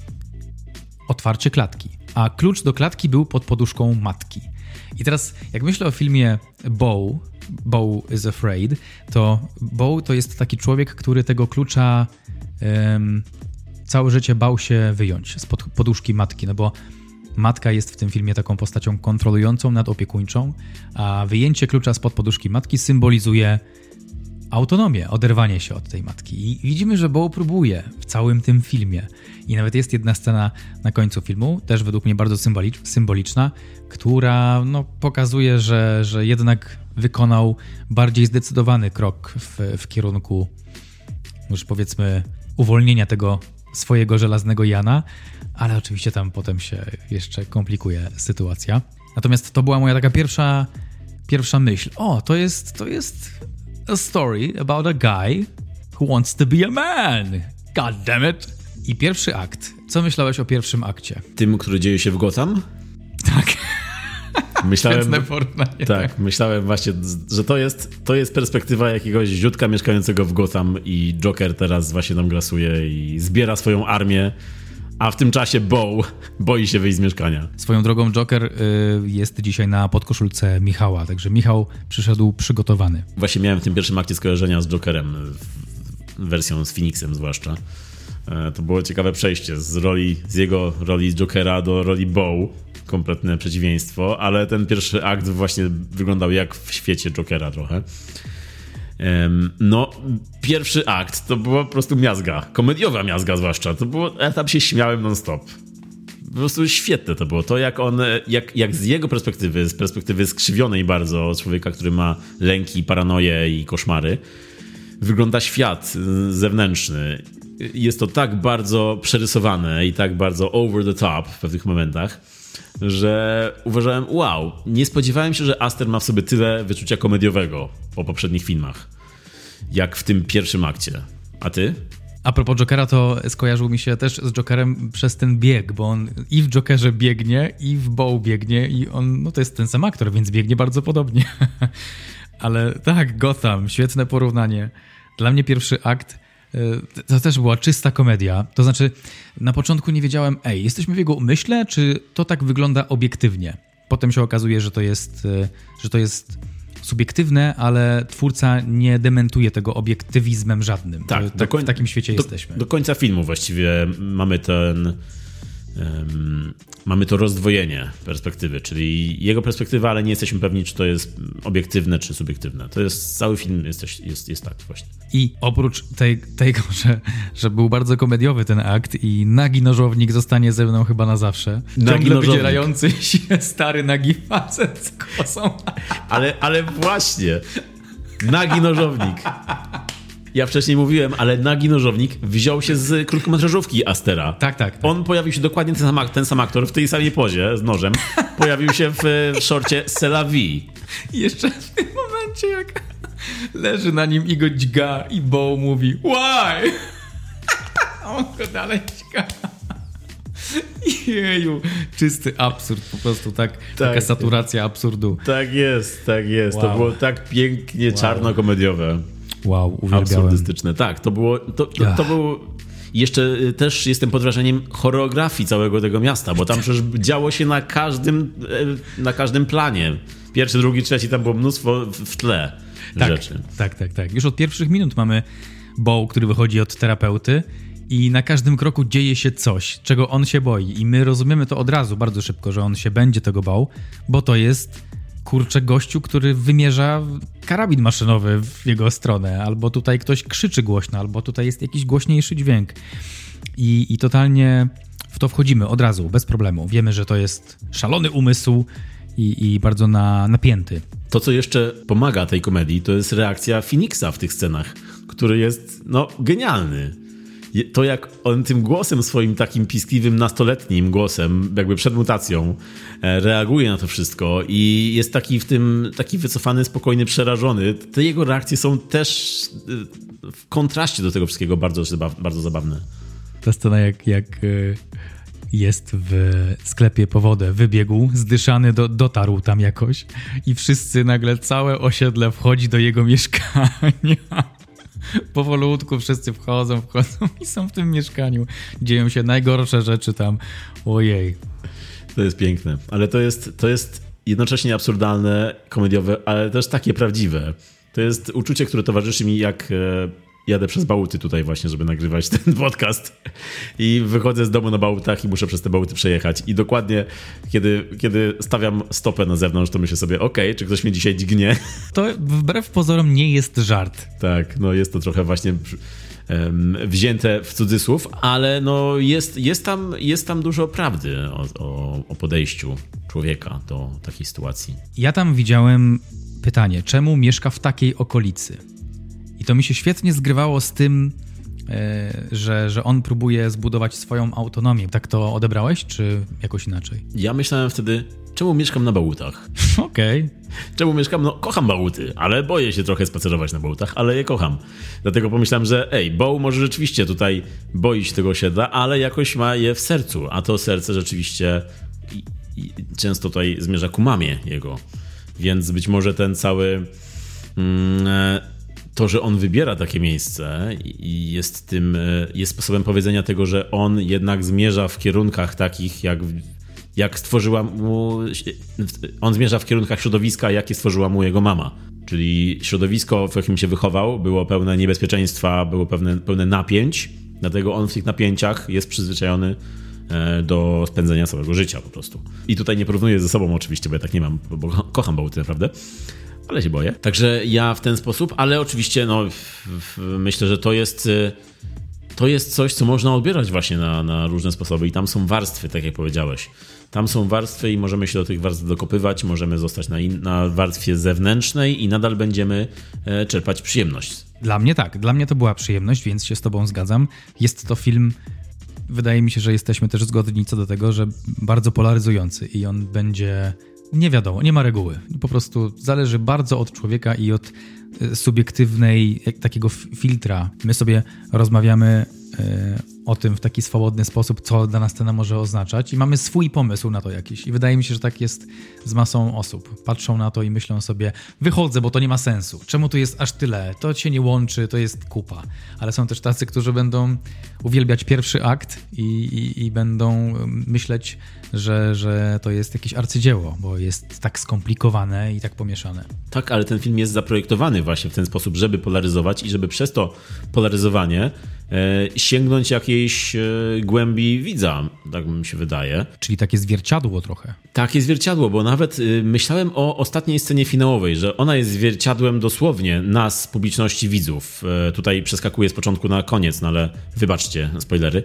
otwarcie klatki. A klucz do klatki był pod poduszką matki. I teraz, jak myślę o filmie Bo, Bo is Afraid, to Bo to jest taki człowiek, który tego klucza um, całe życie bał się wyjąć spod poduszki matki, no bo matka jest w tym filmie taką postacią kontrolującą, nadopiekuńczą, a wyjęcie klucza spod poduszki matki symbolizuje autonomię, oderwanie się od tej matki. I widzimy, że Bo próbuje w całym tym filmie. I nawet jest jedna scena na końcu filmu, też według mnie bardzo symbolicz, symboliczna, która no, pokazuje, że, że jednak wykonał bardziej zdecydowany krok w, w kierunku już powiedzmy uwolnienia tego swojego Żelaznego Jana, ale oczywiście tam potem się jeszcze komplikuje sytuacja. Natomiast to była moja taka pierwsza, pierwsza myśl. O, to jest, to jest a story about a guy who wants to be a man. God damn it. I pierwszy akt. Co myślałeś o pierwszym akcie? Tym, który dzieje się w Gotham? Tak. Myślałem, tak, myślałem właśnie, że to jest, to jest perspektywa jakiegoś ziutka mieszkającego w Gotham i Joker teraz właśnie tam grasuje i zbiera swoją armię, a w tym czasie Bo boi się wyjść z mieszkania. Swoją drogą Joker y, jest dzisiaj na podkoszulce Michała, także Michał przyszedł przygotowany. Właśnie miałem w tym pierwszym akcie skojarzenia z Jokerem, wersją z Phoenixem zwłaszcza. To było ciekawe przejście z roli, z jego roli Jokera do roli Bo. Kompletne przeciwieństwo, ale ten pierwszy akt właśnie wyglądał jak w świecie Jokera trochę. No, pierwszy akt to była po prostu miazga. Komediowa miazga zwłaszcza. To było, ja tam się śmiałem non-stop. Po prostu świetne to było. To jak on, jak, jak z jego perspektywy, z perspektywy skrzywionej bardzo człowieka, który ma lęki, paranoje i koszmary, wygląda świat zewnętrzny. Jest to tak bardzo przerysowane i tak bardzo over the top w pewnych momentach, że uważałem, wow, nie spodziewałem się, że Aster ma w sobie tyle wyczucia komediowego po poprzednich filmach, jak w tym pierwszym akcie. A ty? A propos Jokera, to skojarzył mi się też z Jokerem przez ten bieg, bo on i w Jokerze biegnie, i w Bo biegnie i on, no to jest ten sam aktor, więc biegnie bardzo podobnie. Ale tak, Gotham, świetne porównanie. Dla mnie pierwszy akt to też była czysta komedia. To znaczy, na początku nie wiedziałem, ej, jesteśmy w jego umyśle, czy to tak wygląda obiektywnie? Potem się okazuje, że to jest, że to jest subiektywne, ale twórca nie dementuje tego obiektywizmem żadnym. Tak, tak koń... w takim świecie do, jesteśmy. Do końca filmu właściwie mamy ten, um, mamy to rozdwojenie perspektywy, czyli jego perspektywa, ale nie jesteśmy pewni, czy to jest obiektywne, czy subiektywne. To jest, cały film jest, jest, jest tak właśnie. I oprócz tej, tego, że, że był bardzo komediowy ten akt i nagi nożownik zostanie ze mną chyba na zawsze. Nagi Ciągle nożownik. wydzierający się stary nagi facet z kosą. Ale, ale właśnie, nagi nożownik. Ja wcześniej mówiłem, ale nagi nożownik wziął się z krótkometrażówki Astera. Tak, tak. tak. On pojawił się dokładnie ten sam, ten sam aktor w tej samej pozie z nożem. Pojawił się w, w szorcie C'est la vie. I jeszcze w tym momencie, jak leży na nim i go dźga i Bo mówi why? A on go dalej dźga. Jeju, czysty absurd, po prostu tak, tak taka saturacja absurdu. Tak jest, tak jest. Wow. To było tak pięknie wow. czarno-komediowe. Wow, uwielbiałem. Absurdystyczne, tak. To było, to, to, to było... Jeszcze też jestem pod wrażeniem choreografii całego tego miasta, bo tam przecież działo się na każdym, na każdym planie. Pierwszy, drugi, trzeci, tam było mnóstwo w tle tak, rzeczy. Tak, tak, tak. Już od pierwszych minut mamy Bo, który wychodzi od terapeuty i na każdym kroku dzieje się coś, czego on się boi. I my rozumiemy to od razu, bardzo szybko, że on się będzie tego bał, bo to jest, kurczę, gościu, który wymierza karabin maszynowy w jego stronę, albo tutaj ktoś krzyczy głośno, albo tutaj jest jakiś głośniejszy dźwięk. I, i totalnie w to wchodzimy od razu, bez problemu. Wiemy, że to jest szalony umysł i, i bardzo na, napięty. To, co jeszcze pomaga tej komedii, to jest reakcja Phoenixa w tych scenach, który jest, no, genialny. To, jak on tym głosem swoim takim piskliwym, nastoletnim głosem, jakby przed mutacją, reaguje na to wszystko i jest taki w tym, taki wycofany, spokojny, przerażony. Te jego reakcje są też w kontraście do tego wszystkiego bardzo, bardzo zabawne. Ta scena, jak, jak jest w sklepie po wodę, wybiegł, zdyszany, do, dotarł tam jakoś i wszyscy nagle, całe osiedle wchodzi do jego mieszkania. Powolutku wszyscy wchodzą, wchodzą i są w tym mieszkaniu. Dzieją się najgorsze rzeczy tam. Ojej. To jest piękne, ale to jest, to jest jednocześnie absurdalne, komediowe, ale też takie prawdziwe. To jest uczucie, które towarzyszy mi, jak jadę przez Bałuty tutaj właśnie, żeby nagrywać ten podcast i wychodzę z domu na Bałutach i muszę przez te Bałuty przejechać i dokładnie kiedy, kiedy stawiam stopę na zewnątrz, to myślę sobie, okej, okay, czy ktoś mnie dzisiaj dźgnie? To wbrew pozorom nie jest żart. Tak, no jest to trochę właśnie um, wzięte w cudzysłów, ale no jest, jest, tam, jest tam dużo prawdy o, o, o podejściu człowieka do takiej sytuacji. Ja tam widziałem pytanie, czemu mieszka w takiej okolicy? I to mi się świetnie zgrywało z tym, e, że, że on próbuje zbudować swoją autonomię. Tak to odebrałeś, czy jakoś inaczej? Ja myślałem wtedy, czemu mieszkam na Bałutach? Okej. Okay. Czemu mieszkam? No, kocham Bałuty, ale boję się trochę spacerować na Bałutach, ale je kocham. Dlatego pomyślałem, że ej, Bo może rzeczywiście tutaj boi się tego osiedla, ale jakoś ma je w sercu, a to serce rzeczywiście i, i często tutaj zmierza ku mamie jego. Więc być może ten cały... Mm, to, że on wybiera takie miejsce i jest tym, jest sposobem powiedzenia tego, że on jednak zmierza w kierunkach takich, jak, jak stworzyła mu, on zmierza w kierunkach środowiska, jakie stworzyła mu jego mama. Czyli środowisko, w jakim się wychował, było pełne niebezpieczeństwa, było pełne, pełne napięć, dlatego on w tych napięciach jest przyzwyczajony do spędzenia całego życia po prostu. I tutaj nie porównuję ze sobą oczywiście, bo ja tak nie mam, bo kocham Bałty naprawdę. Ale się boję. Także ja w ten sposób, ale oczywiście no, w, w, myślę, że to jest, to jest coś, co można odbierać właśnie na, na różne sposoby i tam są warstwy, tak jak powiedziałeś. Tam są warstwy i możemy się do tych warstw dokopywać, możemy zostać na, in, na warstwie zewnętrznej i nadal będziemy e, czerpać przyjemność. Dla mnie tak, dla mnie to była przyjemność, więc się z tobą zgadzam. Jest to film, wydaje mi się, że jesteśmy też zgodni co do tego, że bardzo polaryzujący i on będzie... Nie wiadomo, nie ma reguły. Po prostu zależy bardzo od człowieka i od subiektywnej takiego filtra. My sobie rozmawiamy o tym w taki swobodny sposób, co dana scena może oznaczać i mamy swój pomysł na to jakiś. I wydaje mi się, że tak jest z masą osób. Patrzą na to i myślą sobie, wychodzę, bo to nie ma sensu. Czemu tu jest aż tyle? To się nie łączy, to jest kupa. Ale są też tacy, którzy będą uwielbiać pierwszy akt i, i, i będą myśleć, że, że to jest jakieś arcydzieło, bo jest tak skomplikowane i tak pomieszane. Tak, ale ten film jest zaprojektowany właśnie w ten sposób, żeby polaryzować i żeby przez to polaryzowanie sięgnąć jakiejś głębi widza, tak mi się wydaje. Czyli takie zwierciadło trochę. Takie zwierciadło, bo nawet myślałem o ostatniej scenie finałowej, że ona jest zwierciadłem dosłownie nas, publiczności widzów. Tutaj przeskakuję z początku na koniec, no ale wybaczcie, spoilery.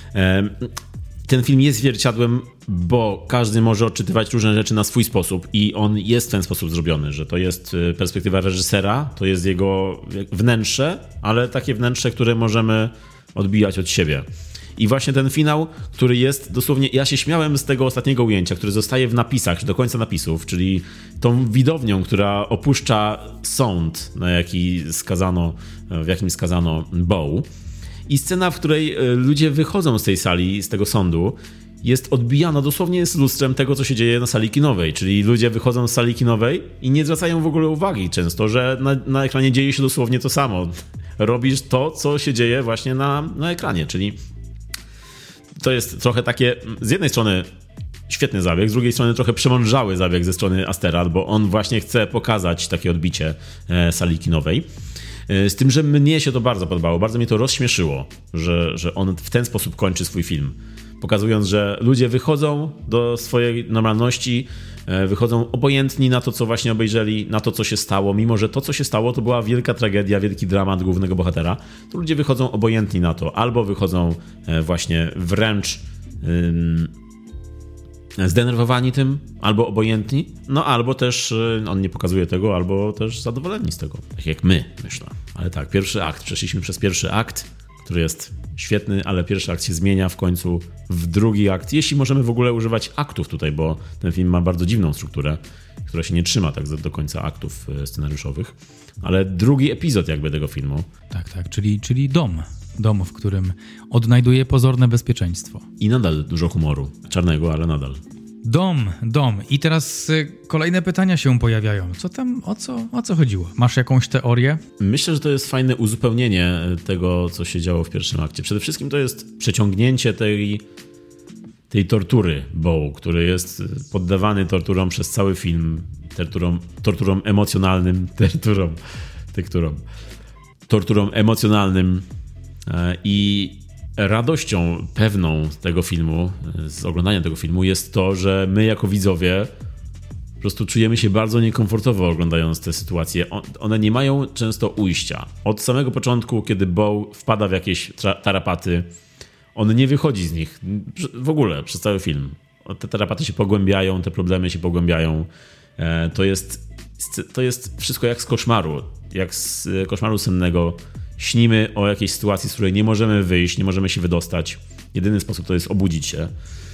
Ten film jest zwierciadłem, bo każdy może odczytywać różne rzeczy na swój sposób i on jest w ten sposób zrobiony, że to jest perspektywa reżysera, to jest jego wnętrze, ale takie wnętrze, które możemy odbijać od siebie. I właśnie ten finał, który jest dosłownie... Ja się śmiałem z tego ostatniego ujęcia, który zostaje w napisach, do końca napisów, czyli tą widownią, która opuszcza sąd, na jaki skazano, w jakim skazano Bow. I scena, w której ludzie wychodzą z tej sali, z tego sądu, jest odbijana dosłownie z lustrem tego, co się dzieje na sali kinowej. Czyli ludzie wychodzą z sali kinowej i nie zwracają w ogóle uwagi często, że na, na ekranie dzieje się dosłownie to samo. Robisz to, co się dzieje właśnie na, na ekranie, czyli to jest trochę takie, z jednej strony świetny zabieg, z drugiej strony trochę przemądrzały zabieg ze strony Astera, bo on właśnie chce pokazać takie odbicie sali kinowej. Z tym, że mnie się to bardzo podobało, bardzo mnie to rozśmieszyło, że, że on w ten sposób kończy swój film. Pokazując, że ludzie wychodzą do swojej normalności, wychodzą obojętni na to, co właśnie obejrzeli, na to, co się stało, mimo że to, co się stało, to była wielka tragedia, wielki dramat głównego bohatera, to ludzie wychodzą obojętni na to, albo wychodzą właśnie wręcz ym, zdenerwowani tym, albo obojętni, no albo też on nie pokazuje tego, albo też zadowoleni z tego. Tak jak my, myślę. Ale tak, pierwszy akt, przeszliśmy przez pierwszy akt, który jest świetny, ale pierwszy akt się zmienia w końcu w drugi akt. Jeśli możemy w ogóle używać aktów tutaj, bo ten film ma bardzo dziwną strukturę, która się nie trzyma tak do końca aktów scenariuszowych, ale drugi epizod jakby tego filmu. Tak, tak, czyli, czyli dom. Dom, w którym odnajduje pozorne bezpieczeństwo. I nadal dużo humoru. Czarnego, ale nadal. Dom, dom. I teraz y, kolejne pytania się pojawiają. Co tam, o co, o co chodziło? Masz jakąś teorię? Myślę, że to jest fajne uzupełnienie tego, co się działo w pierwszym akcie. Przede wszystkim to jest przeciągnięcie tej, tej tortury Bow, który jest poddawany torturom przez cały film. Torturom, torturom emocjonalnym, torturom, torturom, torturom emocjonalnym i radością pewną tego filmu, z oglądania tego filmu jest to, że my jako widzowie po prostu czujemy się bardzo niekomfortowo oglądając te sytuacje. One nie mają często ujścia. Od samego początku, kiedy Bow wpada w jakieś tra- tarapaty, on nie wychodzi z nich w ogóle przez cały film. Te tarapaty się pogłębiają, te problemy się pogłębiają. To jest, to jest wszystko jak z koszmaru, jak z koszmaru sennego. Śnimy o jakiejś sytuacji, z której nie możemy wyjść, nie możemy się wydostać. Jedyny sposób to jest obudzić się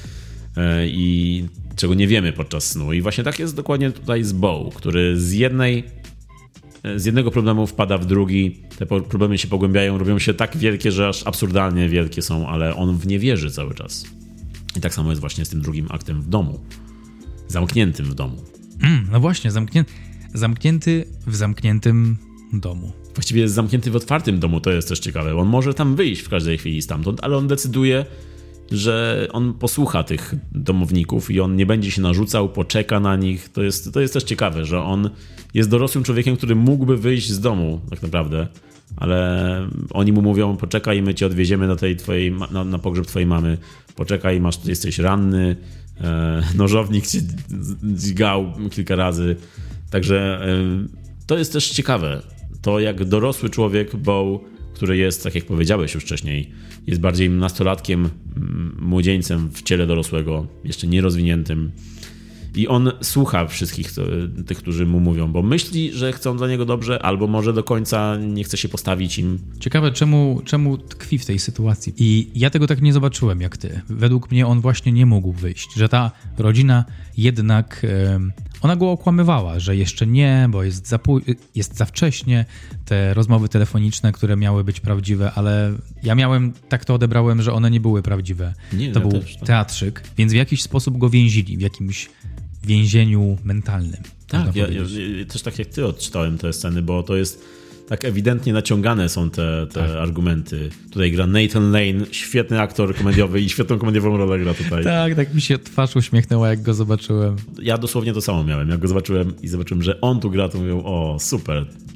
i czego nie wiemy podczas snu. I właśnie tak jest dokładnie tutaj z Bow, który z jednej z jednego problemu wpada w drugi, te problemy się pogłębiają, robią się tak wielkie, że aż absurdalnie wielkie są, ale on w nie wierzy cały czas. I tak samo jest właśnie z tym drugim aktem w domu. Zamkniętym w domu. Mm, no właśnie, zamknię... zamknięty w zamkniętym domu. Właściwie jest zamknięty w otwartym domu, to jest też ciekawe. On może tam wyjść w każdej chwili stamtąd, ale on decyduje, że on posłucha tych domowników i on nie będzie się narzucał, poczeka na nich. To jest, to jest też ciekawe, że on jest dorosłym człowiekiem, który mógłby wyjść z domu tak naprawdę, ale oni mu mówią, poczekaj, my cię odwieziemy na, tej twojej, na, na pogrzeb twojej mamy, poczekaj, masz, jesteś ranny, e, nożownik cię dźgał kilka razy. Także e, to jest też ciekawe. To jak dorosły człowiek, Bow, który jest, tak jak powiedziałeś już wcześniej, jest bardziej nastolatkiem, młodzieńcem w ciele dorosłego, jeszcze nierozwiniętym. I on słucha wszystkich tych, którzy mu mówią, bo myśli, że chcą dla niego dobrze, albo może do końca nie chce się postawić im. Ciekawe, czemu, czemu tkwi w tej sytuacji. I ja tego tak nie zobaczyłem jak ty. Według mnie on właśnie nie mógł wyjść, że ta rodzina jednak... Ona go okłamywała, że jeszcze nie, bo jest za, pój- jest za wcześnie. Te rozmowy telefoniczne, które miały być prawdziwe, ale ja miałem, tak to odebrałem, że one nie były prawdziwe. Nie, to ja był też, tak. teatrzyk, więc w jakiś sposób go więzili, w jakimś więzieniu mentalnym. Tak, ja, ja, ja też tak jak ty odczytałem te sceny, bo to jest tak ewidentnie naciągane są te, te tak. argumenty. Tutaj gra Nathan Lane, świetny aktor komediowy i świetną komediową rolę gra tutaj. Tak, tak mi się twarz uśmiechnęła, jak go zobaczyłem. Ja dosłownie to samo miałem. Jak go zobaczyłem i zobaczyłem, że on tu gra, to mówią, o super,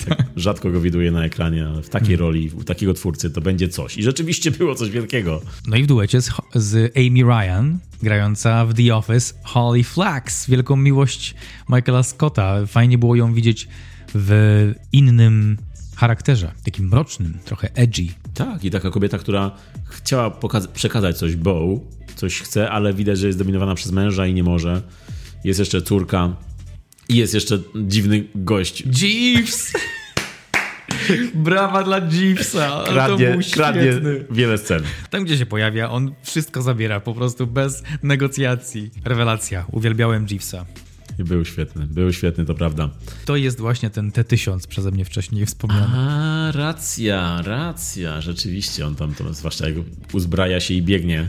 Tak, rzadko go widuję na ekranie, ale w takiej hmm. roli, u takiego twórcy to będzie coś. I rzeczywiście było coś wielkiego. No i w duecie z, z Amy Ryan, grająca w The Office Holly Flax. Wielką miłość Michaela Scotta. Fajnie było ją widzieć w innym charakterze, takim mrocznym, trochę edgy. Tak, i taka kobieta, która chciała pokaza- przekazać coś Bo, coś chce, ale widać, że jest dominowana przez męża i nie może. Jest jeszcze córka i jest jeszcze dziwny gość. Jeeves! Brawa dla Jeevesa. Kradnie, to był kradnie wiele scen. Tam, gdzie się pojawia, on wszystko zabiera, po prostu bez negocjacji. Rewelacja. Uwielbiałem Jeevesa. Był świetny, był świetny, to prawda. To jest właśnie ten T tysiąc przeze mnie wcześniej wspomniany. A, racja, racja. Rzeczywiście, on tam, to, zwłaszcza jak uzbraja się i biegnie.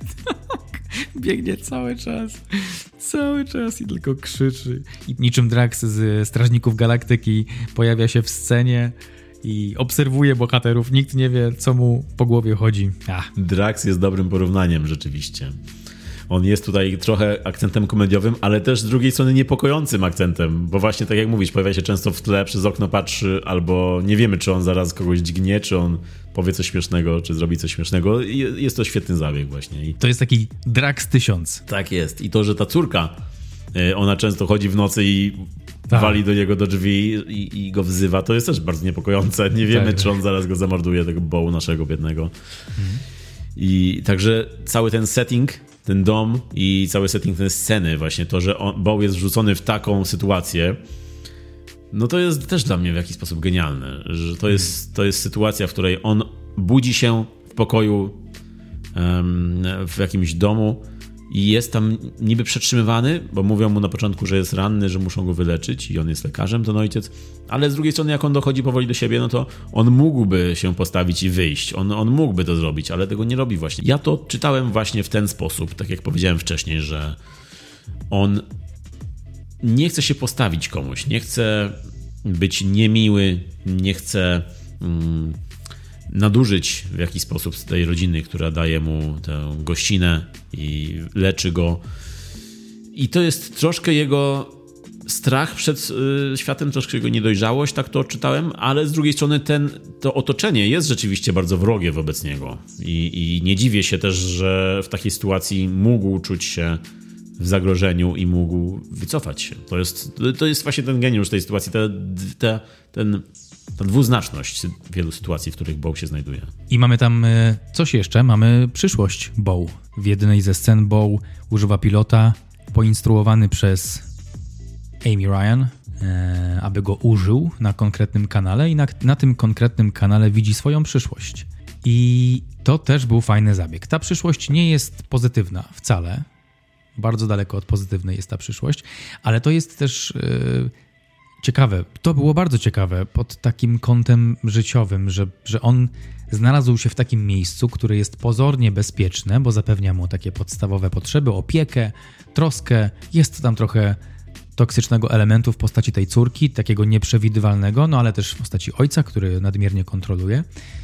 Biegnie cały czas. Cały czas i tylko krzyczy. I niczym Drax z Strażników Galaktyki pojawia się w scenie i obserwuje bohaterów. Nikt nie wie, co mu po głowie chodzi. Ach. Drax jest dobrym porównaniem rzeczywiście. On jest tutaj trochę akcentem komediowym, ale też z drugiej strony niepokojącym akcentem, bo właśnie tak jak mówisz, pojawia się często w tle, przez okno patrzy, albo nie wiemy, czy on zaraz kogoś dźgnie, czy on powie coś śmiesznego, czy zrobi coś śmiesznego. Jest to świetny zabieg właśnie. I to jest taki Drax tysiąc. Tak jest. I to, że ta córka, ona często chodzi w nocy i tak. wali do niego do drzwi i, i go wzywa, to jest też bardzo niepokojące. Nie wiemy, tak. czy on zaraz go zamorduje, tego Bo naszego biednego. Mhm. I także cały ten setting, ten dom i cały setting tej sceny, właśnie to, że on, Bo jest wrzucony w taką sytuację, no to jest też dla mnie w jakiś sposób genialne, że to jest, to jest sytuacja, w której on budzi się w pokoju um, w jakimś domu i jest tam niby przetrzymywany, bo mówią mu na początku, że jest ranny, że muszą go wyleczyć i on jest lekarzem, ten ojciec, ale z drugiej strony jak on dochodzi powoli do siebie, no to on mógłby się postawić i wyjść, on, on mógłby to zrobić, ale tego nie robi właśnie. Ja to czytałem właśnie w ten sposób, tak jak powiedziałem wcześniej, że on nie chce się postawić komuś, nie chce być niemiły, nie chce mm, nadużyć w jakiś sposób z tej rodziny, która daje mu tę gościnę i leczy go. I to jest troszkę jego strach przed y, światem, troszkę jego niedojrzałość, tak to odczytałem, ale z drugiej strony ten, to otoczenie jest rzeczywiście bardzo wrogie wobec niego. I, i nie dziwię się też, że w takiej sytuacji mógł czuć się w zagrożeniu i mógł wycofać się. To jest, to jest właśnie ten geniusz tej sytuacji, ta, ta, ten, ta dwuznaczność wielu sytuacji, w których Bo się znajduje. I mamy tam coś jeszcze, mamy przyszłość Bo. W jednej ze scen Bo używa pilota poinstruowany przez Amy Ryan, e, aby go użył na konkretnym kanale i na, na tym konkretnym kanale widzi swoją przyszłość. I to też był fajny zabieg. Ta przyszłość nie jest pozytywna wcale. Bardzo daleko od pozytywnej jest ta przyszłość, ale to jest też yy, ciekawe. To było bardzo ciekawe pod takim kątem życiowym, że, że on znalazł się w takim miejscu, które jest pozornie bezpieczne, bo zapewnia mu takie podstawowe potrzeby, opiekę, troskę. Jest tam trochę toksycznego elementu w postaci tej córki, takiego nieprzewidywalnego, no ale też w postaci ojca, który nadmiernie kontroluje.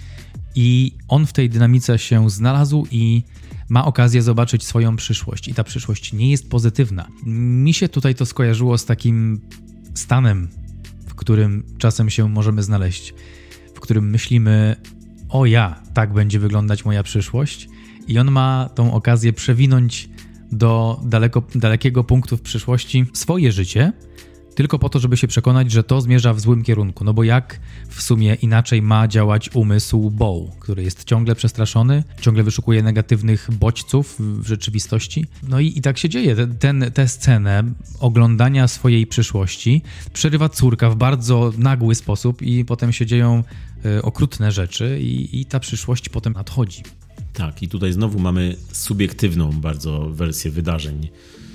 I on w tej dynamice się znalazł i ma okazję zobaczyć swoją przyszłość. I ta przyszłość nie jest pozytywna. Mi się tutaj to skojarzyło z takim stanem, w którym czasem się możemy znaleźć, w którym myślimy, o ja, tak będzie wyglądać moja przyszłość. I on ma tą okazję przewinąć do daleko, dalekiego punktu w przyszłości swoje życie, tylko po to, żeby się przekonać, że to zmierza w złym kierunku. No bo jak w sumie inaczej ma działać umysł Bo, który jest ciągle przestraszony, ciągle wyszukuje negatywnych bodźców w rzeczywistości. No i, i tak się dzieje. Ten, tę scenę oglądania swojej przyszłości przerywa córka w bardzo nagły sposób i potem się dzieją y, okrutne rzeczy i, i ta przyszłość potem nadchodzi. Tak, i tutaj znowu mamy subiektywną bardzo wersję wydarzeń.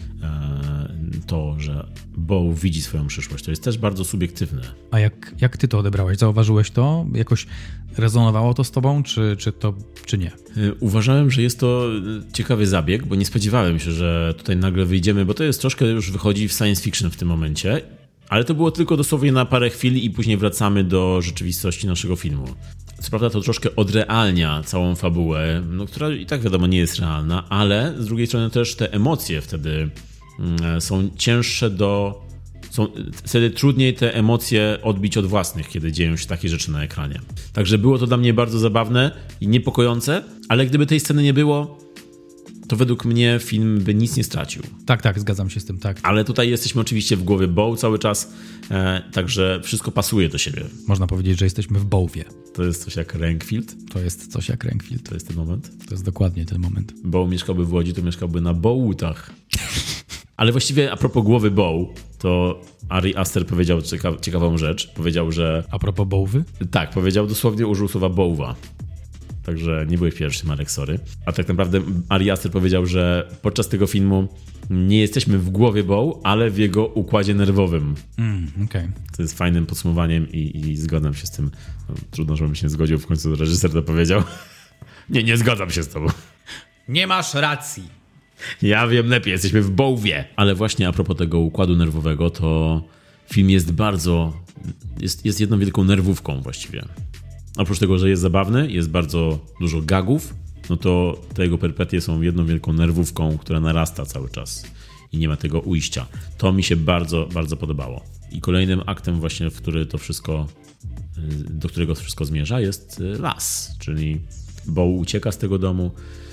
To, że Bo widzi swoją przyszłość, to jest też bardzo subiektywne. A jak, jak ty to odebrałeś? Zauważyłeś to? Jakoś rezonowało to z tobą, czy, czy to, czy nie? Uważałem, że jest to ciekawy zabieg, bo nie spodziewałem się, że tutaj nagle wyjdziemy, bo to jest troszkę już wychodzi w science fiction w tym momencie, ale to było tylko dosłownie na parę chwil i później wracamy do rzeczywistości naszego filmu. Co prawda to troszkę odrealnia całą fabułę, no, która i tak wiadomo nie jest realna, ale z drugiej strony też te emocje wtedy są cięższe do są, wtedy trudniej te emocje odbić od własnych, kiedy dzieją się takie rzeczy na ekranie. Także było to dla mnie bardzo zabawne i niepokojące, ale gdyby tej sceny nie było, to według mnie film by nic nie stracił. Tak, tak, zgadzam się z tym, tak. Ale tutaj jesteśmy oczywiście w głowie Bow cały czas, e, także wszystko pasuje do siebie. Można powiedzieć, że jesteśmy w Bowie. To jest coś jak Renfield? To jest coś jak Renfield. To jest ten moment? To jest dokładnie ten moment. Bow mieszkałby w Łodzi, to mieszkałby na Bowutach. Ale właściwie a propos głowy Bow, to Ari Aster powiedział cieka- ciekawą rzecz. Powiedział, że... A propos Bowy? Tak, powiedział dosłownie, użył słowa Bowa. Także nie byłeś pierwszy, Marek, sorry. A tak naprawdę Ari Aster powiedział, że podczas tego filmu nie jesteśmy w głowie Bow, ale w jego układzie nerwowym. Mm, okej. Okay. To jest fajnym podsumowaniem i, i zgadzam się z tym. No, trudno, żebym się nie zgodził, w końcu reżyser to powiedział. Nie, nie zgadzam się z tobą. Nie masz racji. Ja wiem lepiej, jesteśmy w Bowie. Ale właśnie a propos tego układu nerwowego, to film jest bardzo... Jest, jest jedną wielką nerwówką właściwie. Oprócz tego, że jest zabawny, jest bardzo dużo gagów, no to te jego perypetie są jedną wielką nerwówką, która narasta cały czas i nie ma tego ujścia. To mi się bardzo, bardzo podobało. I kolejnym aktem właśnie, w który to wszystko, do którego to wszystko zmierza, jest las, czyli Bow ucieka z tego domu,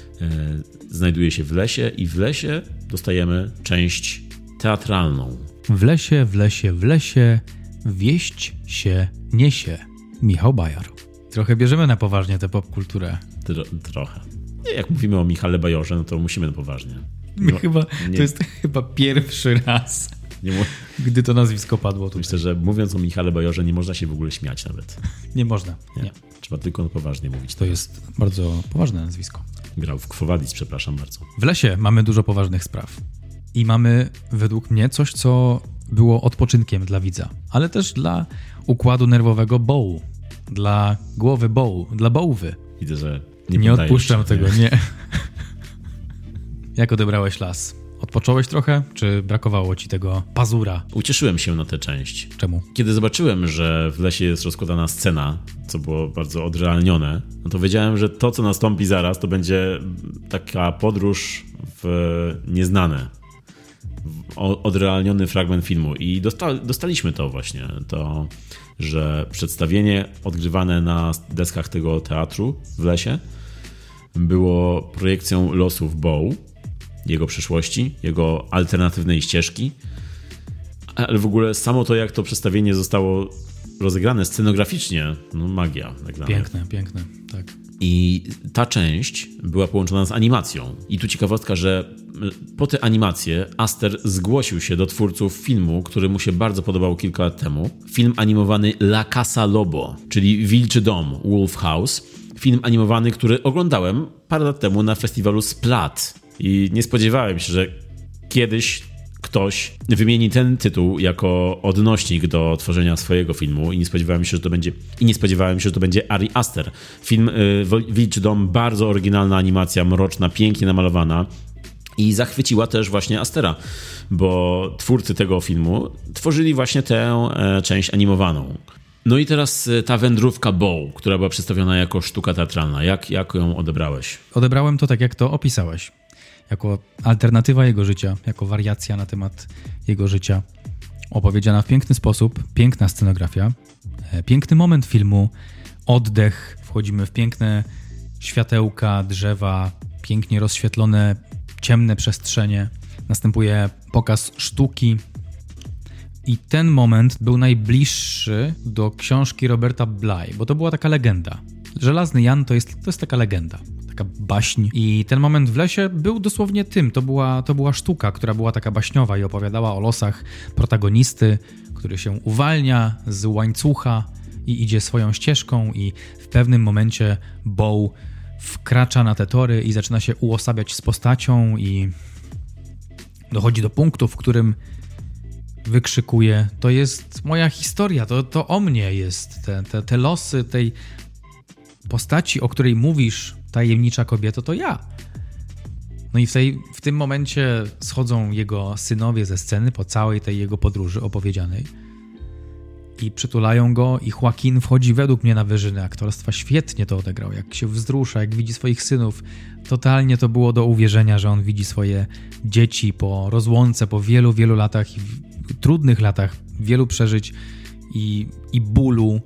znajduje się w lesie i w lesie dostajemy część teatralną. W lesie, w lesie, w lesie wieść się niesie. Michał Bajar. Trochę bierzemy na poważnie tę popkulturę. Tro, trochę. Nie, jak mówimy o Michale Bajorze, no to musimy na poważnie. My no, chyba, nie, to jest chyba pierwszy raz, nie mu... gdy to nazwisko padło tutaj. Myślę, że mówiąc o Michale Bajorze nie można się w ogóle śmiać nawet. Nie można, nie. nie. Trzeba tylko na poważnie mówić. To jest bardzo poważne nazwisko. Grał w Quo Vadis, przepraszam bardzo. W lesie mamy dużo poważnych spraw. I mamy według mnie coś, co było odpoczynkiem dla widza, ale też dla układu nerwowego Bow, dla głowy Bow, dla Bowy. Widzę, że nie, nie odpuszczam się, tego, nie. nie. Jak odebrałeś las? Odpocząłeś trochę, czy brakowało ci tego pazura? Ucieszyłem się na tę część. Czemu? Kiedy zobaczyłem, że w lesie jest rozkładana scena, co było bardzo odrealnione, no to wiedziałem, że to, co nastąpi zaraz, to będzie taka podróż w nieznane. Odrealniony fragment filmu i dosta- dostaliśmy to właśnie, to, że przedstawienie odgrywane na deskach tego teatru w lesie było projekcją losów Bow, jego przyszłości, jego alternatywnej ścieżki, ale w ogóle samo to, jak to przedstawienie zostało rozegrane scenograficznie, no magia. Tak piękne, piękne, tak. I ta część była połączona z animacją. I tu ciekawostka, że po tę animację Aster zgłosił się do twórców filmu, który mu się bardzo podobał kilka lat temu. Film animowany La Casa Lobo, czyli Wilczy Dom, Wolf House. Film animowany, który oglądałem parę lat temu na festiwalu Splat. I nie spodziewałem się, że kiedyś ktoś wymieni ten tytuł jako odnośnik do tworzenia swojego filmu i nie spodziewałem się, że to będzie i nie spodziewałem się, że to będzie Ari Aster. Film y, Wilczy Dom, bardzo oryginalna animacja, mroczna, pięknie namalowana i zachwyciła też właśnie Astera, bo twórcy tego filmu tworzyli właśnie tę e, część animowaną. No i teraz ta wędrówka Bow, która była przedstawiona jako sztuka teatralna. Jak, jak ją odebrałeś? Odebrałem to tak, jak to opisałeś. Jako alternatywa jego życia, jako wariacja na temat jego życia. Opowiedziana w piękny sposób, piękna scenografia, piękny moment filmu, oddech, wchodzimy w piękne światełka, drzewa, pięknie rozświetlone, ciemne przestrzenie. Następuje pokaz sztuki i ten moment był najbliższy do książki Roberta Bly, bo to była taka legenda. Żelazny Jan to jest, to jest taka legenda. Taka baśń. I ten moment w lesie był dosłownie tym. To była, to była sztuka, która była taka baśniowa i opowiadała o losach protagonisty, który się uwalnia z łańcucha i idzie swoją ścieżką i w pewnym momencie Bow wkracza na te tory i zaczyna się uosabiać z postacią i dochodzi do punktu, w którym wykrzykuje: to jest moja historia, to, to o mnie jest. Te, te, te losy tej postaci, o której mówisz, tajemnicza kobieto, to ja. No i w, tej, w tym momencie schodzą jego synowie ze sceny po całej tej jego podróży opowiedzianej i przytulają go i Joaquin wchodzi według mnie na wyżyny aktorstwa. Świetnie to odegrał, jak się wzrusza, jak widzi swoich synów. Totalnie to było do uwierzenia, że on widzi swoje dzieci po rozłące, po wielu, wielu latach i trudnych latach, wielu przeżyć i, i bólu.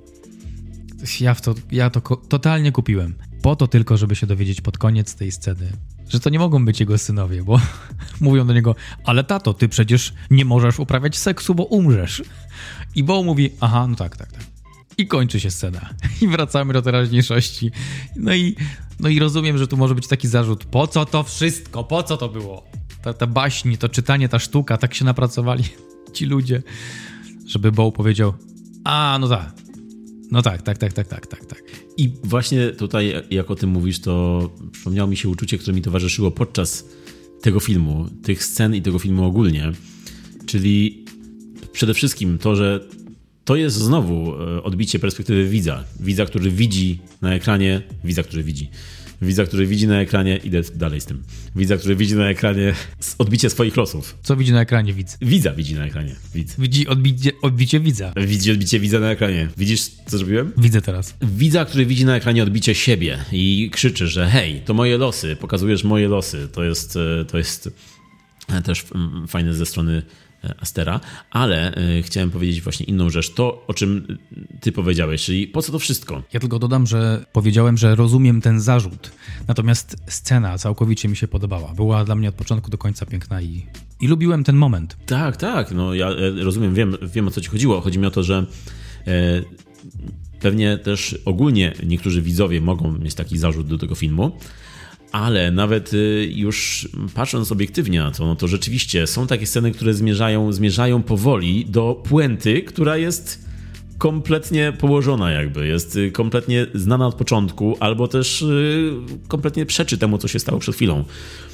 Ja, w to, ja to ko- totalnie kupiłem. Po to tylko, żeby się dowiedzieć pod koniec tej sceny, że to nie mogą być jego synowie, bo mówią do niego, ale tato, ty przecież nie możesz uprawiać seksu, bo umrzesz. I Bo mówi, aha, no tak, tak, tak. I kończy się scena. I wracamy do teraźniejszości. No i, no i rozumiem, że tu może być taki zarzut, po co to wszystko, po co to było? Ta, ta baśń, to czytanie, ta sztuka, tak się napracowali ci ludzie, żeby Bo powiedział, a, no tak, no tak, tak, tak, tak, tak, tak, tak. I właśnie tutaj, jak o tym mówisz, to przypomniało mi się uczucie, które mi towarzyszyło podczas tego filmu, tych scen i tego filmu ogólnie, czyli przede wszystkim to, że to jest znowu odbicie perspektywy widza. Widza, który widzi na ekranie, widza, który widzi, widza, który widzi na ekranie, idę dalej z tym, widza, który widzi na ekranie odbicie swoich losów. Co widzi na ekranie widz? Widza widzi na ekranie, widz. Widzi odbicie, odbicie widza. Widzi odbicie widza na ekranie. Widzisz, co zrobiłem? Widzę teraz. Widza, który widzi na ekranie odbicie siebie i krzyczy, że hej, to moje losy, pokazujesz moje losy. To jest, to jest też fajne ze strony Astera, ale y, chciałem powiedzieć właśnie inną rzecz. To, o czym ty powiedziałeś, czyli po co to wszystko? Ja tylko dodam, że powiedziałem, że rozumiem ten zarzut. Natomiast scena całkowicie mi się podobała. Była dla mnie od początku do końca piękna i, i lubiłem ten moment. Tak, tak. No ja rozumiem, wiem, wiem o co ci chodziło. Chodzi mi o to, że e, pewnie też ogólnie niektórzy widzowie mogą mieć taki zarzut do tego filmu, ale nawet już patrząc obiektywnie na to, no to rzeczywiście są takie sceny, które zmierzają, zmierzają powoli do puenty, która jest kompletnie położona jakby, jest kompletnie znana od początku, albo też kompletnie przeczy temu, co się stało przed chwilą.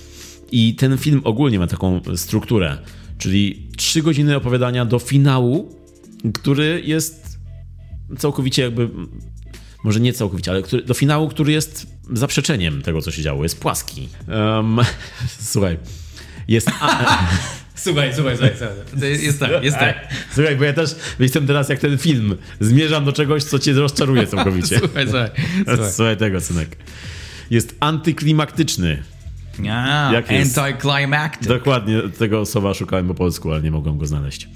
I ten film ogólnie ma taką strukturę, czyli trzy godziny opowiadania do finału, który jest całkowicie jakby... Może nie całkowicie, ale który, do finału, który jest zaprzeczeniem tego, co się działo. Jest płaski. Um, słuchaj. Jest... A, słuchaj, słuchaj, słuchaj. słuchaj. Jest, jest tak, jest tak. Słuchaj, bo ja też jestem teraz jak ten film. Zmierzam do czegoś, co cię rozczaruje całkowicie. słuchaj, słuchaj, słuchaj. Słuchaj tego, synek. Jest antyklimaktyczny. A, anticlimactic. Dokładnie, tego słowa szukałem po polsku, ale nie mogłem go znaleźć.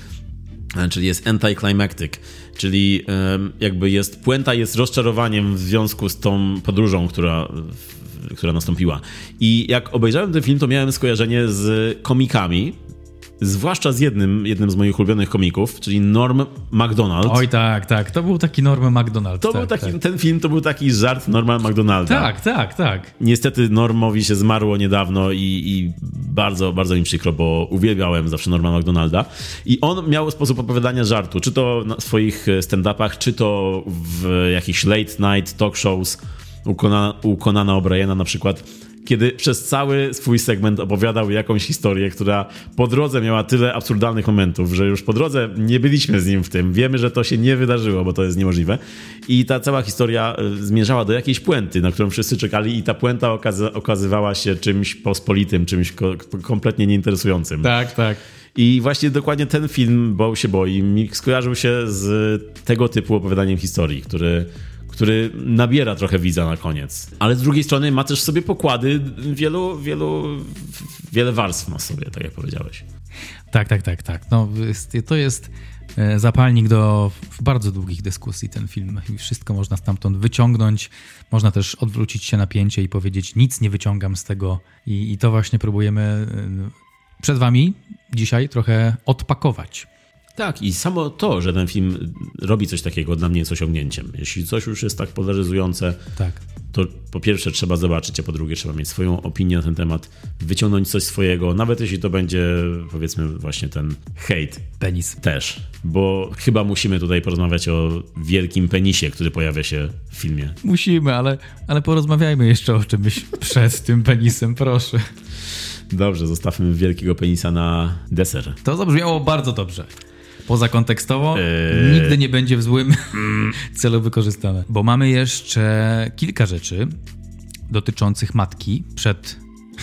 Czyli jest anticlimactic, czyli jakby jest, puenta jest rozczarowaniem w związku z tą podróżą, która, która nastąpiła. I jak obejrzałem ten film, to miałem skojarzenie z komikami, zwłaszcza z jednym, jednym z moich ulubionych komików, czyli Norm Macdonald. Oj tak, tak, to był taki Norm Macdonald. To tak, był taki, tak. Ten film to był taki żart Norma Macdonalda. Tak, tak, tak. Niestety Normowi się zmarło niedawno i, i bardzo, bardzo mi przykro, bo uwielbiałem zawsze Norma Macdonalda. I on miał sposób opowiadania żartu, czy to na swoich stand-upach, czy to w jakichś late night talk shows u, Conan, u Conana O'Briena na przykład, kiedy przez cały swój segment opowiadał jakąś historię, która po drodze miała tyle absurdalnych momentów, że już po drodze nie byliśmy z nim w tym. Wiemy, że to się nie wydarzyło, bo to jest niemożliwe. I ta cała historia zmierzała do jakiejś puenty, na którą wszyscy czekali i ta puenta okazy- okazywała się czymś pospolitym, czymś ko- kompletnie nieinteresującym. Tak, tak. I właśnie dokładnie ten film, Bo się boi, mi skojarzył się z tego typu opowiadaniem historii, który... który nabiera trochę widza na koniec. Ale z drugiej strony ma też w sobie pokłady wielu, wielu, wiele warstw ma sobie, tak jak powiedziałeś. Tak, tak, tak, tak. No, to jest zapalnik do bardzo długich dyskusji ten film i wszystko można stamtąd wyciągnąć. Można też odwrócić się napięcie i powiedzieć, nic nie wyciągam z tego i, i to właśnie próbujemy przed wami dzisiaj trochę odpakować. Tak, i samo to, że ten film robi coś takiego, dla mnie jest osiągnięciem. Jeśli coś już jest tak polaryzujące, tak, to po pierwsze trzeba zobaczyć, a po drugie trzeba mieć swoją opinię na ten temat, wyciągnąć coś swojego, nawet jeśli to będzie, powiedzmy, właśnie ten hejt. Penis. Też, bo chyba musimy tutaj porozmawiać o wielkim penisie, który pojawia się w filmie. Musimy, ale, ale porozmawiajmy jeszcze o czymś przed tym penisem, proszę. Dobrze, zostawmy wielkiego penisa na deser. To zabrzmiało bardzo dobrze. Pozakontekstowo eee. nigdy nie będzie w złym celu wykorzystane. Bo mamy jeszcze kilka rzeczy dotyczących matki przed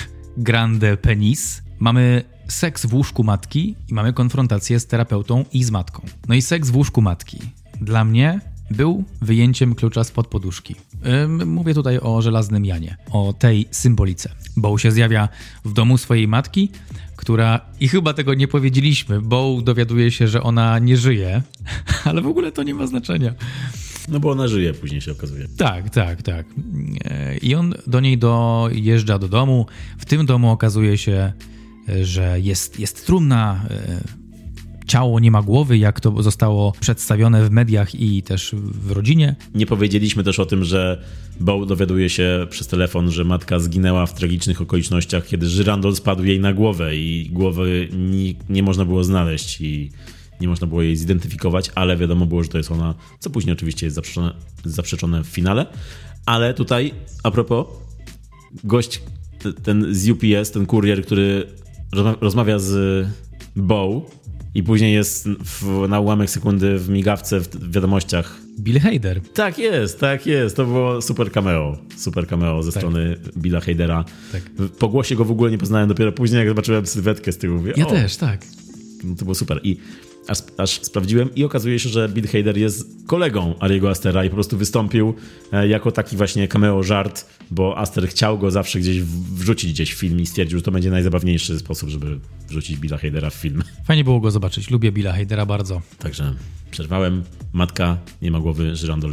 grande penis. Mamy seks w łóżku matki i mamy konfrontację z terapeutą i z matką. No i seks w łóżku matki dla mnie był wyjęciem klucza spod poduszki. Mówię tutaj o żelaznym Janie, o tej symbolice. Bo się zjawia w domu swojej matki, która, i chyba tego nie powiedzieliśmy, bo dowiaduje się, że ona nie żyje, ale w ogóle to nie ma znaczenia. No bo ona żyje, później się okazuje. Tak, tak, tak. I on do niej dojeżdża do domu. W tym domu okazuje się, że jest, jest trumna, ciało nie ma głowy, jak to zostało przedstawione w mediach i też w rodzinie. Nie powiedzieliśmy też o tym, że Bo dowiaduje się przez telefon, że matka zginęła w tragicznych okolicznościach, kiedy żyrandol spadł jej na głowę i głowy nie, nie można było znaleźć i nie można było jej zidentyfikować, ale wiadomo było, że to jest ona, co później oczywiście jest zaprzeczone, zaprzeczone w finale. Ale tutaj, a propos, gość ten z U P S, ten kurier, który rozmawia z Bo i później jest w, na ułamek sekundy w migawce w wiadomościach. Bill Hader. Tak jest, tak jest. To było super cameo. Super cameo ze tak. strony Billa Hadera. Tak. Po głosie go w ogóle nie poznałem, dopiero później jak zobaczyłem sylwetkę z tyłu. Mówię, ja o, też, tak. No to było super. I aż, aż sprawdziłem i okazuje się, że Bill Hader jest kolegą Ariego Astera i po prostu wystąpił jako taki właśnie cameo żart, bo Aster chciał go zawsze gdzieś wrzucić gdzieś w film i stwierdził, że to będzie najzabawniejszy sposób, żeby wrzucić Billa Hadera w film. Fajnie było go zobaczyć. Lubię Billa Hadera bardzo. Także przerwałem. Matka nie ma głowy, żyrandol,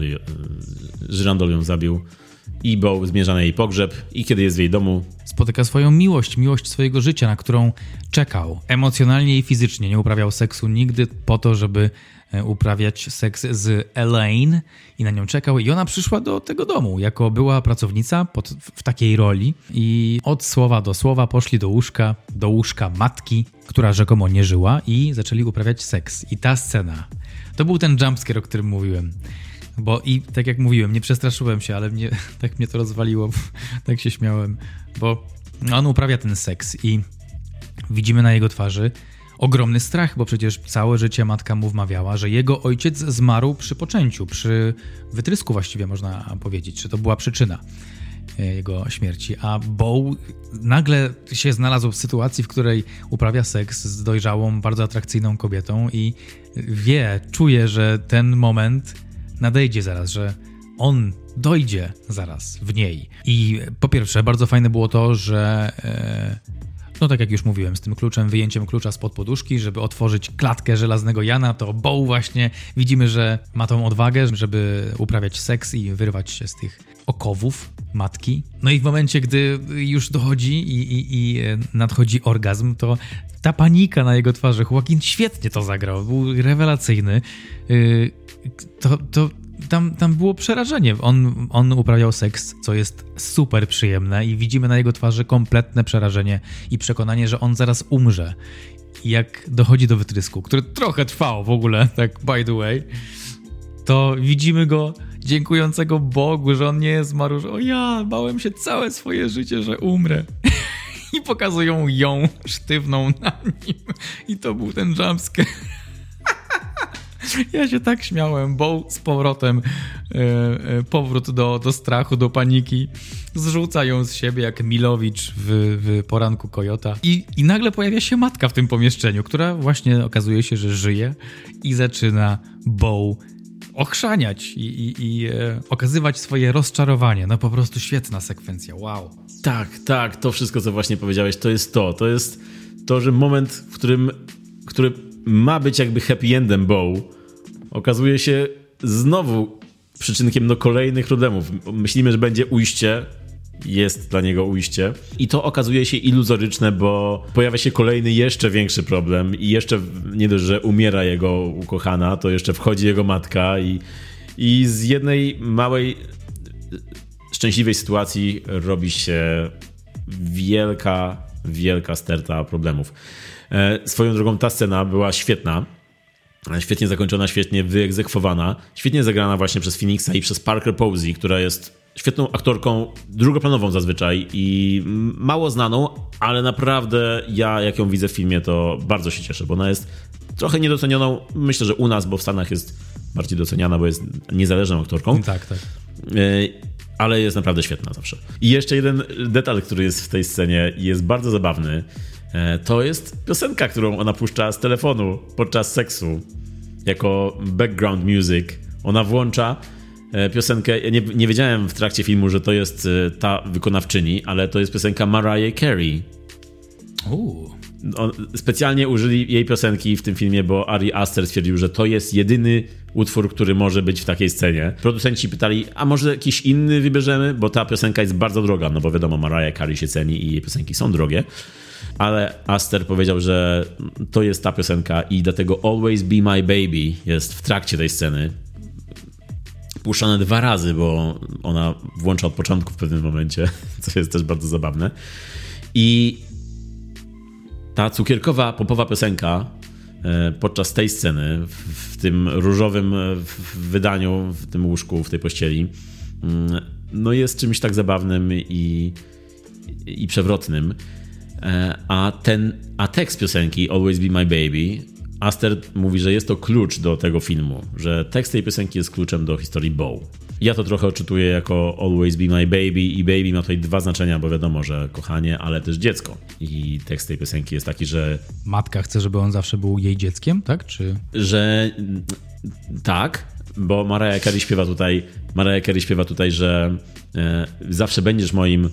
żyrandol ją zabił i Bo zmierza na jej pogrzeb i kiedy jest w jej domu, spotyka swoją miłość, miłość swojego życia, na którą czekał emocjonalnie i fizycznie. Nie uprawiał seksu nigdy po to, żeby uprawiać seks z Elaine i na nią czekał. I ona przyszła do tego domu jako była pracownica pod, w takiej roli i od słowa do słowa poszli do łóżka, do łóżka matki, która rzekomo nie żyła i zaczęli uprawiać seks. I ta scena, to był ten jumpscare, o którym mówiłem. Bo i tak jak mówiłem, nie przestraszyłem się, ale mnie, tak mnie to rozwaliło, tak się śmiałem, bo on uprawia ten seks i widzimy na jego twarzy ogromny strach, bo przecież całe życie matka mu wmawiała, że jego ojciec zmarł przy poczęciu, przy wytrysku właściwie można powiedzieć, że to była przyczyna jego śmierci, a Bo nagle się znalazł w sytuacji, w której uprawia seks z dojrzałą, bardzo atrakcyjną kobietą i wie, czuje, że ten moment nadejdzie zaraz, że on dojdzie zaraz w niej. I po pierwsze, bardzo fajne było to, że no tak jak już mówiłem, z tym kluczem, wyjęciem klucza spod poduszki, żeby otworzyć klatkę żelaznego Jana, to Bo właśnie widzimy, że ma tą odwagę, żeby uprawiać seks i wyrwać się z tych okowów matki. No i w momencie, gdy już dochodzi i, i, i nadchodzi orgazm, to ta panika na jego twarzy, Joaquin świetnie to zagrał, był rewelacyjny. To, to tam, tam było przerażenie. On, on uprawiał seks, co jest super przyjemne i widzimy na jego twarzy kompletne przerażenie i przekonanie, że on zaraz umrze. I jak dochodzi do wytrysku, który trochę trwał w ogóle, tak by the way, to widzimy go dziękującego Bogu, że on nie zmarł, że o ja, bałem się całe swoje życie, że umrę. I pokazują ją sztywną na nim. I to był ten jumpscare. Ja się tak śmiałem, bo z powrotem e, e, powrót do, do strachu, do paniki, zrzuca ją z siebie jak Milowicz w, w Poranku Kojota i, i nagle pojawia się matka w tym pomieszczeniu, która właśnie okazuje się, że żyje i zaczyna Bo ochrzaniać i, i, i e, okazywać swoje rozczarowanie. No po prostu świetna sekwencja, wow. Tak, tak, to wszystko, co właśnie powiedziałeś, to jest to, to jest to, że moment, w którym, który ma być jakby happy endem Bo, okazuje się znowu przyczynkiem do kolejnych problemów. Myślimy, że będzie ujście, jest dla niego ujście i to okazuje się iluzoryczne, bo pojawia się kolejny jeszcze większy problem i jeszcze nie dość, że umiera jego ukochana, to jeszcze wchodzi jego matka i, i z jednej małej szczęśliwej sytuacji robi się wielka, wielka sterta problemów. E, swoją drogą ta scena była świetna, świetnie zakończona, świetnie wyegzekwowana, świetnie zagrana właśnie przez Phoenixa i przez Parker Posey, która jest świetną aktorką, drugoplanową zazwyczaj i mało znaną, ale naprawdę ja jak ją widzę w filmie, to bardzo się cieszę, bo ona jest trochę niedocenioną, myślę, że u nas, bo w Stanach jest bardziej doceniana, bo jest niezależną aktorką. Tak, tak. Ale jest naprawdę świetna zawsze. I jeszcze jeden detal, który jest w tej scenie i jest bardzo zabawny, to jest piosenka, którą ona puszcza z telefonu podczas seksu jako background music. Ona włącza piosenkę, ja nie, nie wiedziałem w trakcie filmu, że to jest ta wykonawczyni, ale to jest piosenka Mariah Carey. Uuu. On, specjalnie użyli jej piosenki w tym filmie, bo Ari Aster stwierdził, że to jest jedyny utwór, który może być w takiej scenie. Producenci pytali, a może jakiś inny wybierzemy, bo ta piosenka jest bardzo droga, no bo wiadomo, Mariah Carey się ceni i jej piosenki są drogie. Ale Aster powiedział, że to jest ta piosenka i dlatego Always Be My Baby jest w trakcie tej sceny. Puszczane dwa razy, bo ona włącza od początku w pewnym momencie, co jest też bardzo zabawne. I ta cukierkowa, popowa piosenka podczas tej sceny, w tym różowym wydaniu, w tym łóżku, w tej pościeli, no jest czymś tak zabawnym i, i przewrotnym. A ten, a tekst piosenki Always Be My Baby, Aster mówi, że jest to klucz do tego filmu, że tekst tej piosenki jest kluczem do historii Bo. Ja to trochę odczytuję jako Always Be My Baby i baby ma tutaj dwa znaczenia, bo wiadomo, że kochanie, ale też dziecko. I tekst tej piosenki jest taki, że... Matka chce, żeby on zawsze był jej dzieckiem, tak? Czy... Że tak, bo Mariah Carey śpiewa tutaj, Mariah Carey śpiewa tutaj, że e, zawsze będziesz moim e,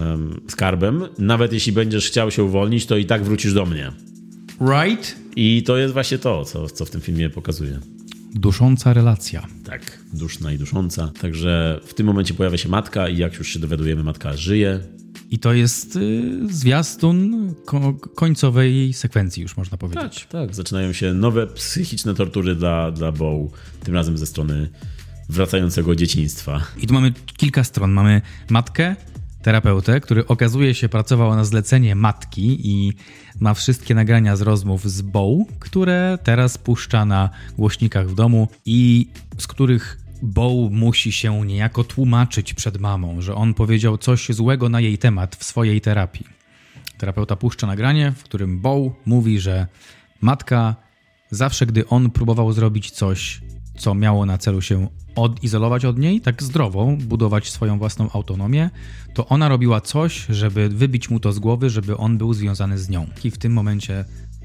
skarbem, nawet jeśli będziesz chciał się uwolnić, to i tak wrócisz do mnie. Right? I to jest właśnie to, co, co w tym filmie pokazuje. Dusząca relacja. Tak, duszna i dusząca. Także w tym momencie pojawia się matka i jak już się dowiadujemy, matka żyje. I to jest y, zwiastun ko- końcowej sekwencji, już można powiedzieć. Tak, tak. Zaczynają się nowe psychiczne tortury dla, dla Bo, tym razem ze strony wracającego dzieciństwa. I tu mamy kilka stron. Mamy matkę, terapeutę, który okazuje się pracował na zlecenie matki i ma wszystkie nagrania z rozmów z Bo, które teraz puszcza na głośnikach w domu i z których Bo musi się niejako tłumaczyć przed mamą, że on powiedział coś złego na jej temat w swojej terapii. Terapeuta puszcza nagranie, w którym Bo mówi, że matka zawsze, gdy on próbował zrobić coś, co miało na celu się odizolować od niej, tak zdrowo, budować swoją własną autonomię, to ona robiła coś, żeby wybić mu to z głowy, żeby on był związany z nią. I w tym momencie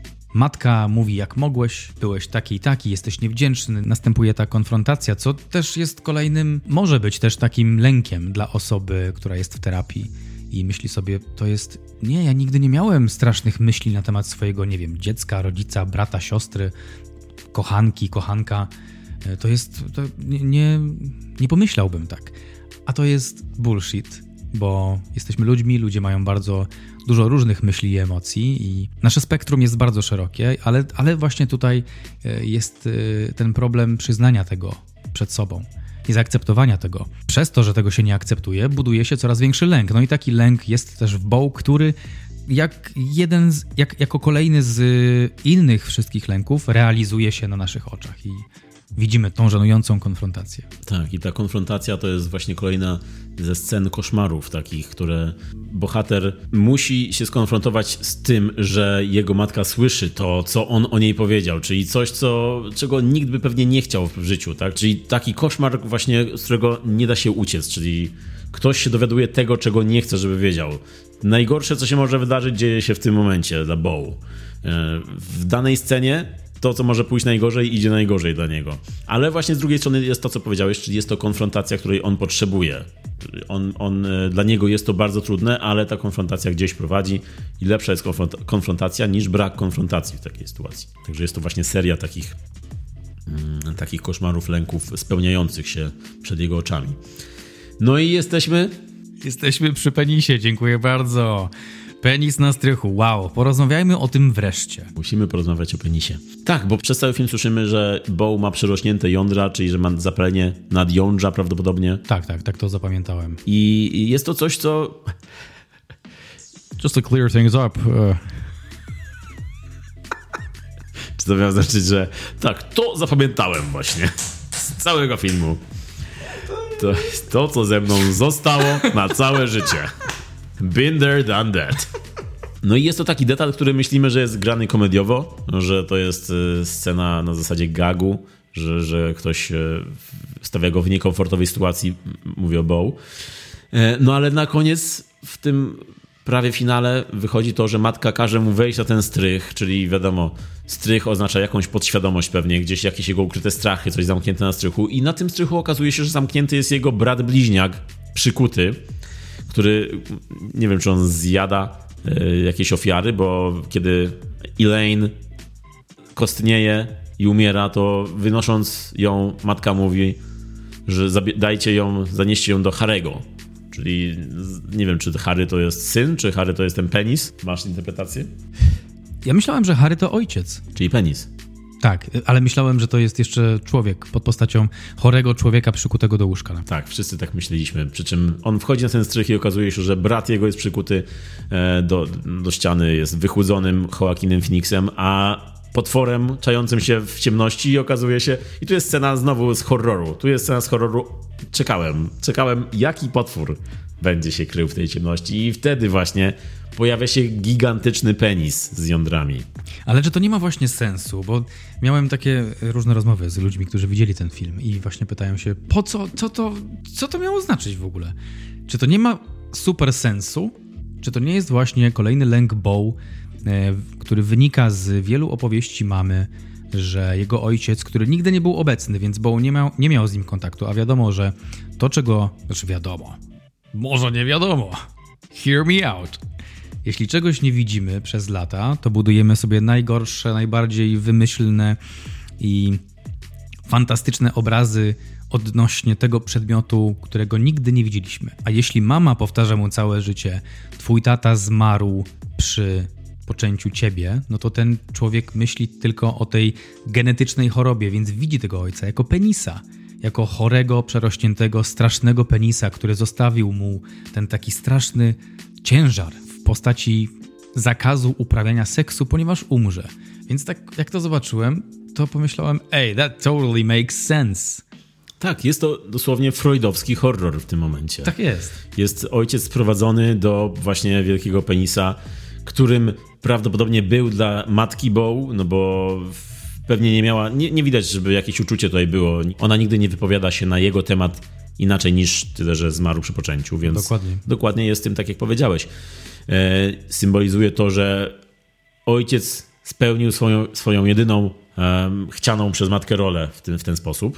matka mówi, jak mogłeś, byłeś taki i taki, jesteś niewdzięczny. Następuje ta konfrontacja, co też jest kolejnym, może być też takim lękiem dla osoby, która jest w terapii i myśli sobie, to jest, nie, ja nigdy nie miałem strasznych myśli na temat swojego, nie wiem, dziecka, rodzica, brata, siostry, kochanki, kochanka. To jest, to nie, nie, nie pomyślałbym tak. A to jest bullshit, bo jesteśmy ludźmi, ludzie mają bardzo dużo różnych myśli i emocji i nasze spektrum jest bardzo szerokie, ale, ale właśnie tutaj jest ten problem przyznania tego przed sobą i zaakceptowania tego. Przez to, że tego się nie akceptuje, buduje się coraz większy lęk. No i taki lęk jest też w Bo, który jak jeden z, jak, jako kolejny z innych wszystkich lęków realizuje się na naszych oczach i widzimy tą żenującą konfrontację. Tak, i ta konfrontacja to jest właśnie kolejna ze scen koszmarów takich, które bohater musi się skonfrontować z tym, że jego matka słyszy to, co on o niej powiedział, czyli coś, co, czego nikt by pewnie nie chciał w życiu, tak? Czyli taki koszmar właśnie, z którego nie da się uciec, czyli ktoś się dowiaduje tego, czego nie chce, żeby wiedział. Najgorsze, co się może wydarzyć, dzieje się w tym momencie dla Bo. W danej scenie to, co może pójść najgorzej, idzie najgorzej dla niego. Ale właśnie z drugiej strony jest to, co powiedziałeś, czyli jest to konfrontacja, której on potrzebuje. On, on, dla niego jest to bardzo trudne, ale ta konfrontacja gdzieś prowadzi i lepsza jest konfront- konfrontacja niż brak konfrontacji w takiej sytuacji. Także jest to właśnie seria takich, mm, takich koszmarów, lęków spełniających się przed jego oczami. No i jesteśmy... Jesteśmy przy penisie, dziękuję bardzo. Penis na strychu, wow, porozmawiajmy o tym wreszcie. Musimy porozmawiać o penisie. Tak, bo przez cały film słyszymy, że Bo ma przerośnięte jądra, czyli że ma zapalenie nadjądrza prawdopodobnie. Tak, tak, tak to zapamiętałem. I jest to coś, co... Just to clear things up. Uh... Czy to miało znaczyć, że tak, to zapamiętałem właśnie z całego filmu. To jest to, co ze mną zostało na całe życie. Been there, done that. No i jest to taki detal, który myślimy, że jest grany komediowo, że to jest scena na zasadzie gagu, że, że ktoś stawia go w niekomfortowej sytuacji, mówię o Bo. No ale na koniec w tym prawie finale wychodzi to, że matka każe mu wejść na ten strych, czyli wiadomo, strych oznacza jakąś podświadomość pewnie, gdzieś jakieś jego ukryte strachy, coś zamknięte na strychu i na tym strychu okazuje się, że zamknięty jest jego brat bliźniak, przykuty, który, nie wiem, czy on zjada y, jakieś ofiary, bo kiedy Elaine kostnieje i umiera, to wynosząc ją, matka mówi, że zabie- dajcie ją, zanieście ją do Harry'ego. Czyli nie wiem, czy Harry to jest syn, czy Harry to jest ten penis. Masz interpretację? Ja myślałem, że Harry to ojciec. Czyli penis. Tak, ale myślałem, że to jest jeszcze człowiek pod postacią chorego człowieka przykutego do łóżka. Tak, wszyscy tak myśleliśmy. Przy czym on wchodzi na ten strych i okazuje się, że brat jego jest przykuty do, do ściany, jest wychłudzonym Joaquinem Phoenixem, a potworem czającym się w ciemności i okazuje się... I tu jest scena znowu z horroru. Tu jest scena z horroru. Czekałem. Czekałem, jaki potwór będzie się krył w tej ciemności i wtedy właśnie pojawia się gigantyczny penis z jądrami. Ale czy to nie ma właśnie sensu? Bo miałem takie różne rozmowy z ludźmi, którzy widzieli ten film i właśnie pytają się, po co, co to, co to miało znaczyć w ogóle? Czy to nie ma super sensu? Czy to nie jest właśnie kolejny lęk Bo, który wynika z wielu opowieści mamy, że jego ojciec, który nigdy nie był obecny, więc Bo nie miał, nie miał z nim kontaktu, a wiadomo, że to, czego... Znaczy wiadomo, może nie wiadomo. Hear me out. Jeśli czegoś nie widzimy przez lata, to budujemy sobie najgorsze, najbardziej wymyślne i fantastyczne obrazy odnośnie tego przedmiotu, którego nigdy nie widzieliśmy. A jeśli mama powtarza mu całe życie, twój tata zmarł przy poczęciu ciebie, no to ten człowiek myśli tylko o tej genetycznej chorobie, więc widzi tego ojca jako penisa, jako chorego, przerośniętego, strasznego penisa, który zostawił mu ten taki straszny ciężar w postaci zakazu uprawiania seksu, ponieważ umrze. Więc tak jak to zobaczyłem, to pomyślałem, ej, that totally makes sense. Tak, jest to dosłownie freudowski horror w tym momencie. Tak jest. Jest ojciec sprowadzony do właśnie wielkiego penisa, którym prawdopodobnie był dla matki Bo, no bo pewnie nie miała, nie, nie widać, żeby jakieś uczucie tutaj było. Ona nigdy nie wypowiada się na jego temat inaczej niż tyle, że zmarł przy poczęciu, więc dokładnie, dokładnie jest tym tak, jak powiedziałeś. E, symbolizuje to, że ojciec spełnił swoją, swoją jedyną um, chcianą przez matkę rolę w ten, w ten sposób,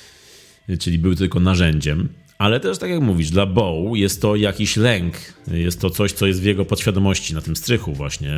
czyli był tylko narzędziem. Ale też, tak jak mówisz, dla Bo jest to jakiś lęk. Jest to coś, co jest w jego podświadomości, na tym strychu właśnie.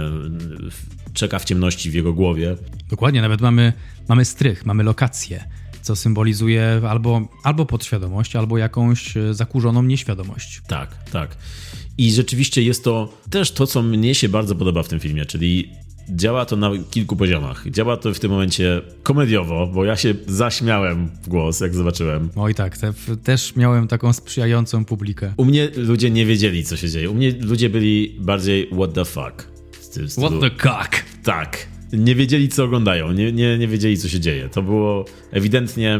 Czeka w ciemności w jego głowie. Dokładnie, nawet mamy, mamy strych, mamy lokację, co symbolizuje albo, albo podświadomość, albo jakąś zakurzoną nieświadomość. Tak, tak. I rzeczywiście jest to też to, co mnie się bardzo podoba w tym filmie, czyli działa to na kilku poziomach. Działa to w tym momencie komediowo, bo ja się zaśmiałem w głos, jak zobaczyłem. Oj tak, te, też miałem taką sprzyjającą publikę. U mnie ludzie nie wiedzieli, co się dzieje. U mnie ludzie byli bardziej what the fuck. What the cock. Tak. Nie wiedzieli, co oglądają. Nie, nie, nie wiedzieli, co się dzieje. To było ewidentnie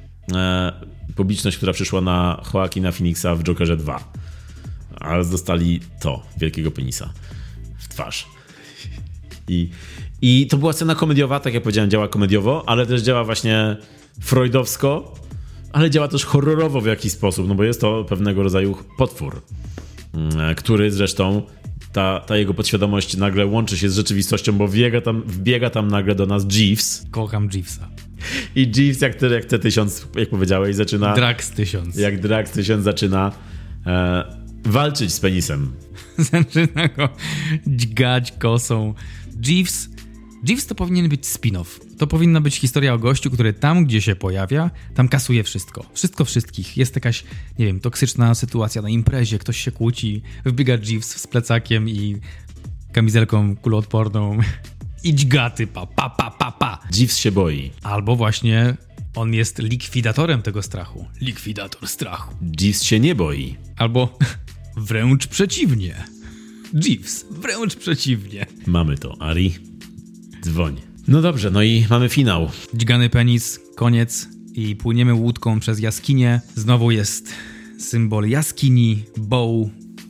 e, publiczność, która przyszła na Joaquina Phoenixa w Jokerze dwa. Ale dostali to, wielkiego penisa w twarz. I, I to była scena komediowa, tak jak powiedziałem, działa komediowo, ale też działa właśnie freudowsko, ale działa też horrorowo w jakiś sposób, no bo jest to pewnego rodzaju potwór, który zresztą, ta, ta jego podświadomość nagle łączy się z rzeczywistością, bo wbiega tam, wbiega tam nagle do nas Jeeves. Kocham Jeevesa. I Jeeves, jak te, jak te tysiąc, jak powiedziałeś, zaczyna... Drax tysiąc. Jak Drax tysiąc zaczyna e, walczyć z penisem. Zaczyna go dźgać kosą. Jeeves, Jeeves to powinien być spin-off. To powinna być historia o gościu, który tam, gdzie się pojawia, tam kasuje wszystko. Wszystko wszystkich. Jest jakaś, nie wiem, toksyczna sytuacja na imprezie, ktoś się kłóci, wbiega Jeeves z plecakiem i kamizelką kuloodporną i dźga typa, pa, pa, pa, pa. Jeeves się boi. Albo właśnie on jest likwidatorem tego strachu. Likwidator strachu. Jeeves się nie boi. Albo wręcz przeciwnie. Jeeves, wręcz przeciwnie. Mamy to, Ari. Dzwoń. No dobrze, no i mamy finał. Dźgany penis, koniec i płyniemy łódką przez jaskinię. Znowu jest symbol jaskini, Bo.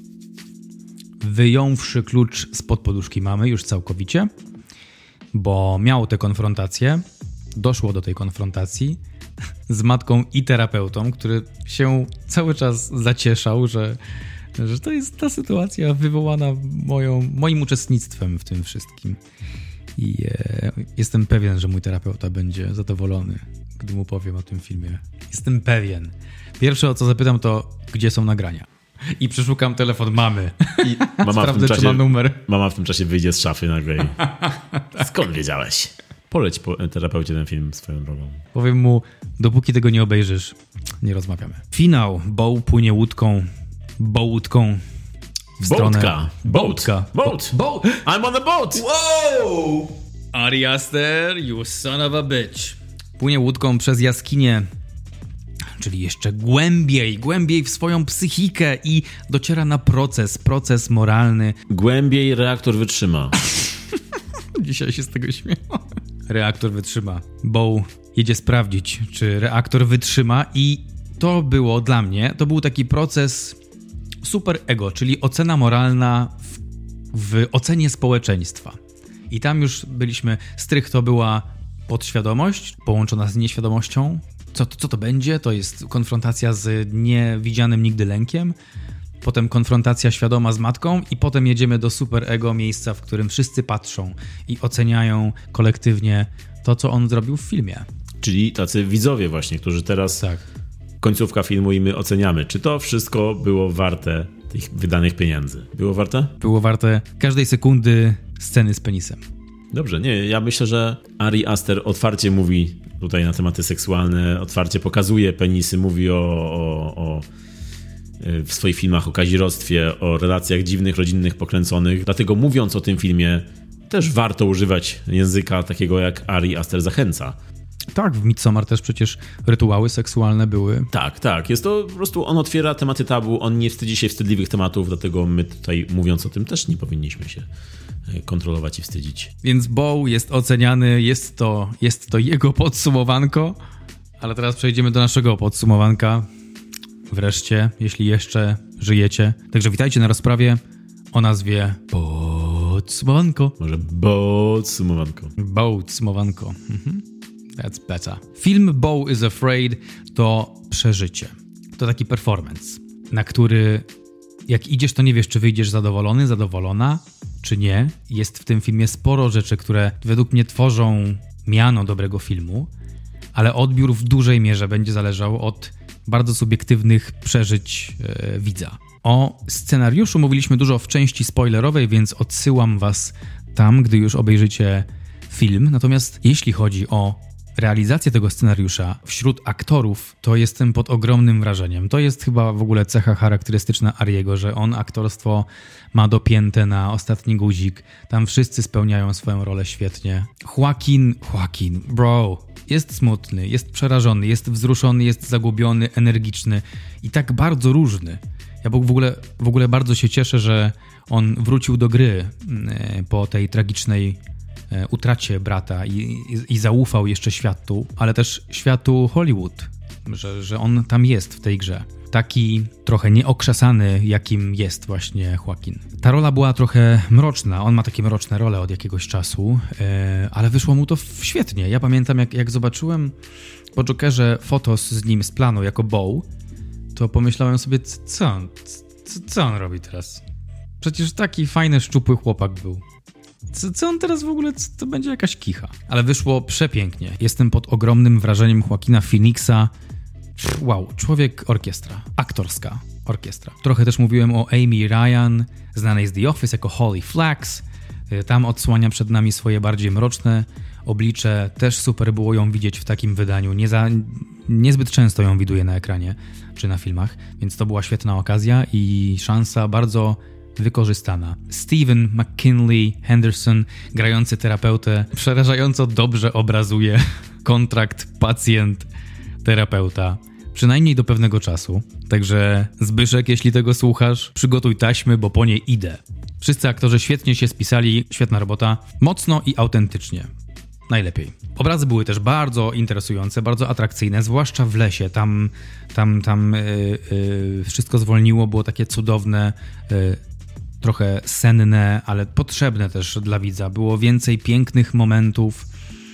Wyjąwszy klucz spod poduszki mamy już całkowicie, bo miał tę konfrontację, doszło do tej konfrontacji z matką i terapeutą, który się cały czas zacieszał, że Że to jest ta sytuacja wywołana moją, moim uczestnictwem w tym wszystkim. I e, jestem pewien, że mój terapeuta będzie zadowolony, gdy mu powiem o tym filmie. Jestem pewien. Pierwsze, o co zapytam, to gdzie są nagrania. I przeszukam telefon mamy. I mama Sprawdzę, w tym czasie, czy ma numer. Mama w tym czasie wyjdzie z szafy nagle i... Skąd wiedziałeś? Poleć po terapeucie ten film swoją drogą. Powiem mu, dopóki tego nie obejrzysz, nie rozmawiamy. Finał. Bo płynie łódką. Bo łódką w Boatka. stronę... Boatka. Boat. Boat. I'm on the boat. Wow! Ari Aster, you son of a bitch. Płynie łódką przez jaskinię, czyli jeszcze głębiej, głębiej w swoją psychikę i dociera na proces, proces moralny. Głębiej reaktor wytrzyma. Dzisiaj się z tego śmieję. Reaktor wytrzyma. Bo jedzie sprawdzić, czy reaktor wytrzyma i to było dla mnie, to był taki proces super ego, czyli ocena moralna w, w ocenie społeczeństwa. I tam już byliśmy, strych to była podświadomość połączona z nieświadomością. Co to, co to będzie? To jest konfrontacja z niewidzianym nigdy lękiem. Potem konfrontacja świadoma z matką i potem jedziemy do super ego miejsca, w którym wszyscy patrzą i oceniają kolektywnie to, co on zrobił w filmie. Czyli tacy widzowie właśnie, którzy teraz tak. Końcówka filmu i my oceniamy, czy to wszystko było warte tych wydanych pieniędzy. Było warte? Było warte każdej sekundy sceny z penisem. Dobrze, nie, ja myślę, że Ari Aster otwarcie mówi tutaj na tematy seksualne, otwarcie pokazuje penisy, mówi o, o, o w swoich filmach o kazirodztwie, o relacjach dziwnych, rodzinnych, pokręconych. Dlatego mówiąc o tym filmie też warto używać języka takiego jak Ari Aster zachęca. Tak, w Midsommar też przecież rytuały seksualne były. Tak, tak. Jest to po prostu, on otwiera tematy tabu, on nie wstydzi się wstydliwych tematów, dlatego my tutaj mówiąc o tym też nie powinniśmy się kontrolować i wstydzić. Więc Bo jest oceniany, jest to, jest to jego podsumowanko, ale teraz przejdziemy do naszego podsumowanka. Wreszcie, jeśli jeszcze żyjecie. Także witajcie na rozprawie o nazwie Podsumowanko. Może Podsumowanko. Podsumowanko. Mhm. That's better. Film Bo is Afraid to przeżycie. To taki performance, na który jak idziesz, to nie wiesz, czy wyjdziesz zadowolony, zadowolona, czy nie. Jest w tym filmie sporo rzeczy, które według mnie tworzą miano dobrego filmu, ale odbiór w dużej mierze będzie zależał od bardzo subiektywnych przeżyć yy, widza. O scenariuszu mówiliśmy dużo w części spoilerowej, więc odsyłam was tam, gdy już obejrzycie film. Natomiast jeśli chodzi o realizację tego scenariusza wśród aktorów, to jestem pod ogromnym wrażeniem. To jest chyba w ogóle cecha charakterystyczna Ariego, że on aktorstwo ma dopięte na ostatni guzik. Tam wszyscy spełniają swoją rolę świetnie. Joaquin, Joaquin, bro, jest smutny, jest przerażony, jest wzruszony, jest zagubiony, energiczny i tak bardzo różny. Ja w ogóle, w ogóle bardzo się cieszę, że on wrócił do gry po tej tragicznej utracie brata i, i, i zaufał jeszcze światu, ale też światu Hollywood, że, że on tam jest w tej grze. Taki trochę nieokrzesany, jakim jest właśnie Joaquin. Ta rola była trochę mroczna, on ma takie mroczne role od jakiegoś czasu, yy, ale wyszło mu to świetnie. Ja pamiętam, jak, jak zobaczyłem po Jokerze fotos z nim z planu jako Bo, to pomyślałem sobie, co on, co, co on robi teraz? Przecież taki fajny, szczupły chłopak był. Co, co on teraz w ogóle, to będzie jakaś kicha. Ale wyszło przepięknie. Jestem pod ogromnym wrażeniem Joaquina Phoenixa. Wow, człowiek orkiestra. Aktorska orkiestra. Trochę też mówiłem o Amy Ryan, znanej z The Office jako Holly Flax. Tam odsłania przed nami swoje bardziej mroczne oblicze. Też super było ją widzieć w takim wydaniu. Nie za, niezbyt często ją widuję na ekranie czy na filmach, więc to była świetna okazja i szansa bardzo wykorzystana. Stephen McKinley Henderson, grający terapeutę, przerażająco dobrze obrazuje kontrakt pacjent-terapeuta. Przynajmniej do pewnego czasu. Także Zbyszek, jeśli tego słuchasz, przygotuj taśmy, bo po niej idę. Wszyscy aktorzy świetnie się spisali, świetna robota, mocno i autentycznie. Najlepiej. Obrazy były też bardzo interesujące, bardzo atrakcyjne, zwłaszcza w lesie. Tam, tam, tam yy, yy, wszystko zwolniło, było takie cudowne, yy, trochę senne, ale potrzebne też dla widza. Było więcej pięknych momentów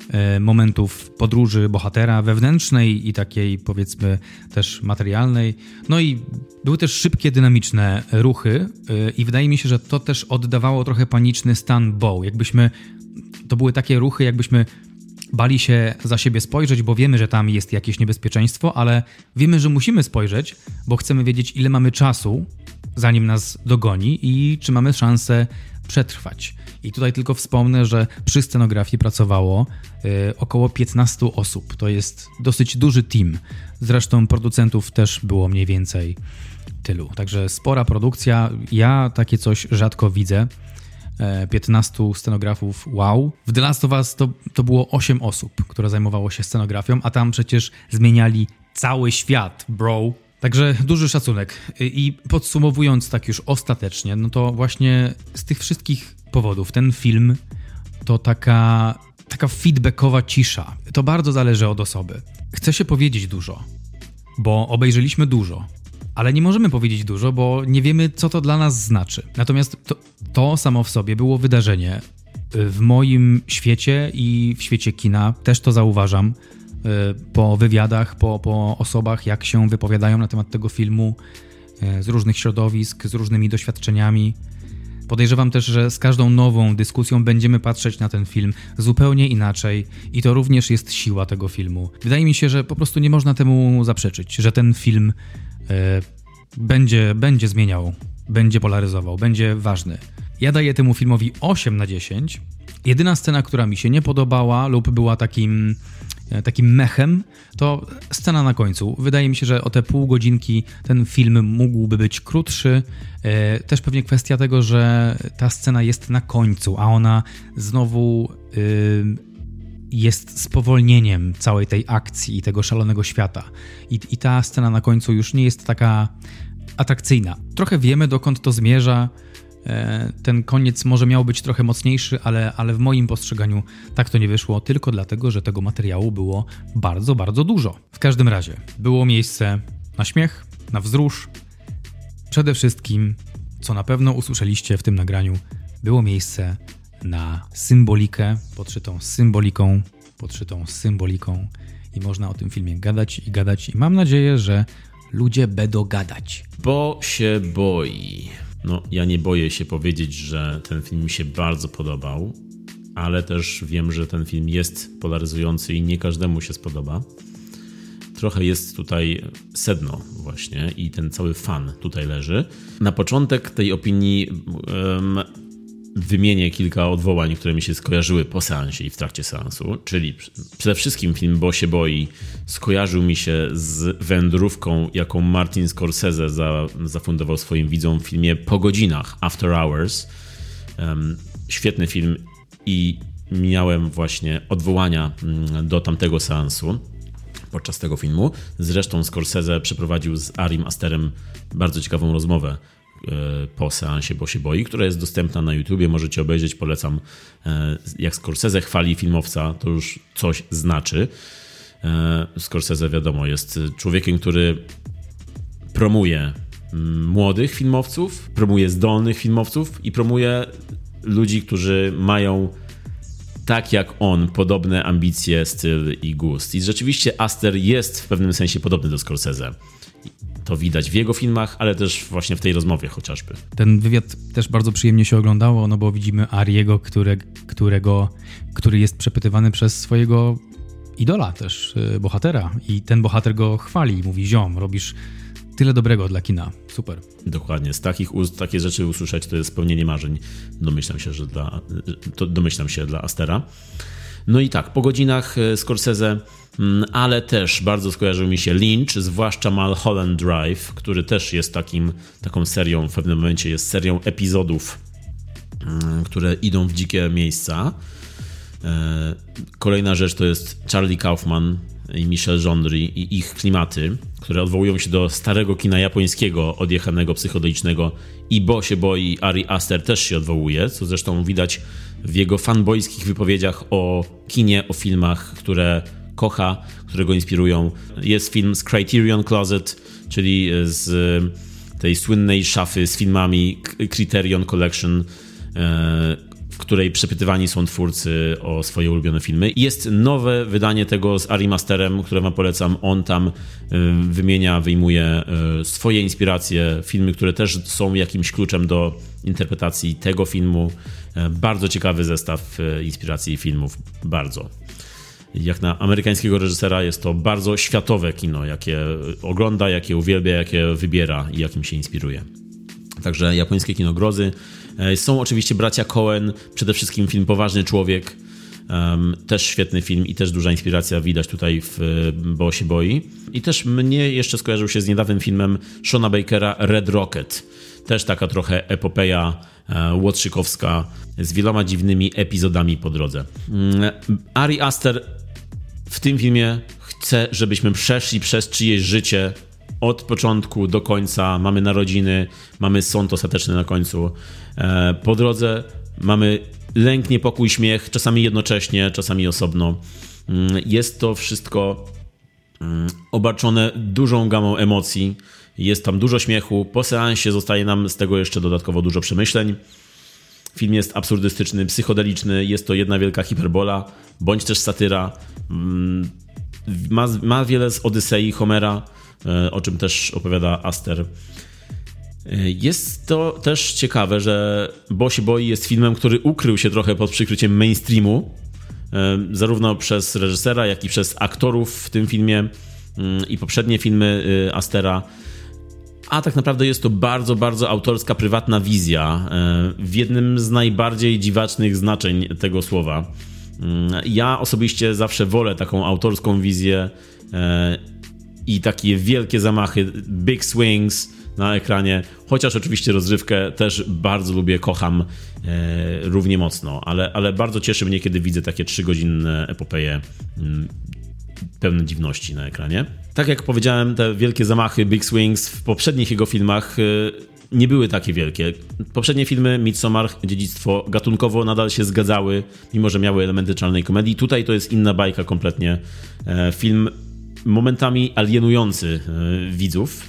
momentów podróży bohatera wewnętrznej i takiej, powiedzmy, też materialnej. No i były też szybkie, dynamiczne ruchy i wydaje mi się, że to też oddawało trochę paniczny stan Bo. Jakbyśmy, to były takie ruchy, jakbyśmy bali się za siebie spojrzeć, bo wiemy, że tam jest jakieś niebezpieczeństwo, ale wiemy, że musimy spojrzeć, bo chcemy wiedzieć, ile mamy czasu, zanim nas dogoni i czy mamy szansę przetrwać. I tutaj tylko wspomnę, że przy scenografii pracowało y, około piętnaście osób. To jest dosyć duży team. Zresztą producentów też było mniej więcej tylu. Także spora produkcja. Ja takie coś rzadko widzę. piętnastu scenografów, wow. W The Last of Us to, to było osiem osób, które zajmowało się scenografią, a tam przecież zmieniali cały świat, bro. Także duży szacunek. I podsumowując tak już ostatecznie, no to właśnie z tych wszystkich powodów ten film to taka, taka feedbackowa cisza. To bardzo zależy od osoby. Chce się powiedzieć dużo, bo obejrzeliśmy dużo, ale nie możemy powiedzieć dużo, bo nie wiemy, co to dla nas znaczy. Natomiast to, to samo w sobie było wydarzenie. W moim świecie i w świecie kina też to zauważam. Po wywiadach, po, po osobach, jak się wypowiadają na temat tego filmu, z różnych środowisk, z różnymi doświadczeniami. Podejrzewam też, że z każdą nową dyskusją będziemy patrzeć na ten film zupełnie inaczej i to również jest siła tego filmu. Wydaje mi się, że po prostu nie można temu zaprzeczyć, że ten film e, będzie, będzie zmieniał, będzie polaryzował, będzie ważny. Ja daję temu filmowi osiem na dziesięć. Jedyna scena, która mi się nie podobała lub była takim, takim mechem, to scena na końcu. Wydaje mi się, że o te pół godzinki ten film mógłby być krótszy. Też pewnie kwestia tego, że ta scena jest na końcu, a ona znowu jest spowolnieniem całej tej akcji i tego szalonego świata. I, i ta scena na końcu już nie jest taka atrakcyjna. Trochę wiemy, dokąd to zmierza. Ten koniec może miał być trochę mocniejszy, ale, ale w moim postrzeganiu tak to nie wyszło, tylko dlatego, że tego materiału było bardzo, bardzo dużo. W każdym razie było miejsce na śmiech, na wzrusz. Przede wszystkim, co na pewno usłyszeliście w tym nagraniu, było miejsce na symbolikę, podszytą symboliką, podszytą symboliką i można o tym filmie gadać i gadać i mam nadzieję, że ludzie będą gadać. Bo się boi. No, ja nie boję się powiedzieć, że ten film mi się bardzo podobał, ale też wiem, że ten film jest polaryzujący i nie każdemu się spodoba. Trochę jest tutaj sedno właśnie i ten cały fan tutaj leży. Na początek tej opinii um, wymienię kilka odwołań, które mi się skojarzyły po seansie i w trakcie seansu, czyli przede wszystkim film Bo się boi skojarzył mi się z wędrówką, jaką Martin Scorsese za, zafundował swoim widzom w filmie Po godzinach, After Hours. Um, świetny film i miałem właśnie odwołania do tamtego seansu podczas tego filmu. Zresztą Scorsese przeprowadził z Arim Asterem bardzo ciekawą rozmowę po seansie Bo się boi, która jest dostępna na YouTubie, możecie obejrzeć, polecam. Jak Scorsese chwali filmowca, to już coś znaczy. Scorsese, wiadomo, jest człowiekiem, który promuje młodych filmowców, promuje zdolnych filmowców i promuje ludzi, którzy mają tak jak on, podobne ambicje, styl i gust. I rzeczywiście Aster jest w pewnym sensie podobny do Scorsese. To widać w jego filmach, ale też właśnie w tej rozmowie chociażby. Ten wywiad też bardzo przyjemnie się oglądało, no bo widzimy Ariego, które, którego, który jest przepytywany przez swojego idola też, bohatera. I ten bohater go chwali, mówi: ziom, robisz tyle dobrego dla kina. Super. Dokładnie. Z takich ust takie rzeczy usłyszeć to jest spełnienie marzeń. Domyślam się, że dla, to domyślam się dla Astera. No i tak, Po godzinach Scorsese, ale też bardzo skojarzył mi się Lynch, zwłaszcza Mulholland Drive, który też jest takim, taką serią, w pewnym momencie jest serią epizodów, które idą w dzikie miejsca. Kolejna rzecz to jest Charlie Kaufman i Michel Gondry i ich klimaty, które odwołują się do starego kina japońskiego, odjechanego, psychodelicznego, i Bo się boi Ari Aster też się odwołuje, co zresztą widać w jego fanboyskich wypowiedziach o kinie, o filmach, które kocha, które go inspirują. Jest film z Criterion Closet, czyli z tej słynnej szafy z filmami Criterion Collection, w której przepytywani są twórcy o swoje ulubione filmy. Jest nowe wydanie tego z Ari Asterem, które wam polecam. On tam wymienia, wyjmuje swoje inspiracje, filmy, które też są jakimś kluczem do interpretacji tego filmu. Bardzo ciekawy zestaw inspiracji filmów. Bardzo. Jak na amerykańskiego reżysera jest to bardzo światowe kino, jakie ogląda, jakie uwielbia, jakie wybiera i jakim się inspiruje. Także japońskie kino grozy. Są oczywiście bracia Coen, przede wszystkim film Poważny Człowiek, um, też świetny film i też duża inspiracja widać tutaj w Bo się boi. I też mnie jeszcze skojarzył się z niedawnym filmem Shona Bakera Red Rocket. Też taka trochę epopeja e, łotrzykowska z wieloma dziwnymi epizodami po drodze. Um, Ari Aster w tym filmie chce, żebyśmy przeszli przez czyjeś życie od początku do końca. Mamy narodziny, mamy sąd ostateczny na końcu. Po drodze mamy lęk, niepokój, śmiech, czasami jednocześnie, czasami osobno. Jest to wszystko obarczone dużą gamą emocji. Jest tam dużo śmiechu. Po seansie zostaje nam z tego jeszcze dodatkowo dużo przemyśleń. Film jest absurdystyczny, psychodeliczny. Jest to jedna wielka hiperbola, bądź też satyra. Ma, ma wiele z Odysei Homera, o czym też opowiada Aster. Jest to też ciekawe, że Bo się boi jest filmem, który ukrył się trochę pod przykryciem mainstreamu, zarówno przez reżysera, jak i przez aktorów w tym filmie i poprzednie filmy Astera. A tak naprawdę jest to bardzo, bardzo autorska, prywatna wizja w jednym z najbardziej dziwacznych znaczeń tego słowa. Ja osobiście zawsze wolę taką autorską wizję i takie wielkie zamachy, big swings na ekranie, chociaż oczywiście rozrywkę też bardzo lubię, kocham e, równie mocno, ale, ale bardzo cieszy mnie, kiedy widzę takie trzygodzinne epopeje m, pełne dziwności na ekranie. Tak jak powiedziałem, te wielkie zamachy, big swings w poprzednich jego filmach e, nie były takie wielkie. Poprzednie filmy, Midsommar, Dziedzictwo, gatunkowo nadal się zgadzały, mimo że miały elementy czarnej komedii. Tutaj to jest inna bajka kompletnie. E, film momentami alienujący e, widzów.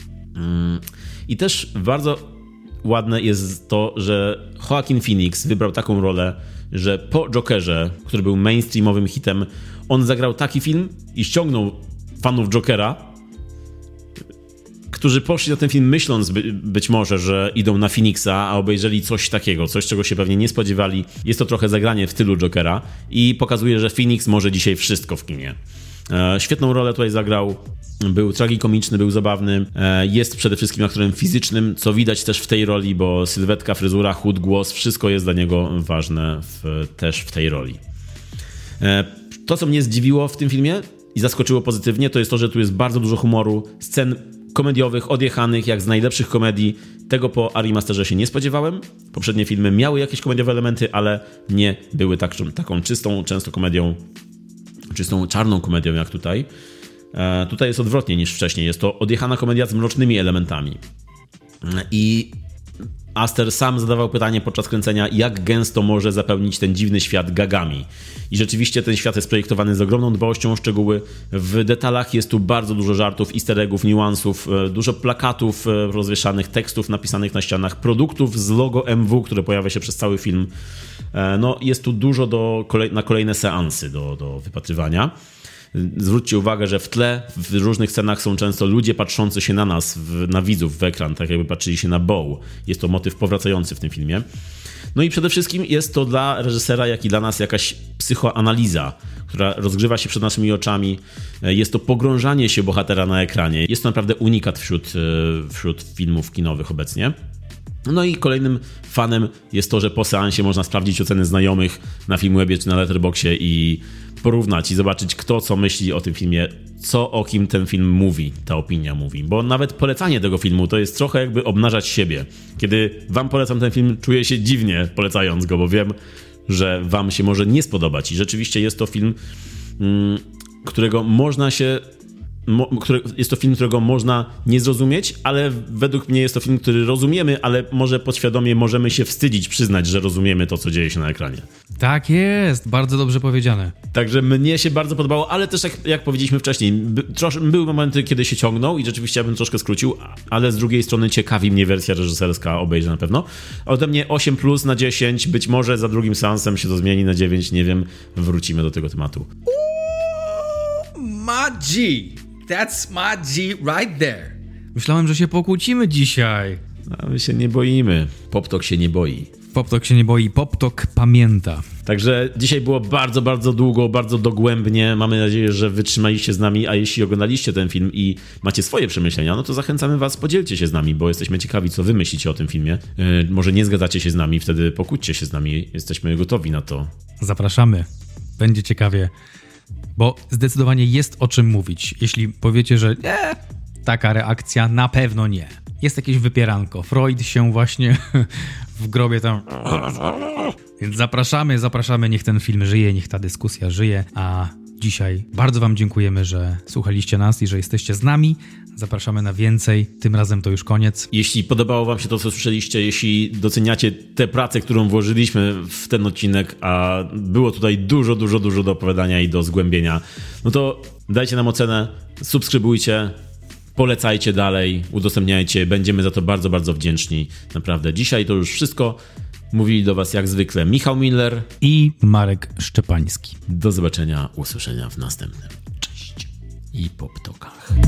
I też bardzo ładne jest to, że Joaquin Phoenix wybrał taką rolę, że po Jokerze, który był mainstreamowym hitem, on zagrał taki film i ściągnął fanów Jokera, którzy poszli na ten film myśląc by, być może, że idą na Phoenixa, a obejrzeli coś takiego, coś czego się pewnie nie spodziewali. Jest to trochę zagranie w stylu Jokera i pokazuje, że Phoenix może dzisiaj wszystko w kinie. E, świetną rolę tutaj zagrał. Był tragikomiczny, był zabawny. Jest przede wszystkim aktorem fizycznym, co widać też w tej roli, bo sylwetka, fryzura, chód, głos, wszystko jest dla niego ważne w, też w tej roli. To, co mnie zdziwiło w tym filmie i zaskoczyło pozytywnie, to jest to, że tu jest bardzo dużo humoru, scen komediowych, odjechanych, jak z najlepszych komedii. Tego po Ari Asterze się nie spodziewałem. Poprzednie filmy miały jakieś komediowe elementy, ale nie były tak, taką czystą, często komedią, czystą czarną komedią jak tutaj. Tutaj jest odwrotnie niż wcześniej. Jest to odjechana komedia z mrocznymi elementami. I Aster sam zadawał pytanie podczas kręcenia, jak gęsto może zapełnić ten dziwny świat gagami. I rzeczywiście ten świat jest projektowany z ogromną dbałością o szczegóły. W detalach jest tu bardzo dużo żartów, easter eggów, niuansów, dużo plakatów rozwieszanych, tekstów napisanych na ścianach, produktów z logo M W, które pojawia się przez cały film. No, jest tu dużo do, na kolejne seansy do, do wypatrywania. Zwróćcie uwagę, że w tle w różnych scenach są często ludzie patrzący się na nas, w, na widzów w ekran, tak jakby patrzyli się na Bo. Jest to motyw powracający w tym filmie. No i przede wszystkim jest to dla reżysera, jak i dla nas jakaś psychoanaliza, która rozgrywa się przed naszymi oczami. Jest to pogrążanie się bohatera na ekranie. Jest to naprawdę unikat wśród, wśród filmów kinowych obecnie. No i kolejnym fanem jest to, że po seansie można sprawdzić oceny znajomych na Filmwebie czy na Letterboxie i porównać i zobaczyć, kto co myśli o tym filmie, co o kim ten film mówi, ta opinia mówi. Bo nawet polecanie tego filmu to jest trochę jakby obnażać siebie. Kiedy wam polecam ten film, czuję się dziwnie polecając go, bo wiem, że wam się może nie spodobać. I rzeczywiście jest to film, którego można się mo, które, jest to film, którego można nie zrozumieć, ale według mnie jest to film, który rozumiemy, ale może podświadomie możemy się wstydzić, przyznać, że rozumiemy to, co dzieje się na ekranie. Tak jest, bardzo dobrze powiedziane. Także mnie się bardzo podobało, ale też jak, jak powiedzieliśmy wcześniej, by, trosz, były momenty, kiedy się ciągnął i rzeczywiście ja bym troszkę skrócił, ale z drugiej strony ciekawi mnie wersja reżyserska, obejrzę na pewno. Ode mnie osiem plus na dziesięć, być może za drugim seansem się to zmieni na dziewięć, nie wiem, wrócimy do tego tematu. My G, that's my G right there. Myślałem, że się pokłócimy dzisiaj. A my się nie boimy, PopTok się nie boi. PopTok się nie boi, PopTok pamięta. Także dzisiaj było bardzo, bardzo długo, bardzo dogłębnie. Mamy nadzieję, że wytrzymaliście z nami, a jeśli oglądaliście ten film i macie swoje przemyślenia, no to zachęcamy was, podzielcie się z nami, bo jesteśmy ciekawi, co wy myślicie o tym filmie. Yy, może nie zgadzacie się z nami, wtedy pokłóćcie się z nami, jesteśmy gotowi na to. Zapraszamy, będzie ciekawie, bo zdecydowanie jest o czym mówić. Jeśli powiecie, że nie, taka reakcja, na pewno nie. Jest jakieś wypieranko. Freud się właśnie w grobie tam... Więc zapraszamy, zapraszamy, niech ten film żyje, niech ta dyskusja żyje, a dzisiaj bardzo wam dziękujemy, że słuchaliście nas i że jesteście z nami. Zapraszamy na więcej, tym razem to już koniec. Jeśli podobało wam się to, co słyszeliście, jeśli doceniacie tę pracę, którą włożyliśmy w ten odcinek, a było tutaj dużo, dużo, dużo do opowiadania i do zgłębienia, no to dajcie nam ocenę, subskrybujcie, polecajcie dalej, udostępniajcie, będziemy za to bardzo, bardzo wdzięczni. Naprawdę. Dzisiaj to już wszystko. Mówili do was jak zwykle Michał Miller i Marek Szczepański. Do zobaczenia, usłyszenia w następnym. Cześć. I PopTokach.